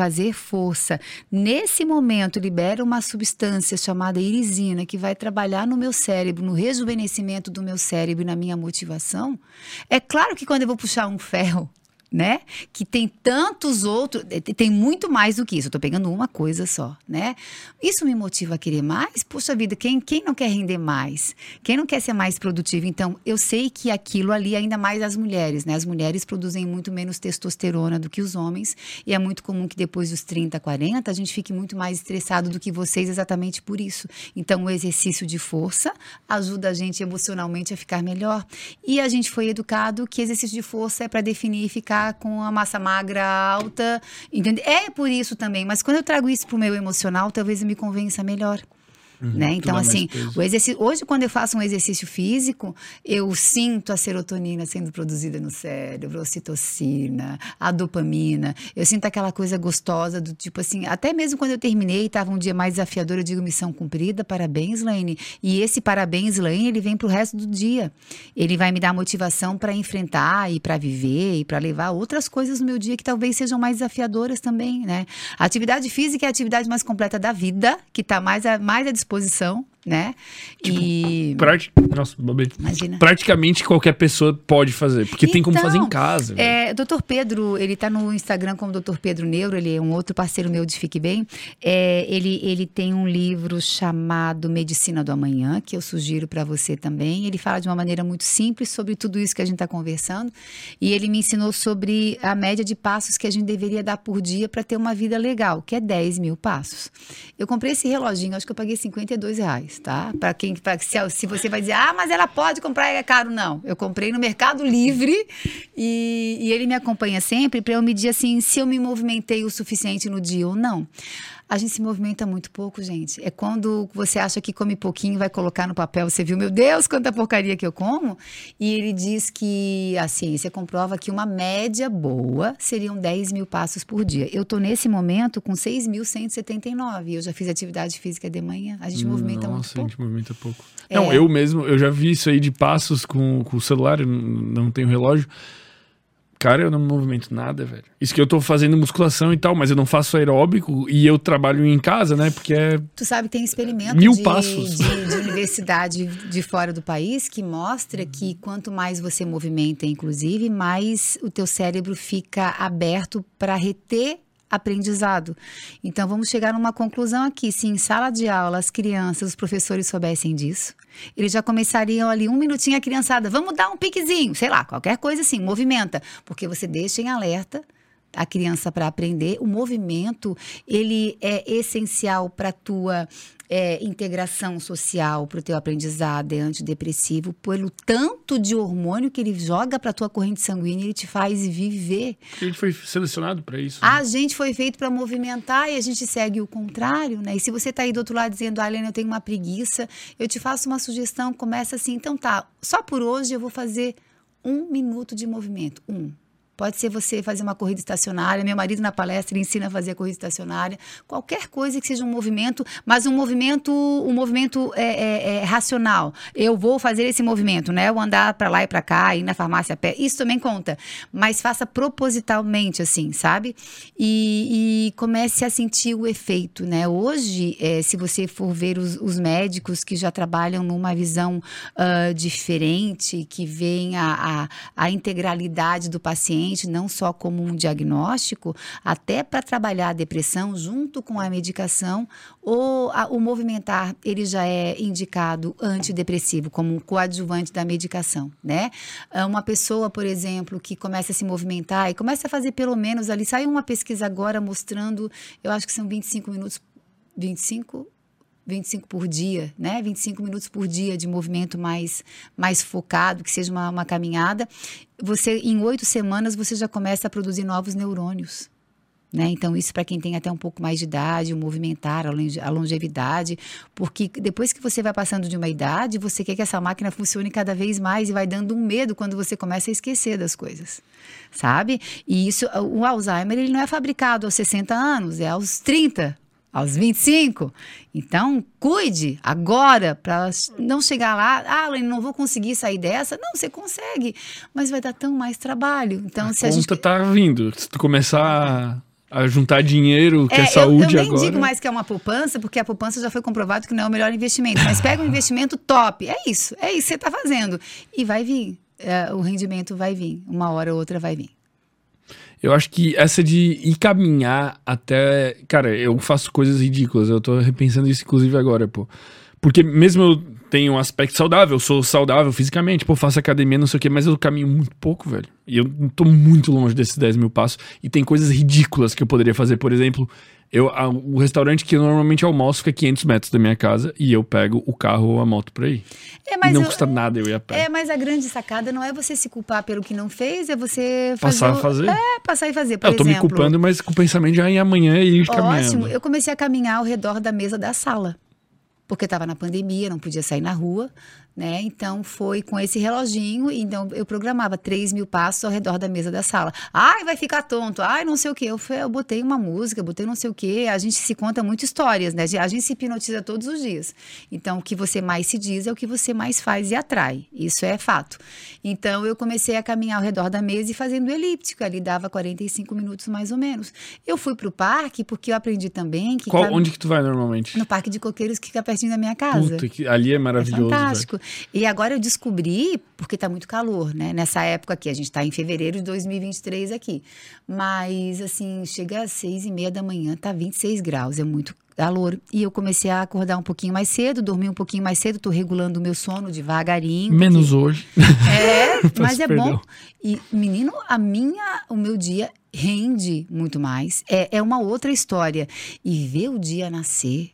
nesse momento libera uma substância chamada irisina que vai trabalhar no meu cérebro, no rejuvenescimento do meu cérebro e na minha motivação. É claro que quando eu vou puxar um ferro, né? Que tem tantos outros, tem muito mais do que isso. Eu tô pegando uma coisa só, né? Isso me motiva a querer mais? Poxa vida, quem não quer render mais? Quem não quer ser mais produtivo? Então, eu sei que aquilo ali, ainda mais as mulheres, né? As mulheres produzem muito menos testosterona do que os homens e é muito comum que depois dos 30, 40, a gente fique muito mais estressado do que vocês exatamente por isso. Então, o exercício de força ajuda a gente emocionalmente a ficar melhor. E a gente foi educado que exercício de força é para definir e ficar com a massa magra alta, entende? É por isso também, mas quando eu trago isso pro meu emocional, talvez eu me convença melhor. Né? Então, assim, o exercício, hoje, quando eu faço um exercício físico, eu sinto a serotonina sendo produzida no cérebro, a ocitocina, a dopamina. Eu sinto aquela coisa gostosa do tipo assim, até mesmo quando eu terminei, estava um dia mais desafiador, eu digo missão cumprida, parabéns, Laine. E esse parabéns, Laine, ele vem pro resto do dia. Ele vai me dar motivação para enfrentar e para viver e para levar outras coisas no meu dia que talvez sejam mais desafiadoras também, né? A atividade física é a atividade mais completa da vida, que está mais à disposição, né? Tipo, nossa, babei. Imagina. Praticamente qualquer pessoa pode fazer, porque tem como fazer em casa. Dr. Pedro, ele tá no Instagram como Dr. Pedro Neuro, ele é um outro parceiro meu de Fique Bem. Ele tem um livro chamado Medicina do Amanhã, que eu sugiro para você também. Ele fala de uma maneira muito simples sobre tudo isso que a gente está conversando. E ele me ensinou sobre a média de passos que a gente deveria dar por dia para ter uma vida legal, que é 10 mil passos. Eu comprei esse reloginho, acho que eu paguei R$52, tá? Se você vai dizer, mas ela pode comprar, é caro. Não, eu comprei no Mercado Livre e ele me acompanha sempre para eu medir assim, se eu me movimentei o suficiente no dia ou não. A gente se movimenta muito pouco, gente. É quando você acha que come pouquinho, vai colocar no papel, você viu, meu Deus, quanta porcaria que eu como. E ele diz que a ciência comprova que uma média boa seriam 10 mil passos por dia. Eu tô nesse momento com 6.179. Eu já fiz atividade física de manhã. A gente movimenta muito pouco. Nossa, a gente movimenta pouco. Não, eu já vi isso aí de passos com o celular, eu não tenho relógio. Cara, eu não movimento nada, velho. Isso que eu tô fazendo musculação e tal, mas eu não faço aeróbico e eu trabalho em casa, né? Porque Tu sabe que tem experimento 1000 passos. De universidade de fora do país que mostra que quanto mais você movimenta, inclusive, mais o teu cérebro fica aberto para reter aprendizado. Então, vamos chegar numa conclusão aqui. Se em sala de aula as crianças, os professores soubessem disso, eles já começariam ali 1 minutinho a criançada, vamos dar um piquezinho, sei lá, qualquer coisa assim, movimenta. Porque você deixa em alerta a criança para aprender. O movimento, ele é essencial para a tua integração social, para o teu aprendizado, é antidepressivo, pelo tanto de hormônio que ele joga para a tua corrente sanguínea, ele te faz viver. A gente foi selecionado para isso. Né? A gente foi feito para movimentar e a gente segue o contrário, né? E se você está aí do outro lado dizendo, Helena, eu tenho uma preguiça, eu te faço uma sugestão, começa assim, então tá, só por hoje eu vou fazer 1 minuto de movimento, Pode ser você fazer uma corrida estacionária. Meu marido na palestra ele ensina a fazer a corrida estacionária. Qualquer coisa que seja um movimento, mas um movimento racional. Eu vou fazer esse movimento, né? Eu andar para lá e para cá, ir na farmácia a pé. Isso também conta. Mas faça propositalmente, assim, sabe? E comece a sentir o efeito, né? Hoje, se você for ver os médicos que já trabalham numa visão diferente, que veem a integralidade do paciente, não só como um diagnóstico, até para trabalhar a depressão junto com a medicação, o movimentar, ele já é indicado antidepressivo, como um coadjuvante da medicação, né? Uma pessoa, por exemplo, que começa a se movimentar e começa a fazer pelo menos ali, saiu uma pesquisa agora mostrando, eu acho que são 25 minutos, 25 por dia, né? 25 minutos por dia de movimento mais focado, que seja uma caminhada. Você, em 8 semanas, você já começa a produzir novos neurônios, né? Então, isso para quem tem até um pouco mais de idade, o movimentar, a longevidade, porque depois que você vai passando de uma idade, você quer que essa máquina funcione cada vez mais e vai dando um medo quando você começa a esquecer das coisas, sabe? E isso, o Alzheimer, ele não é fabricado aos 60 anos, é aos 30, aos 25. Então, cuide agora para não chegar lá, não vou conseguir sair dessa. Não, você consegue, mas vai dar tão mais trabalho. Então, se a gente tá vindo. Se tu começar a juntar dinheiro, que é saúde eu nem agora. digo mais que é uma poupança, porque a poupança já foi comprovado que não é o melhor investimento. Mas pega um investimento top. É isso que você está fazendo. E vai vir. O rendimento vai vir. Uma hora ou outra vai vir. Eu acho que essa de ir caminhar até... Cara, eu faço coisas ridículas. Eu tô repensando isso, inclusive, agora, pô. Porque mesmo eu tenho um aspecto saudável, eu sou saudável fisicamente, pô, faço academia, não sei o quê, mas eu caminho muito pouco, velho. E eu tô muito longe desses 10 mil passos. E tem coisas ridículas que eu poderia fazer. Por exemplo, o restaurante que eu normalmente almoço fica a 500 metros da minha casa e eu pego o carro ou a moto pra ir. Mas não custa nada eu ir a pé. Mas a grande sacada não é você se culpar pelo que não fez, é você passar a fazer. Passar e fazer, por exemplo. Eu tô me culpando, mas com o pensamento já em amanhã ir caminhando. Ótimo, eu comecei a caminhar ao redor da mesa da sala. Porque estava na pandemia, não podia sair na rua, né? Então, foi com esse reloginho, então eu programava 3 mil passos ao redor da mesa da sala. Ai, vai ficar tonto, ai, não sei o quê. Eu botei uma música, botei não sei o quê. A gente se conta muito histórias, né? A gente se hipnotiza todos os dias. Então, o que você mais se diz é o que você mais faz e atrai. Isso é fato. Então, eu comecei a caminhar ao redor da mesa e fazendo elíptico. Ali dava 45 minutos mais ou menos. Eu fui pro parque porque eu aprendi também que... Onde que tu vai normalmente? No Parque de Coqueiros, que fica pertinho pertinho da minha casa. Puta, ali é maravilhoso. É fantástico. E agora eu descobri, porque tá muito calor, né? Nessa época aqui, a gente tá em fevereiro de 2023 aqui. Mas, assim, chega às 6h30 da manhã, tá 26 graus, é muito calor. E eu comecei a acordar um pouquinho mais cedo, dormir um pouquinho mais cedo, tô regulando o meu sono devagarinho. Menos hoje. Mas é bom. E, menino, o meu dia rende muito mais. É uma outra história. E ver o dia nascer.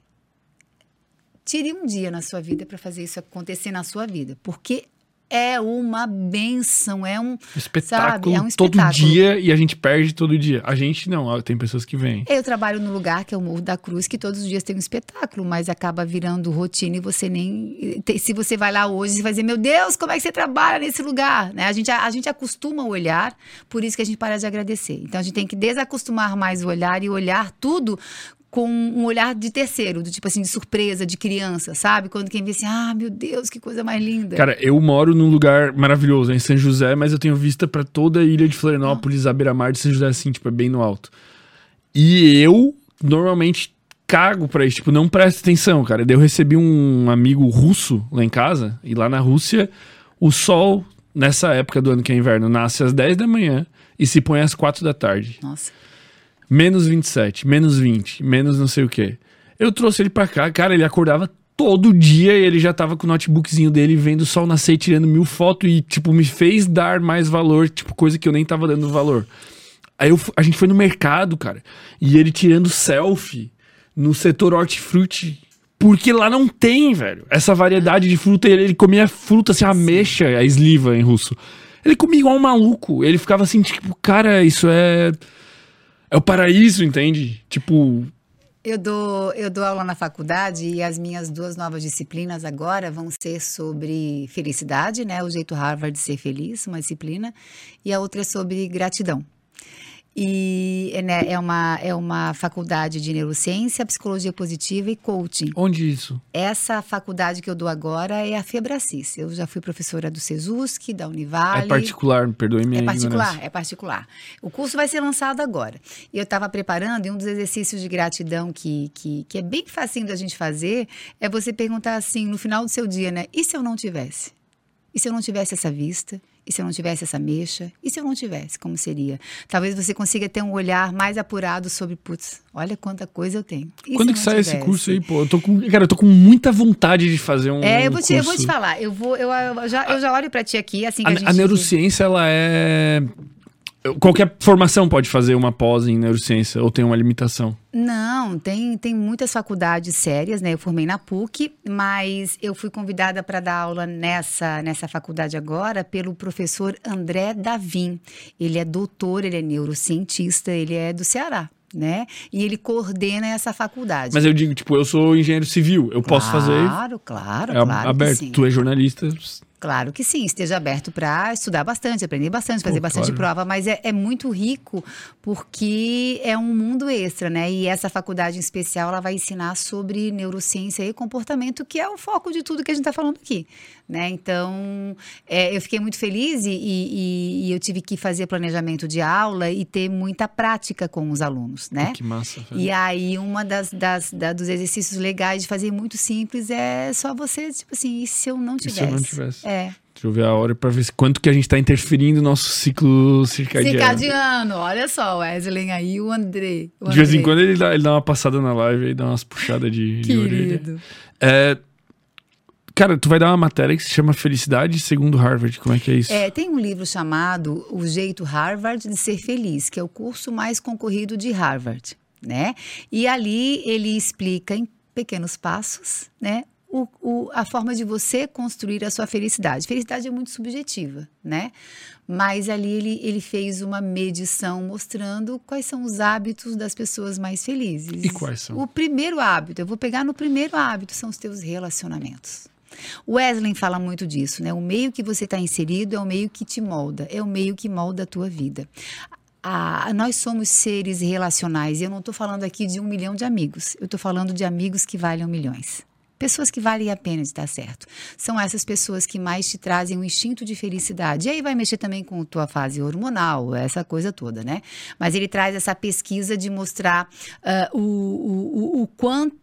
Tire um dia na sua vida para fazer isso acontecer na sua vida. Porque é uma bênção, é um espetáculo, sabe? É um todo espetáculo. dia e a gente perde todo dia. A gente não, tem pessoas que vêm. Eu trabalho no lugar que é o Morro da Cruz, que todos os dias tem um espetáculo, mas acaba virando rotina e você nem... Se você vai lá hoje, você vai dizer, meu Deus, como é que você trabalha nesse lugar? Né? A gente acostuma o olhar, por isso que a gente para de agradecer. Então a gente tem que desacostumar mais o olhar e olhar tudo com um olhar de terceiro, do tipo assim, de surpresa, de criança, sabe? Quando quem vê assim, meu Deus, que coisa mais linda. Cara, eu moro num lugar maravilhoso, em São José, mas eu tenho vista pra toda a ilha de Florianópolis, a beira-mar de São José, assim, tipo, é bem no alto. E eu, normalmente, cago pra isso, tipo, não presto atenção, cara. Daí eu recebi um amigo russo lá em casa, e lá na Rússia, o sol, nessa época do ano que é inverno, nasce às 10 da manhã e se põe às 4 da tarde. Nossa. Menos 27, menos 20, menos não sei o quê. Eu trouxe ele pra cá, cara, ele acordava todo dia e ele já tava com o notebookzinho dele vendo o sol nascer, tirando 1000 fotos e, tipo, me fez dar mais valor, tipo, coisa que eu nem tava dando valor. Aí a gente foi no mercado, cara, e ele tirando selfie no setor hortifruti, porque lá não tem, velho, essa variedade de fruta. Ele comia fruta, assim, ameixa, a sliva em russo. Ele comia igual um maluco, ele ficava assim, tipo, cara, isso é o paraíso, entende? Tipo... Eu dou aula na faculdade e as minhas 2 novas disciplinas agora vão ser sobre felicidade, né? O jeito Harvard de ser feliz, uma disciplina. E a outra é sobre gratidão. E né, é uma faculdade de neurociência, psicologia positiva e coaching. Onde isso? Essa faculdade que eu dou agora é a Febracis. Eu já fui professora do Sesusc, da Univale. É particular, perdoe minha ignorância. É particular. O curso vai ser lançado agora. E eu estava preparando, e um dos exercícios de gratidão que é bem facinho da gente fazer, é você perguntar assim, no final do seu dia, né? E se eu não tivesse? E se eu não tivesse essa vista? E se eu não tivesse essa mecha? E se eu não tivesse, como seria? Talvez você consiga ter um olhar mais apurado sobre, putz, olha quanta coisa eu tenho. E quando que sai esse curso aí, pô? Eu tô com muita vontade de fazer um curso. Eu vou te falar. Eu já olho pra ti aqui, assim que a gente... A neurociência, ela é... Qualquer formação pode fazer uma pós em neurociência ou tem uma limitação? Não, tem muitas faculdades sérias, né? Eu formei na PUC, mas eu fui convidada para dar aula nessa faculdade agora pelo professor André Davim. Ele é doutor, ele é neurocientista, ele é do Ceará, né? E ele coordena essa faculdade. Mas eu digo, tipo, eu sou engenheiro civil, eu posso fazer... Claro, aberto. Que sim. Tu é jornalista... Claro que sim, esteja aberto para estudar bastante, aprender bastante, fazer bastante prova, mas é muito rico porque é um mundo extra, né? E essa faculdade em especial, ela vai ensinar sobre neurociência e comportamento, que é o foco de tudo que a gente está falando aqui, né? Então, eu fiquei muito feliz e eu tive que fazer planejamento de aula e ter muita prática com os alunos, né? Que massa. Velho. E aí, uma dos exercícios legais de fazer muito simples é só você, tipo assim, e se eu não tivesse? E se eu não tivesse? Deixa eu ver a hora pra ver quanto que a gente tá interferindo no nosso ciclo circadiano. Olha só, o Wesley aí, o André. De vez em quando ele dá uma passada na live e dá umas puxadas de orelha. Cara, tu vai dar uma matéria que se chama Felicidade segundo Harvard. Como é que é isso? Tem um livro chamado O Jeito Harvard de Ser Feliz, que é o curso mais concorrido de Harvard, né? E ali ele explica em pequenos passos, né? A forma de você construir a sua felicidade. Felicidade é muito subjetiva, né? Mas ali ele fez uma medição mostrando quais são os hábitos das pessoas mais felizes. E quais são? O primeiro hábito, eu vou pegar no primeiro hábito, são os teus relacionamentos. O Wesley fala muito disso, né? O meio que você está inserido é o meio que te molda, é o meio que molda a tua vida. Nós somos seres relacionais e eu não estou falando aqui de 1 milhão de amigos, eu estou falando de amigos que valem milhões. Pessoas que valem a pena de estar certo. São essas pessoas que mais te trazem um instinto de felicidade. E aí vai mexer também com a tua fase hormonal, essa coisa toda, né? Mas ele traz essa pesquisa de mostrar o quanto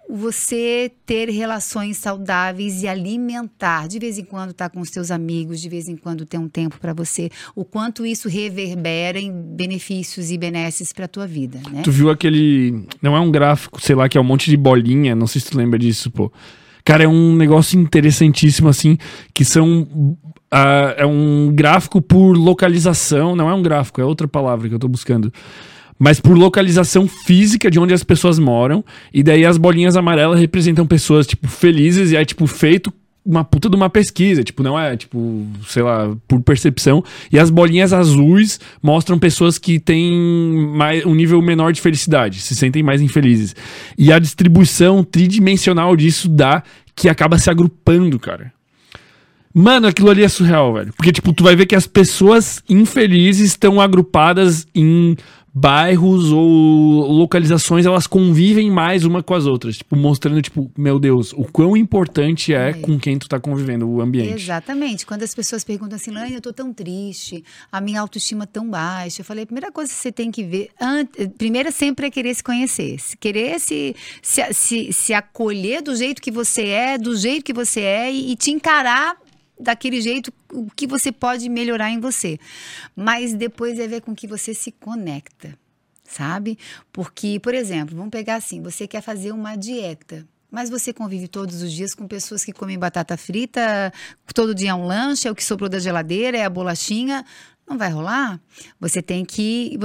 você ter relações saudáveis e alimentar, de vez em quando estar com os teus amigos, de vez em quando ter um tempo para você, o quanto isso reverbera em benefícios e benesses para a tua vida, né? Tu viu aquele... Não é um gráfico, sei lá, que é um monte de bolinha, não sei se tu lembra disso, pô. Cara, é um negócio interessantíssimo, assim, que são... é um gráfico por localização, não é um gráfico, é outra palavra que eu tô buscando. Mas por localização física de onde as pessoas moram. E daí as bolinhas amarelas representam pessoas, tipo, felizes. E é, tipo, feito uma puta de uma pesquisa. Tipo, não é, tipo, sei lá, por percepção. E as bolinhas azuis mostram pessoas que têm um nível menor de felicidade. Se sentem mais infelizes. E a distribuição tridimensional disso dá que acaba se agrupando, cara. Mano, aquilo ali é surreal, velho. Porque, tipo, tu vai ver que as pessoas infelizes estão agrupadas em... bairros ou localizações, elas convivem mais uma com as outras, tipo, mostrando, tipo, meu Deus, o quão importante é com quem tu tá convivendo, o ambiente. Exatamente. Quando as pessoas perguntam assim, Lani, eu tô tão triste, a minha autoestima tão baixa, eu falei, a primeira coisa que você tem que ver, primeiro sempre é querer se conhecer, querer se acolher do jeito que você é e te encarar daquele jeito, o que você pode melhorar em você. Mas depois é ver com que você se conecta, sabe? Porque, por exemplo, vamos pegar assim, você quer fazer uma dieta, mas você convive todos os dias com pessoas que comem batata frita, todo dia é um lanche, é o que sobrou da geladeira, é a bolachinha, não vai rolar. Você tem que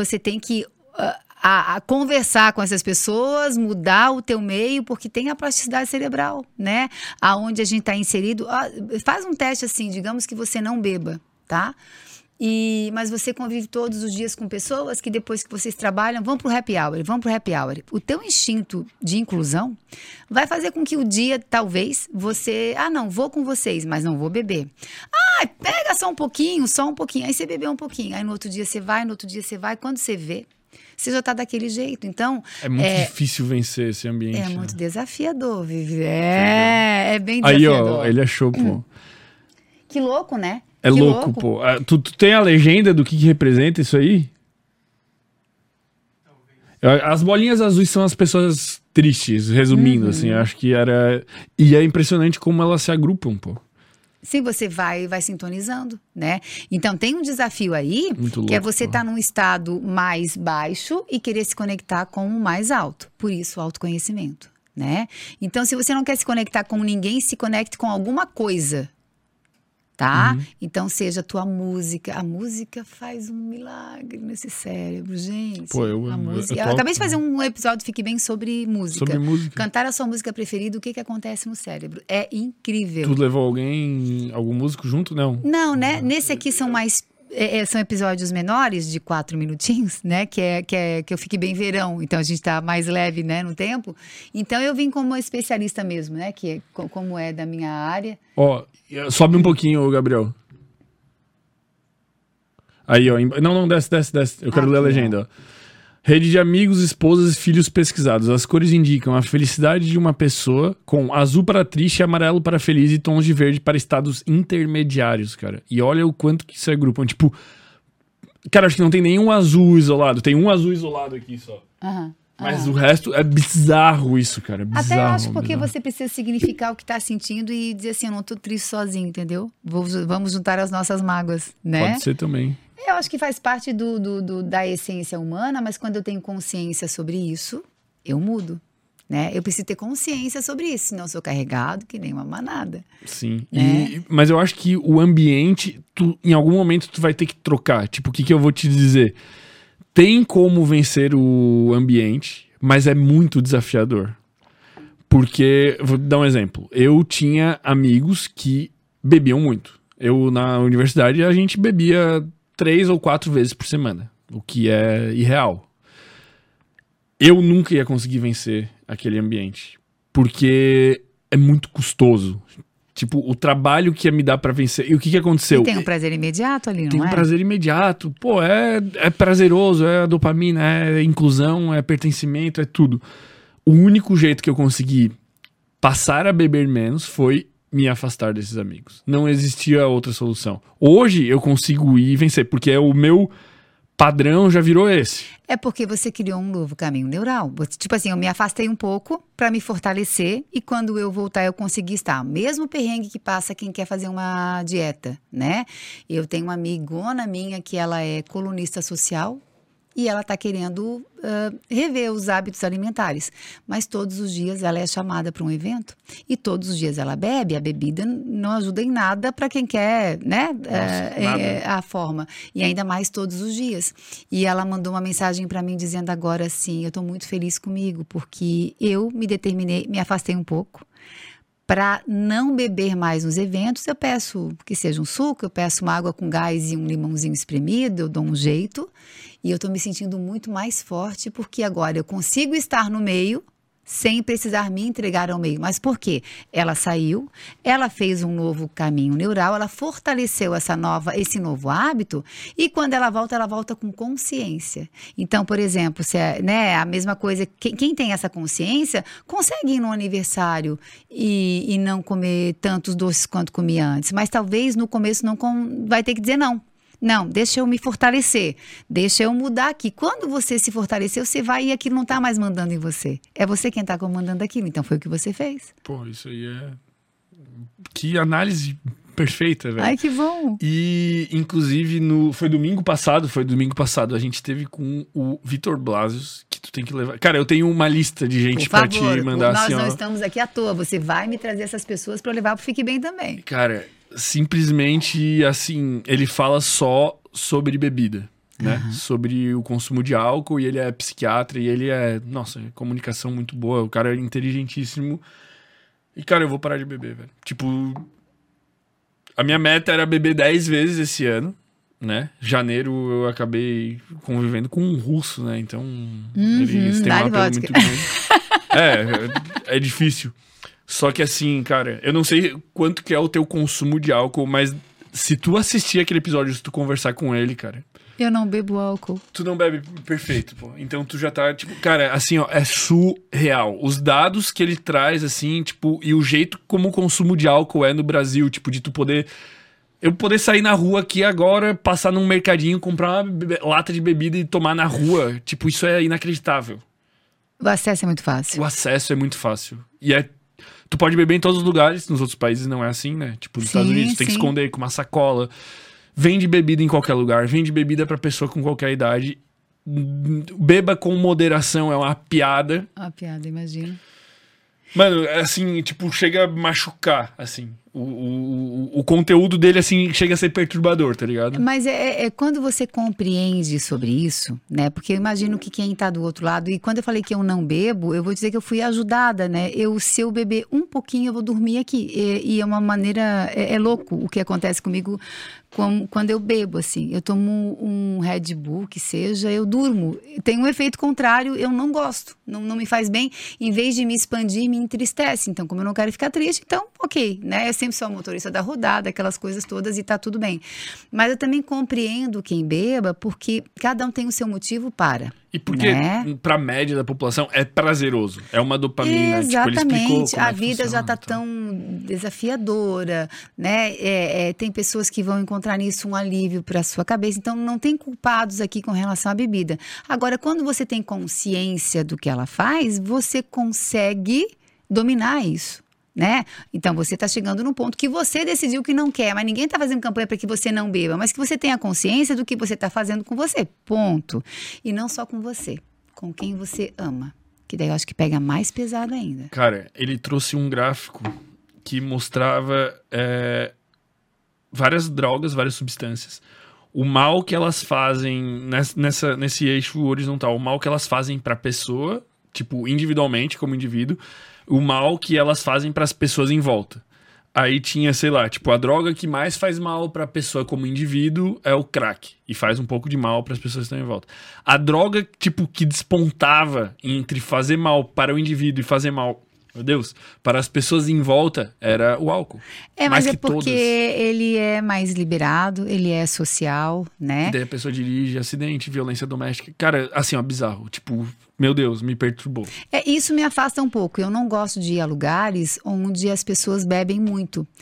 a conversar com essas pessoas, mudar o teu meio, porque tem a plasticidade cerebral, né? Aonde a gente está inserido. Faz um teste assim, digamos que você não beba, tá? Mas você convive todos os dias com pessoas que depois que vocês trabalham, vão pro happy hour. O teu instinto de inclusão vai fazer com que o dia, talvez, você... não, vou com vocês, mas não vou beber. Pega só um pouquinho. Aí você bebeu um pouquinho. Aí no outro dia você vai, quando você vê, você já tá daquele jeito. Então... É muito difícil vencer esse ambiente. É muito desafiador, Vivi. É bem desafiador. Aí, ó, ele achou, pô. Que louco, né? É louco, pô. Tu tem a legenda do que representa isso aí? As bolinhas azuis são as pessoas tristes, resumindo, assim. Acho que era... E é impressionante como elas se agrupam, pô. Sim, você vai sintonizando, né? Então, tem um desafio aí, muito louco, que é você estar num estado mais baixo e querer se conectar com o mais alto. Por isso, o autoconhecimento, né? Então, se você não quer se conectar com ninguém, se conecte com alguma coisa, tá? Então, seja a tua música. A música faz um milagre nesse cérebro, gente. Pô, eu acabei de fazer um episódio Fique Bem sobre música. Sobre música. Cantar a sua música preferida, o que acontece no cérebro. É incrível. Tu levou algum músico junto? Não. Não, né? Nesse aqui são mais... são episódios menores, de 4 minutinhos, né? Que eu fique bem verão. Então, a gente tá mais leve, né? No tempo. Então, eu vim como especialista mesmo, né? Que como é da minha área. Ó, sobe um pouquinho, Gabriel. Aí, ó. Não, desce. Eu quero ler a legenda, ó. Rede de amigos, esposas e filhos pesquisados. As cores indicam a felicidade de uma pessoa com azul para triste, amarelo para feliz e tons de verde para estados intermediários, cara. E olha o quanto que se agrupam. Tipo, cara, acho que não tem nenhum azul isolado. Tem um azul isolado aqui só. Mas o resto é bizarro isso, cara. É bizarro. Até acho porque você precisa significar o que tá sentindo e dizer assim, eu não tô triste sozinho, entendeu? Vamos juntar as nossas mágoas, né? Pode ser também. Eu acho que faz parte da essência humana, mas quando eu tenho consciência sobre isso, eu mudo, né? Eu preciso ter consciência sobre isso, senão eu sou carregado que nem uma manada. Sim, né? Mas eu acho que o ambiente, em algum momento tu vai ter que trocar. Tipo, o que eu vou te dizer? Tem como vencer o ambiente, mas é muito desafiador. Porque, vou dar um exemplo. Eu tinha amigos que bebiam muito. Na universidade, a gente bebia 3 ou 4 vezes por semana, o que é irreal. Eu nunca ia conseguir vencer aquele ambiente, porque é muito custoso. Tipo, o trabalho que ia me dar pra vencer. E o que aconteceu? E tem um prazer imediato ali, não é? Tem um prazer imediato. Pô, é prazeroso, é dopamina, é inclusão, é pertencimento, é tudo. O único jeito que eu consegui passar a beber menos foi me afastar desses amigos. Não existia outra solução. Hoje eu consigo ir e vencer, porque é o meu padrão já virou esse. É porque você criou um novo caminho neural. Tipo assim, eu me afastei um pouco para me fortalecer e quando eu voltar eu consegui estar. Mesmo perrengue que passa quem quer fazer uma dieta, né? Eu tenho uma amigona minha que ela é colunista social e ela está querendo rever os hábitos alimentares. Mas todos os dias ela é chamada para um evento e todos os dias ela bebe. A bebida não ajuda em nada para quem quer, né? A forma. E ainda mais todos os dias. E ela mandou uma mensagem para mim dizendo agora assim, eu estou muito feliz comigo porque eu me determinei, me afastei um pouco. Para não beber mais nos eventos, eu peço que seja um suco, eu peço uma água com gás e um limãozinho espremido, eu dou um jeito. E eu estou me sentindo muito mais forte porque agora eu consigo estar no meio sem precisar me entregar ao meio. Mas por quê? Ela saiu, ela fez um novo caminho neural, ela fortaleceu esse novo hábito e quando ela volta com consciência. Então, por exemplo, a mesma coisa, quem tem essa consciência consegue ir no aniversário e não comer tantos doces quanto comia antes. Mas talvez no começo vai ter que dizer não. Não, deixa eu me fortalecer, deixa eu mudar aqui. Quando você se fortalecer, você vai e aquilo não está mais mandando em você. É você quem está comandando aquilo, então foi o que você fez. Pô, isso aí é... Que análise perfeita, velho. Ai, que bom. E, inclusive, foi domingo passado, a gente teve com o Vitor Blasius, que tu tem que levar... Cara, eu tenho uma lista de gente pra te mandar assim, ó. Nós não estamos aqui à toa, você vai me trazer essas pessoas pra eu levar pro Fique Bem também. Cara... Simplesmente, assim, ele fala só sobre bebida, né? Uhum. Sobre o consumo de álcool, e ele é psiquiatra, e ele é... Nossa, comunicação muito boa, o cara é inteligentíssimo. E, cara, eu vou parar de beber, velho. Tipo, a minha meta era beber 10 vezes esse ano, né? Janeiro eu acabei convivendo com um russo, né? Então, eles têm um apelo muito grande. É difícil. Só que assim, cara, eu não sei quanto que é o teu consumo de álcool, mas se tu assistir aquele episódio, se tu conversar com ele, cara... Eu não bebo álcool. Tu não bebe, perfeito, pô. Então tu já tá, tipo... Cara, assim, ó, é surreal. Os dados que ele traz, assim, tipo... E o jeito como o consumo de álcool é no Brasil, tipo, de tu poder... Eu poder sair na rua aqui agora, passar num mercadinho, comprar uma lata de bebida e tomar na rua. Tipo, isso é inacreditável. O acesso é muito fácil. O acesso é muito fácil. E tu pode beber em todos os lugares, nos outros países não é assim, né? Tipo, nos Estados Unidos, tem que esconder com uma sacola. Vende bebida em qualquer lugar, vende bebida pra pessoa com qualquer idade. Beba com moderação, é uma piada. Uma piada, imagino. Mano, assim, tipo, chega a machucar, assim. O conteúdo dele, assim, chega a ser perturbador, tá ligado? Mas é quando você compreende sobre isso, né? Porque eu imagino que quem tá do outro lado... E quando eu falei que eu não bebo, eu vou dizer que eu fui ajudada, né? Se eu beber um pouquinho, eu vou dormir aqui. E é uma maneira... É louco o que acontece comigo quando eu bebo, assim. Eu tomo um Red Bull, que seja, eu durmo. Tem um efeito contrário, eu não gosto. Não me faz bem. Em vez de me expandir, me entristece. Então, como eu não quero ficar triste, então, ok, né? Eu sempre sou a motorista da rodada, aquelas coisas todas e tá tudo bem. Mas eu também compreendo quem beba, porque cada um tem o seu motivo para. E porque, pra média da população, é prazeroso. É uma dopamina. Exatamente. Tipo, ele explicou como a vida já tá tão desafiadora, né? Tem pessoas que vão encontrar nisso um alívio para sua cabeça. Então, não tem culpados aqui com relação à bebida. Agora, quando você tem consciência do que ela faz, você consegue dominar isso. Né? Então você está chegando num ponto que você decidiu que não quer, mas ninguém está fazendo campanha para que você não beba, mas que você tenha consciência do que você está fazendo com você, ponto. E não só com você, com quem você ama, que daí eu acho que pega mais pesado ainda. Cara, ele trouxe um gráfico que mostrava várias drogas, várias substâncias, o mal que elas fazem nesse eixo horizontal, o mal que elas fazem para a pessoa, tipo, individualmente, como indivíduo, o mal que elas fazem para as pessoas em volta. Aí tinha, sei lá, tipo, a droga que mais faz mal para a pessoa como indivíduo é o crack. E faz um pouco de mal para as pessoas que estão em volta. A droga, tipo, que despontava entre fazer mal para o indivíduo e fazer mal, meu Deus, para as pessoas em volta era o álcool. Mas é porque ele é mais liberado, ele é social, né? E daí a pessoa dirige, acidente, violência doméstica. Cara, assim, ó, bizarro. Tipo, meu Deus, me perturbou. Isso me afasta um pouco. Eu não gosto de ir a lugares onde as pessoas bebem muito.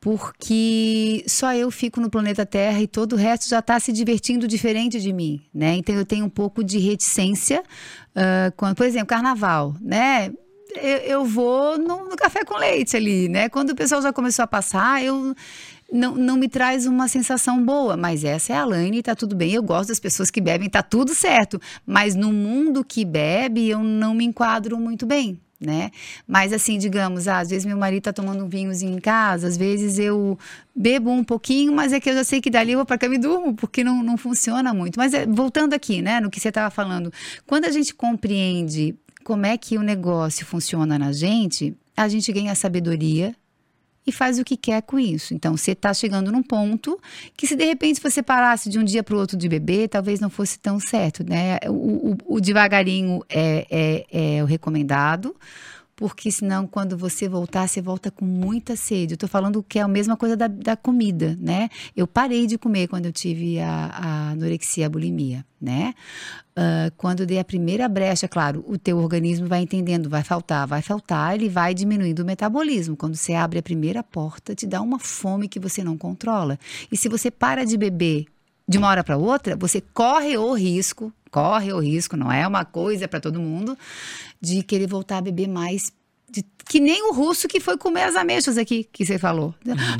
porque só eu fico no planeta Terra e todo o resto já está se divertindo diferente de mim, né? Então eu tenho um pouco de reticência, quando, por exemplo, carnaval, né? Eu vou no café com leite ali, né? Quando o pessoal já começou a passar, não me traz uma sensação boa, mas essa é a Laine e tá tudo bem. Eu gosto das pessoas que bebem, tá tudo certo, mas no mundo que bebe eu não me enquadro muito bem, né? Mas assim, digamos, às vezes meu marido tá tomando um vinhozinho em casa, às vezes eu bebo um pouquinho, mas é que eu já sei que dali eu vou pra cama e durmo, porque não funciona muito. Mas voltando aqui, né, no que você tava falando, quando a gente compreende como é que o negócio funciona na gente, a gente ganha sabedoria e faz o que quer com isso. Então, você está chegando num ponto que se de repente você parasse de um dia para o outro de beber, talvez não fosse tão certo, né? O devagarinho é o recomendado, porque senão quando você voltar, você volta com muita sede. Eu tô falando que é a mesma coisa da comida, né? Eu parei de comer quando eu tive a anorexia, a bulimia, né? Quando eu dei a primeira brecha, claro, o teu organismo vai entendendo, vai faltar, ele vai diminuindo o metabolismo. Quando você abre a primeira porta, te dá uma fome que você não controla. E se você para de beber de uma hora para outra, você corre o risco, não é uma coisa para todo mundo, de querer voltar a beber mais, que nem o russo que foi comer as ameixas aqui, que você falou.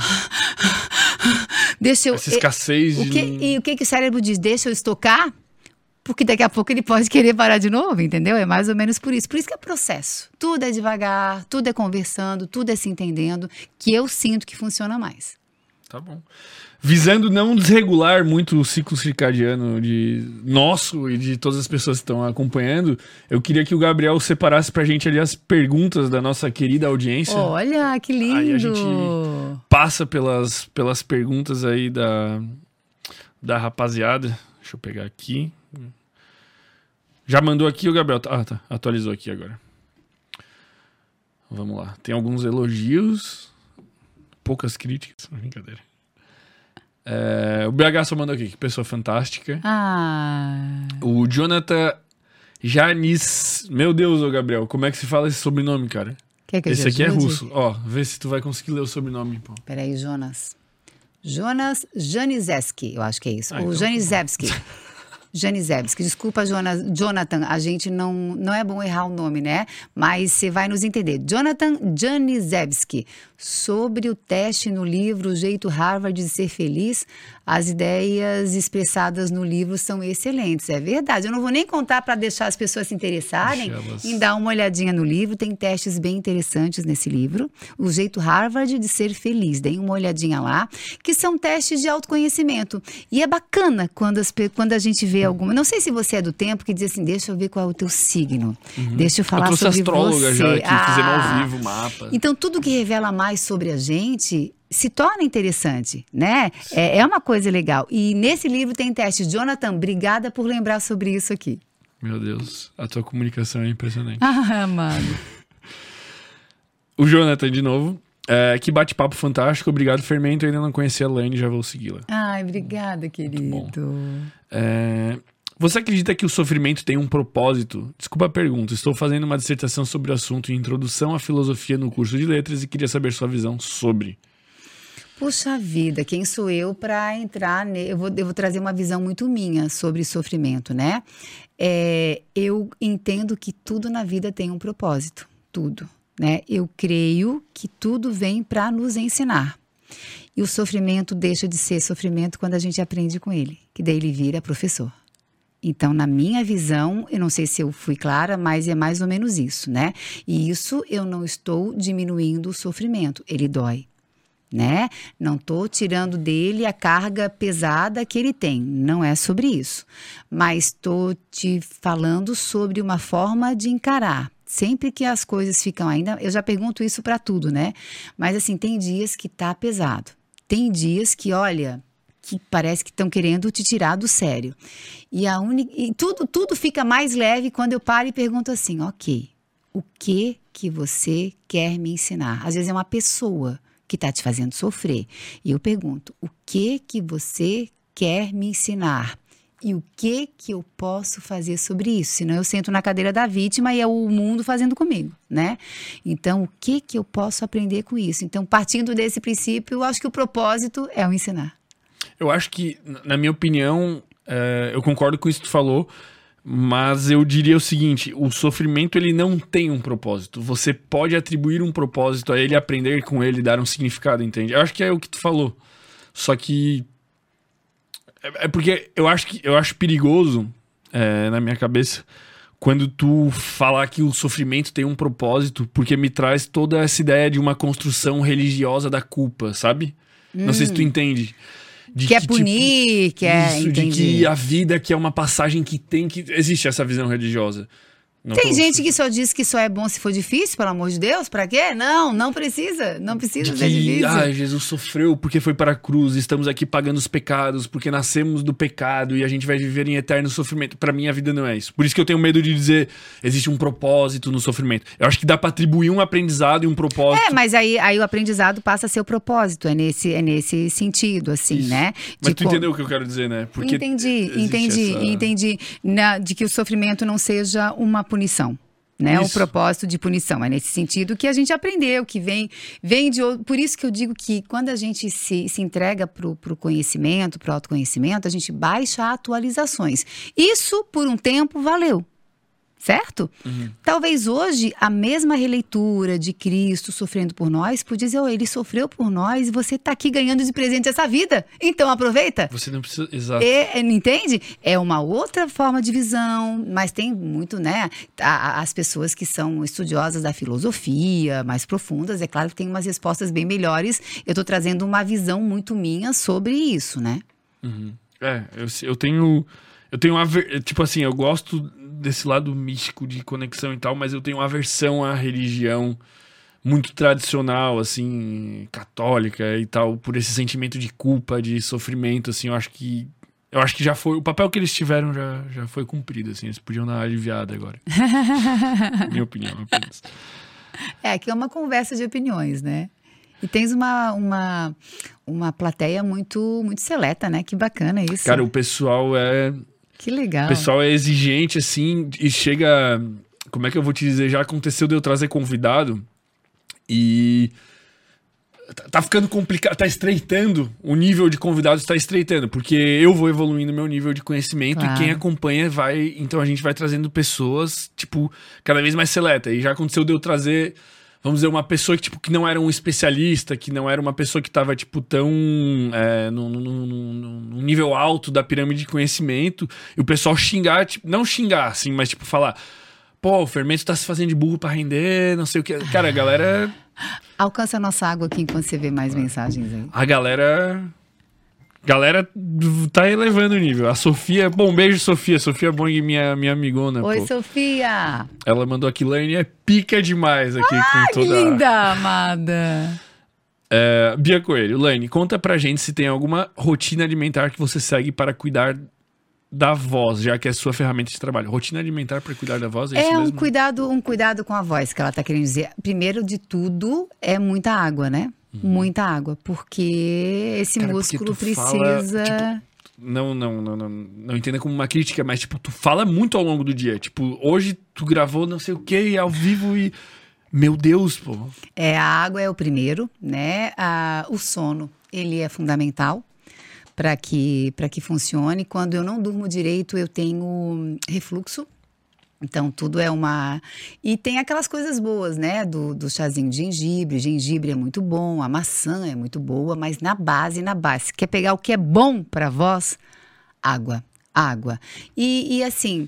Deixa eu... Essa escassez E o que o cérebro diz? Deixa eu estocar, porque daqui a pouco ele pode querer parar de novo, entendeu? É mais ou menos por isso. Por isso que é processo. Tudo é devagar, tudo é conversando, tudo é se entendendo, que eu sinto que funciona mais. Tá bom. Visando não desregular muito o ciclo circadiano nosso e de todas as pessoas que estão acompanhando, eu queria que o Gabriel separasse pra gente ali as perguntas da nossa querida audiência. Olha, que lindo! Aí a gente passa pelas perguntas aí da rapaziada. Deixa eu pegar aqui. Já mandou aqui o Gabriel? Tá. Atualizou aqui agora. Vamos lá. Tem alguns elogios, poucas críticas. Brincadeira. O BH só mandou aqui, que pessoa fantástica. O Jonathan Janis. Meu Deus, ô Gabriel, como é que se fala esse sobrenome, cara? Quer que esse aqui é russo. Ó, vê se tu vai conseguir ler o sobrenome, pô. Peraí, Jonas Janizewski, eu acho que é isso. Então, Janizewski. Janizewski, desculpa, Jonathan, a gente não é bom errar o nome, né? Mas você vai nos entender. Jonathan Janizewski, sobre o teste no livro O Jeito Harvard de Ser Feliz, as ideias expressadas no livro são excelentes, é verdade. Eu não vou nem contar para deixar as pessoas se interessarem em dar uma olhadinha no livro, tem testes bem interessantes nesse livro. O Jeito Harvard de Ser Feliz, deem uma olhadinha lá, que são testes de autoconhecimento. E é bacana quando a gente vê alguma... Não sei se você é do tempo que diz assim, deixa eu ver qual é o teu signo. Deixa eu falar sobre você. Eu trouxe astróloga já aqui, fizemos ao vivo o mapa. Então, tudo que revela mais sobre a gente se torna interessante, né? É uma coisa legal. E nesse livro tem teste. Jonathan, obrigada por lembrar sobre isso aqui. Meu Deus, a tua comunicação é impressionante. Amado. O Jonathan, de novo. Que bate-papo fantástico. Obrigado, Fermento. Eu ainda não conhecia a Laine, já vou segui-la. Ai, obrigada, querido. Você acredita que o sofrimento tem um propósito? Desculpa a pergunta. Estou fazendo uma dissertação sobre o assunto Introdução à Filosofia no curso de Letras e queria saber sua visão sobre. Puxa vida, quem sou eu para entrar... Eu vou trazer uma visão muito minha sobre sofrimento, né? Eu entendo que tudo na vida tem um propósito. Tudo. Né? Eu creio que tudo vem para nos ensinar. E o sofrimento deixa de ser sofrimento quando a gente aprende com ele, que daí ele vira professor. Então, na minha visão, eu não sei se eu fui clara, mas é mais ou menos isso, né? E isso eu não estou diminuindo o sofrimento, ele dói, né? Não estou tirando dele a carga pesada que ele tem, não é sobre isso. Mas estou te falando sobre uma forma de encarar. Sempre que as coisas ficam ainda... Eu já pergunto isso para tudo, né? Mas assim, tem dias que tá pesado. Tem dias que, olha, que parece que estão querendo te tirar do sério. E tudo fica mais leve quando eu paro e pergunto assim, ok, o que você quer me ensinar? Às vezes é uma pessoa que está te fazendo sofrer. E eu pergunto, o que você quer me ensinar? E o que eu posso fazer sobre isso? Senão eu sento na cadeira da vítima e é o mundo fazendo comigo, né? Então, o que eu posso aprender com isso? Então, partindo desse princípio, eu acho que o propósito é o ensinar. Eu acho que, na minha opinião, eu concordo com isso que tu falou, mas eu diria o seguinte: o sofrimento, ele não tem um propósito. Você pode atribuir um propósito a ele, aprender com ele, dar um significado, entende? Eu acho que é o que tu falou. Só que é porque eu acho perigoso, na minha cabeça, quando tu falar que o sofrimento tem um propósito, porque me traz toda essa ideia de uma construção religiosa da culpa, sabe? Não sei se tu entende. De quer punir, tipo, quer... Isso, entendi. de que a vida que é uma passagem que tem que... Existe essa visão religiosa. Tem gente que só diz que só é bom se for difícil, pelo amor de Deus, pra quê? Não precisa, não precisa ser difícil. Jesus sofreu porque foi para a cruz, estamos aqui pagando os pecados, porque nascemos do pecado e a gente vai viver em eterno sofrimento. Pra mim a vida não é isso. Por isso que eu tenho medo de dizer, existe um propósito no sofrimento. Eu acho que dá pra atribuir um aprendizado e um propósito. Mas aí o aprendizado passa a ser o propósito, é nesse sentido, assim, isso. né? Mas tu entendeu o que eu quero dizer, né? Porque entendi. De que o sofrimento não seja uma punição, né? O propósito de punição. É nesse sentido que a gente aprendeu, que vem de outro. Por isso que eu digo que quando a gente se entrega pro conhecimento, pro autoconhecimento, a gente baixa atualizações. Isso, por um tempo, valeu. Certo? Uhum. Talvez hoje a mesma releitura de Cristo sofrendo por nós podia dizer, ele sofreu por nós e você está aqui ganhando de presente essa vida. Então aproveita. Você não precisa... Exato. Entende? É uma outra forma de visão, mas tem muito, né? As pessoas que são estudiosas da filosofia, mais profundas, é claro que tem umas respostas bem melhores. Eu estou trazendo uma visão muito minha sobre isso, né? Uhum. Eu tenho tipo assim, eu gosto desse lado místico de conexão e tal, mas eu tenho uma aversão à religião muito tradicional, assim, católica e tal, por esse sentimento de culpa, de sofrimento, assim. Eu acho que já foi, o papel que eles tiveram já foi cumprido, assim, eles podiam dar uma aliviada agora. Minha opinião, apenas. Aqui é uma conversa de opiniões, né? E tens uma plateia muito, muito seleta, né? Que bacana isso. Cara, o pessoal Que legal. O pessoal é exigente, assim, e chega... Como é que eu vou te dizer? Já aconteceu de eu trazer convidado e... Tá ficando complicado, tá estreitando. O nível de convidados tá estreitando, porque eu vou evoluindo meu nível de conhecimento, claro. E quem acompanha vai... Então a gente vai trazendo pessoas, tipo, cada vez mais seleta. E já aconteceu de eu trazer... Vamos dizer, uma pessoa que, tipo, que não era um especialista, que não era uma pessoa que estava, tipo, tão num nível alto da pirâmide de conhecimento, e o pessoal xingar, tipo, não xingar, assim, mas, tipo, falar, pô, o fermento tá se fazendo de burro pra render, não sei o que. Cara, a galera... Alcança a nossa água aqui enquanto você vê mais mensagens aí. A galera tá elevando o nível. A Sofia... Bom, beijo, Sofia. Sofia Bong, minha amigona. Oi, pô. Sofia! Ela mandou aqui, Laine é pica demais aqui com toda... que linda, amada! Bia Coelho, Laine, conta pra gente se tem alguma rotina alimentar que você segue para cuidar da voz, já que é a sua ferramenta de trabalho. Rotina alimentar para cuidar da voz, é isso mesmo? Um cuidado com a voz, que ela tá querendo dizer. Primeiro de tudo, é muita água, né? Muita água, porque esse músculo precisa... Fala, tipo, não entenda como uma crítica, mas tipo, tu fala muito ao longo do dia. Tipo, hoje tu gravou não sei o que, ao vivo e... Meu Deus, pô. A água é o primeiro, né? O sono, ele é fundamental para que funcione. Quando eu não durmo direito, eu tenho refluxo. Então, tudo é uma... E tem aquelas coisas boas, né? Do chazinho de gengibre. Gengibre é muito bom, a maçã é muito boa, mas na base, quer pegar o que é bom para a voz? Água. E assim...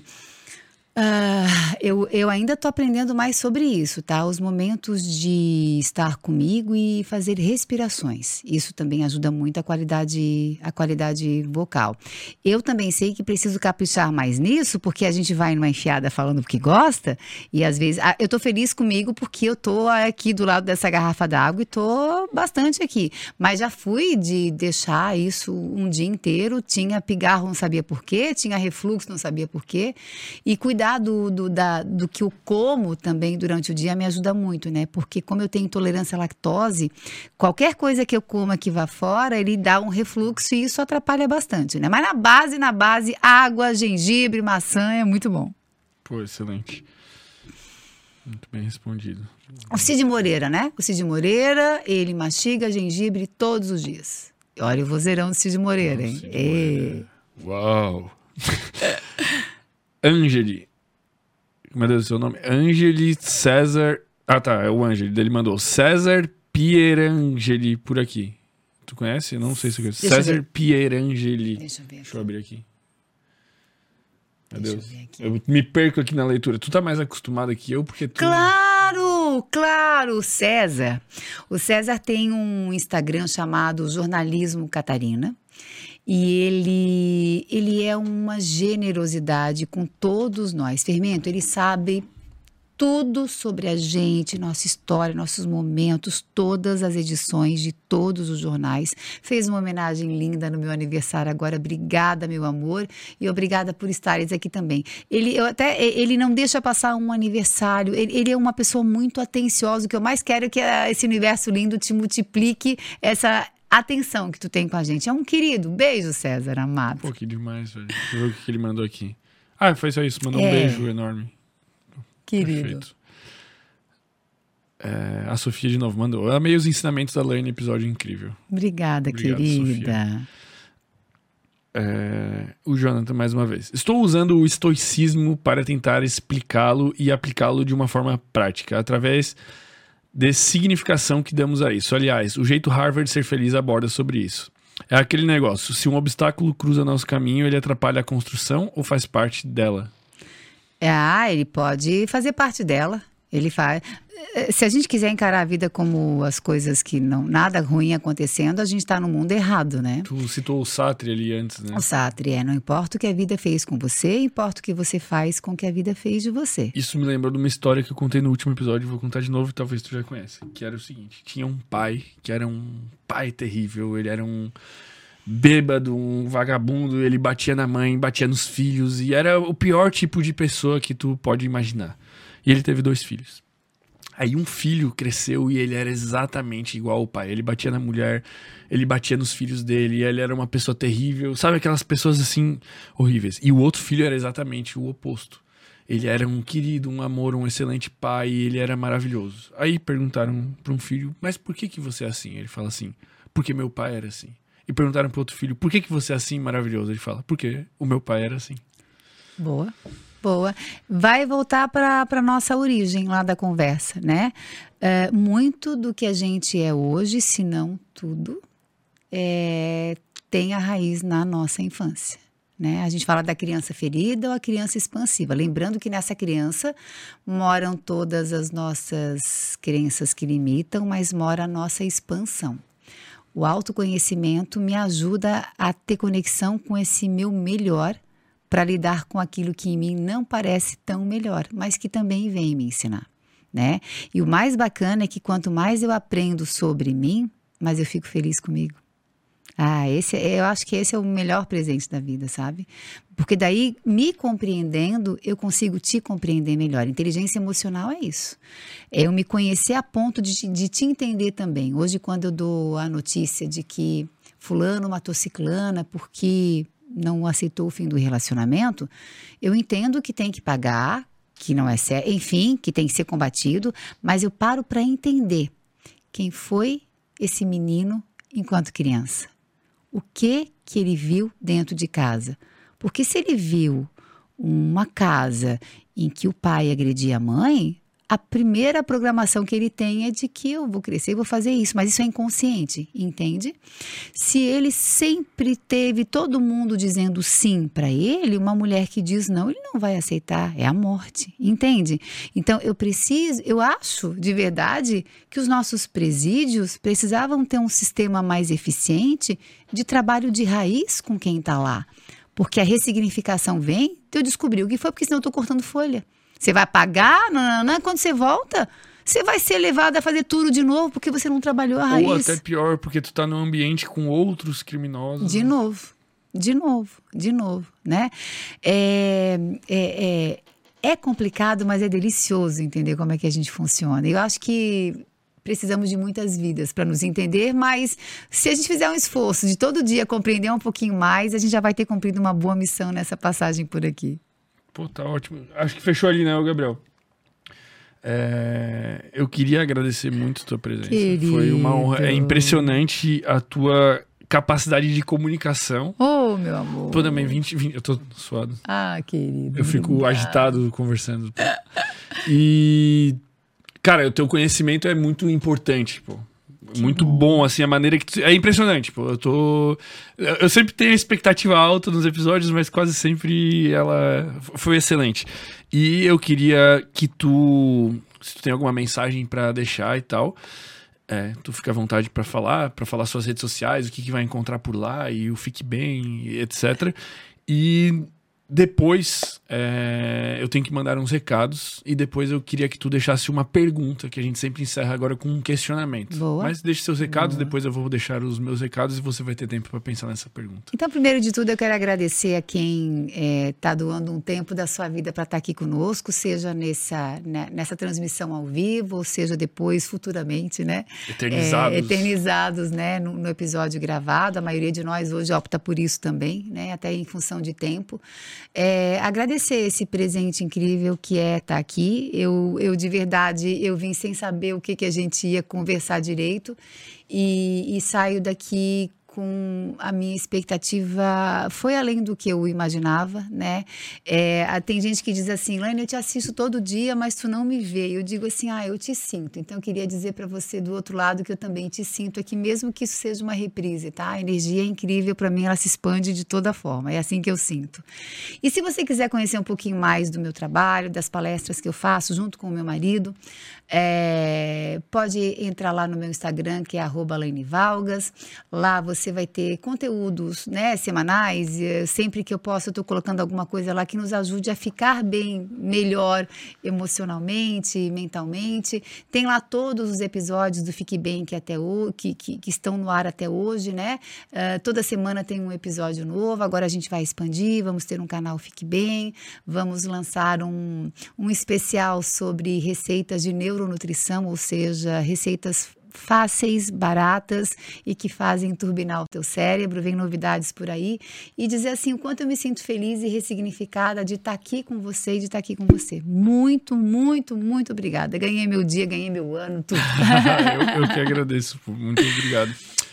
eu ainda tô aprendendo mais sobre isso, tá? Os momentos de estar comigo e fazer respirações. Isso também ajuda muito a qualidade vocal. Eu também sei que preciso caprichar mais nisso, porque a gente vai numa enfiada falando porque gosta, e às vezes... eu tô feliz comigo porque eu tô aqui do lado dessa garrafa d'água e tô bastante aqui. Mas já fui de deixar isso um dia inteiro, tinha pigarro, não sabia por quê, tinha refluxo, não sabia por quê, e cuidar cuidar do que eu como também durante o dia me ajuda muito, né? Porque como eu tenho intolerância à lactose, qualquer coisa que eu coma que vá fora, ele dá um refluxo e isso atrapalha bastante, né? Mas na base, água, gengibre, maçã é muito bom. Pô, excelente. Muito bem respondido. O Cid Moreira, né? O Cid Moreira, ele mastiga gengibre todos os dias. Olha o vozeirão do Cid Moreira, hein? Cid Moreira. Uau! Angeli. Meu Deus, seu nome? Angeli César. Ah, tá. É o Angeli. Ele mandou César Pierangeli por aqui. Tu conhece? Não sei se tu conhece. César Pierangeli. Deixa eu ver aqui. Deixa eu abrir aqui. Meu Deixa Deus. eu ver aqui. Eu me perco aqui na leitura. Tu tá mais acostumado que eu, porque tu... Claro, César. O César tem um Instagram chamado Jornalismo Catarina. E ele é uma generosidade com todos nós. Fermento, ele sabe tudo sobre a gente, nossa história, nossos momentos, todas as edições de todos os jornais. Fez uma homenagem linda no meu aniversário agora. Obrigada, meu amor, e obrigada por estares aqui também. Ele não deixa passar um aniversário. Ele é uma pessoa muito atenciosa. O que eu mais quero é que esse universo lindo te multiplique essa atenção que tu tem com a gente. É um querido. Beijo, César, amado. Pô, que demais, velho. Deixa eu ver o que ele mandou aqui. Ah, foi só isso. Mandou um beijo enorme. Querido. Perfeito. A Sofia de novo mandou. Eu amei os ensinamentos da Laine, episódio incrível. Obrigado, querida. O Jonathan, mais uma vez. Estou usando o estoicismo para tentar explicá-lo e aplicá-lo de uma forma prática, através de significação que damos a isso. Aliás, o jeito Harvard Ser Feliz aborda sobre isso. É aquele negócio, se um obstáculo cruza nosso caminho, ele atrapalha a construção ou faz parte dela? Ele pode fazer parte dela. Ele faz. Se a gente quiser encarar a vida como as coisas que não, nada ruim acontecendo, a gente está no mundo errado, né? Tu citou o Sartre ali antes, né? O Sartre não importa o que a vida fez com você, importa o que você faz com o que a vida fez de você. Isso me lembrou de uma história que eu contei no último episódio, vou contar de novo, talvez tu já conheça. Que era o seguinte, tinha um pai, que era um pai terrível, ele era um bêbado, um vagabundo, ele batia na mãe, batia nos filhos, e era o pior tipo de pessoa que tu pode imaginar. E ele teve 2 filhos. Aí um filho cresceu e ele era exatamente igual ao pai. Ele batia na mulher, ele batia nos filhos dele, ele era uma pessoa terrível. Sabe aquelas pessoas assim, horríveis. E o outro filho era exatamente o oposto. Ele era um querido, um amor, um excelente pai, e ele era maravilhoso. Aí perguntaram para um filho, mas por que você é assim? Ele fala assim, porque meu pai era assim. E perguntaram para outro filho, por que você é assim maravilhoso? Ele fala, porque o meu pai era assim. Boa. Vai voltar para a nossa origem lá da conversa, né? Muito do que a gente é hoje, se não tudo, tem a raiz na nossa infância, né? A gente fala da criança ferida ou a criança expansiva. Lembrando que nessa criança moram todas as nossas crenças que limitam, mas mora a nossa expansão. O autoconhecimento me ajuda a ter conexão com esse meu melhor para lidar com aquilo que em mim não parece tão melhor, mas que também vem me ensinar, né? E o mais bacana é que quanto mais eu aprendo sobre mim, mais eu fico feliz comigo. Eu acho que esse é o melhor presente da vida, sabe? Porque daí, me compreendendo, eu consigo te compreender melhor. Inteligência emocional é isso. É eu me conhecer a ponto de te entender também. Hoje, quando eu dou a notícia de que fulano matou ciclana porque não aceitou o fim do relacionamento, eu entendo que tem que pagar, que não é certo, enfim, que tem que ser combatido, mas eu paro para entender quem foi esse menino enquanto criança. O que ele viu dentro de casa? Porque se ele viu uma casa em que o pai agredia a mãe, a primeira programação que ele tem é de que eu vou crescer e vou fazer isso, mas isso é inconsciente, entende? Se ele sempre teve todo mundo dizendo sim para ele, uma mulher que diz não, ele não vai aceitar, é a morte, entende? Então eu acho de verdade que os nossos presídios precisavam ter um sistema mais eficiente de trabalho de raiz com quem está lá, porque a ressignificação vem de eu descobrir o que foi, porque senão eu estou cortando folha. Você vai pagar, quando você volta, você vai ser levado a fazer tudo de novo porque você não trabalhou a raiz. Ou até pior, porque tu tá num ambiente com outros criminosos. De novo, né? É É complicado, mas é delicioso entender como é que a gente funciona. Eu acho que precisamos de muitas vidas para nos entender, mas se a gente fizer um esforço de todo dia compreender um pouquinho mais, a gente já vai ter cumprido uma boa missão nessa passagem por aqui. Pô, tá ótimo. Acho que fechou ali, né, Gabriel? Eu queria agradecer muito a tua presença. Querido. Foi uma honra. É impressionante a tua capacidade de comunicação. Oh, meu amor. Pô, também 20. Eu tô suado. Ah, querido. Eu fico agitado conversando. E... Cara, o teu conhecimento é muito importante, pô. Muito bom, assim, a maneira que... É impressionante, pô. Eu sempre tenho a expectativa alta nos episódios, mas quase sempre ela foi excelente. E eu queria que se tu tem alguma mensagem pra deixar e tal, tu fica à vontade pra falar suas redes sociais, o que vai encontrar por lá, e o Fique Bem, etc. E... Depois, eu tenho que mandar uns recados e depois eu queria que tu deixasse uma pergunta, que a gente sempre encerra agora com um questionamento. Boa. Mas deixe seus recados, depois eu vou deixar os meus recados e você vai ter tempo para pensar nessa pergunta. Então, primeiro de tudo, eu quero agradecer a quem está doando um tempo da sua vida para estar aqui conosco, seja nessa transmissão ao vivo, ou seja depois, futuramente, né? Eternizados, né? No episódio gravado. A maioria de nós hoje opta por isso também, né? Até em função de tempo. Agradecer esse presente incrível que é estar aqui. Eu de verdade, eu vim sem saber o que a gente ia conversar direito e saio daqui com a minha expectativa foi além do que eu imaginava, né? Tem gente que diz assim, Laine, eu te assisto todo dia, mas tu não me vê. Eu digo assim, eu te sinto. Então eu queria dizer para você do outro lado que eu também te sinto aqui, mesmo que isso seja uma reprise, tá? A energia é incrível, para mim ela se expande de toda forma, é assim que eu sinto. E se você quiser conhecer um pouquinho mais do meu trabalho, das palestras que eu faço junto com o meu marido, pode entrar lá no meu Instagram, que é @LaineValgas. Lá você vai ter conteúdos, né, semanais. Sempre que eu posso, eu estou colocando alguma coisa lá que nos ajude a ficar bem, melhor emocionalmente, mentalmente. Tem lá todos os episódios do Fique Bem que estão no ar até hoje, né? Toda semana tem um episódio novo. Agora a gente vai expandir, vamos ter um canal Fique Bem, vamos lançar um especial sobre receitas de neuronutrição, ou seja, receitas fáceis, baratas e que fazem turbinar o teu cérebro. Vem novidades por aí. E dizer assim, o quanto eu me sinto feliz e ressignificada de estar aqui com você e de estar aqui com você. Muito, muito, muito obrigada. Ganhei meu dia, ganhei meu ano, tudo. eu que agradeço. Muito obrigado.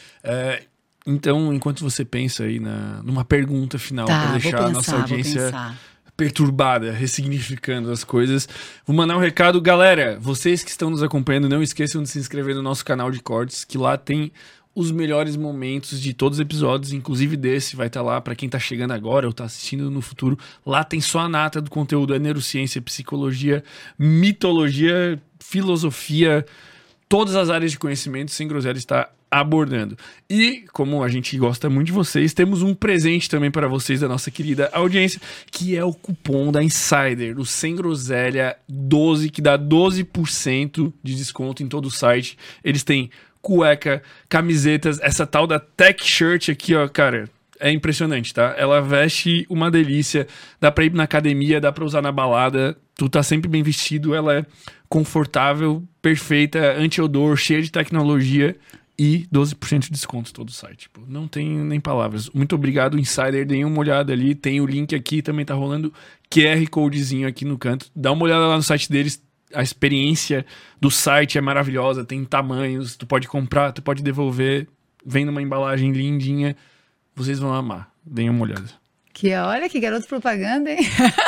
Então, enquanto você pensa aí numa pergunta final para deixar a nossa audiência perturbada, ressignificando as coisas, vou mandar um recado. Galera, vocês que estão nos acompanhando, não esqueçam de se inscrever no nosso canal de cortes, que lá tem os melhores momentos de todos os episódios, inclusive desse vai estar lá para quem tá chegando agora ou tá assistindo no futuro. Lá tem só a nata do conteúdo, neurociência, psicologia, mitologia, filosofia, todas as áreas de conhecimento, Sem Groselha está abordando. E, como a gente gosta muito de vocês, temos um presente também para vocês da nossa querida audiência, que é o cupom da Insider, o Sem Groselha 12, que dá 12% de desconto em todo o site. Eles têm cueca, camisetas, essa tal da Tech Shirt aqui, ó, cara, é impressionante, tá? Ela veste uma delícia, dá pra ir na academia, dá pra usar na balada, tu tá sempre bem vestido, ela é confortável, perfeita, anti-odor, cheia de tecnologia e 12% de desconto em todo o site. Pô, não tem nem palavras. Muito obrigado, Insider, deem uma olhada ali, tem o link aqui, também tá rolando QR Codezinho aqui no canto. Dá uma olhada lá no site deles, a experiência do site é maravilhosa, tem tamanhos, tu pode comprar, tu pode devolver, vem numa embalagem lindinha. Vocês vão amar. Deem uma olhada. Olha que garoto propaganda, hein?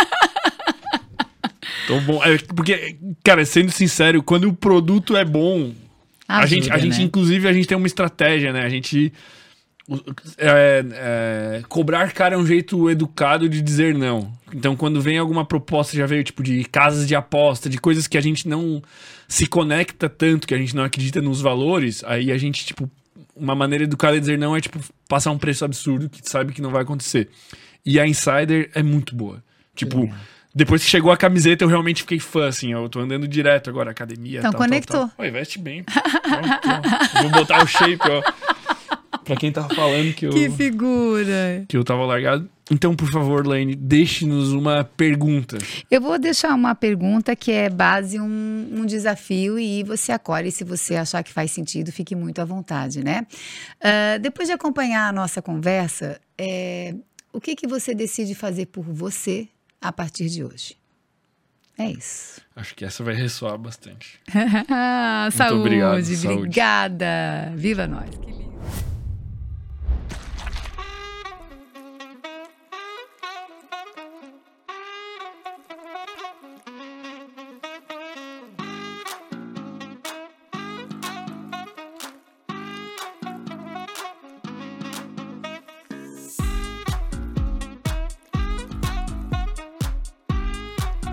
Tão bom. Porque, cara, sendo sincero, quando o produto é bom, ajuda, a gente né? Inclusive, a gente tem uma estratégia, né? A gente... cobrar caro é um jeito educado de dizer não. Então, quando vem alguma proposta, já veio tipo de casas de aposta, de coisas que a gente não se conecta tanto, que a gente não acredita nos valores, aí a gente, tipo... Uma maneira educada de dizer não é, tipo, passar um preço absurdo que sabe que não vai acontecer. E a Insider é muito boa. Tipo, depois que chegou a camiseta, eu realmente fiquei fã, assim. Eu tô andando direto agora, academia, então, tal, conectou. Oi, veste bem. Pronto. Vou botar o shape, ó. Pra quem tava falando que eu... Que figura! Que eu tava largado. Então, por favor, Laine, deixe-nos uma pergunta. Eu vou deixar uma pergunta que é base um desafio e você acolhe se você achar que faz sentido, fique muito à vontade, né? Depois de acompanhar a nossa conversa, o que você decide fazer por você a partir de hoje? É isso. Acho que essa vai ressoar bastante. Saúde, obrigado, saúde. Obrigada. Viva nós.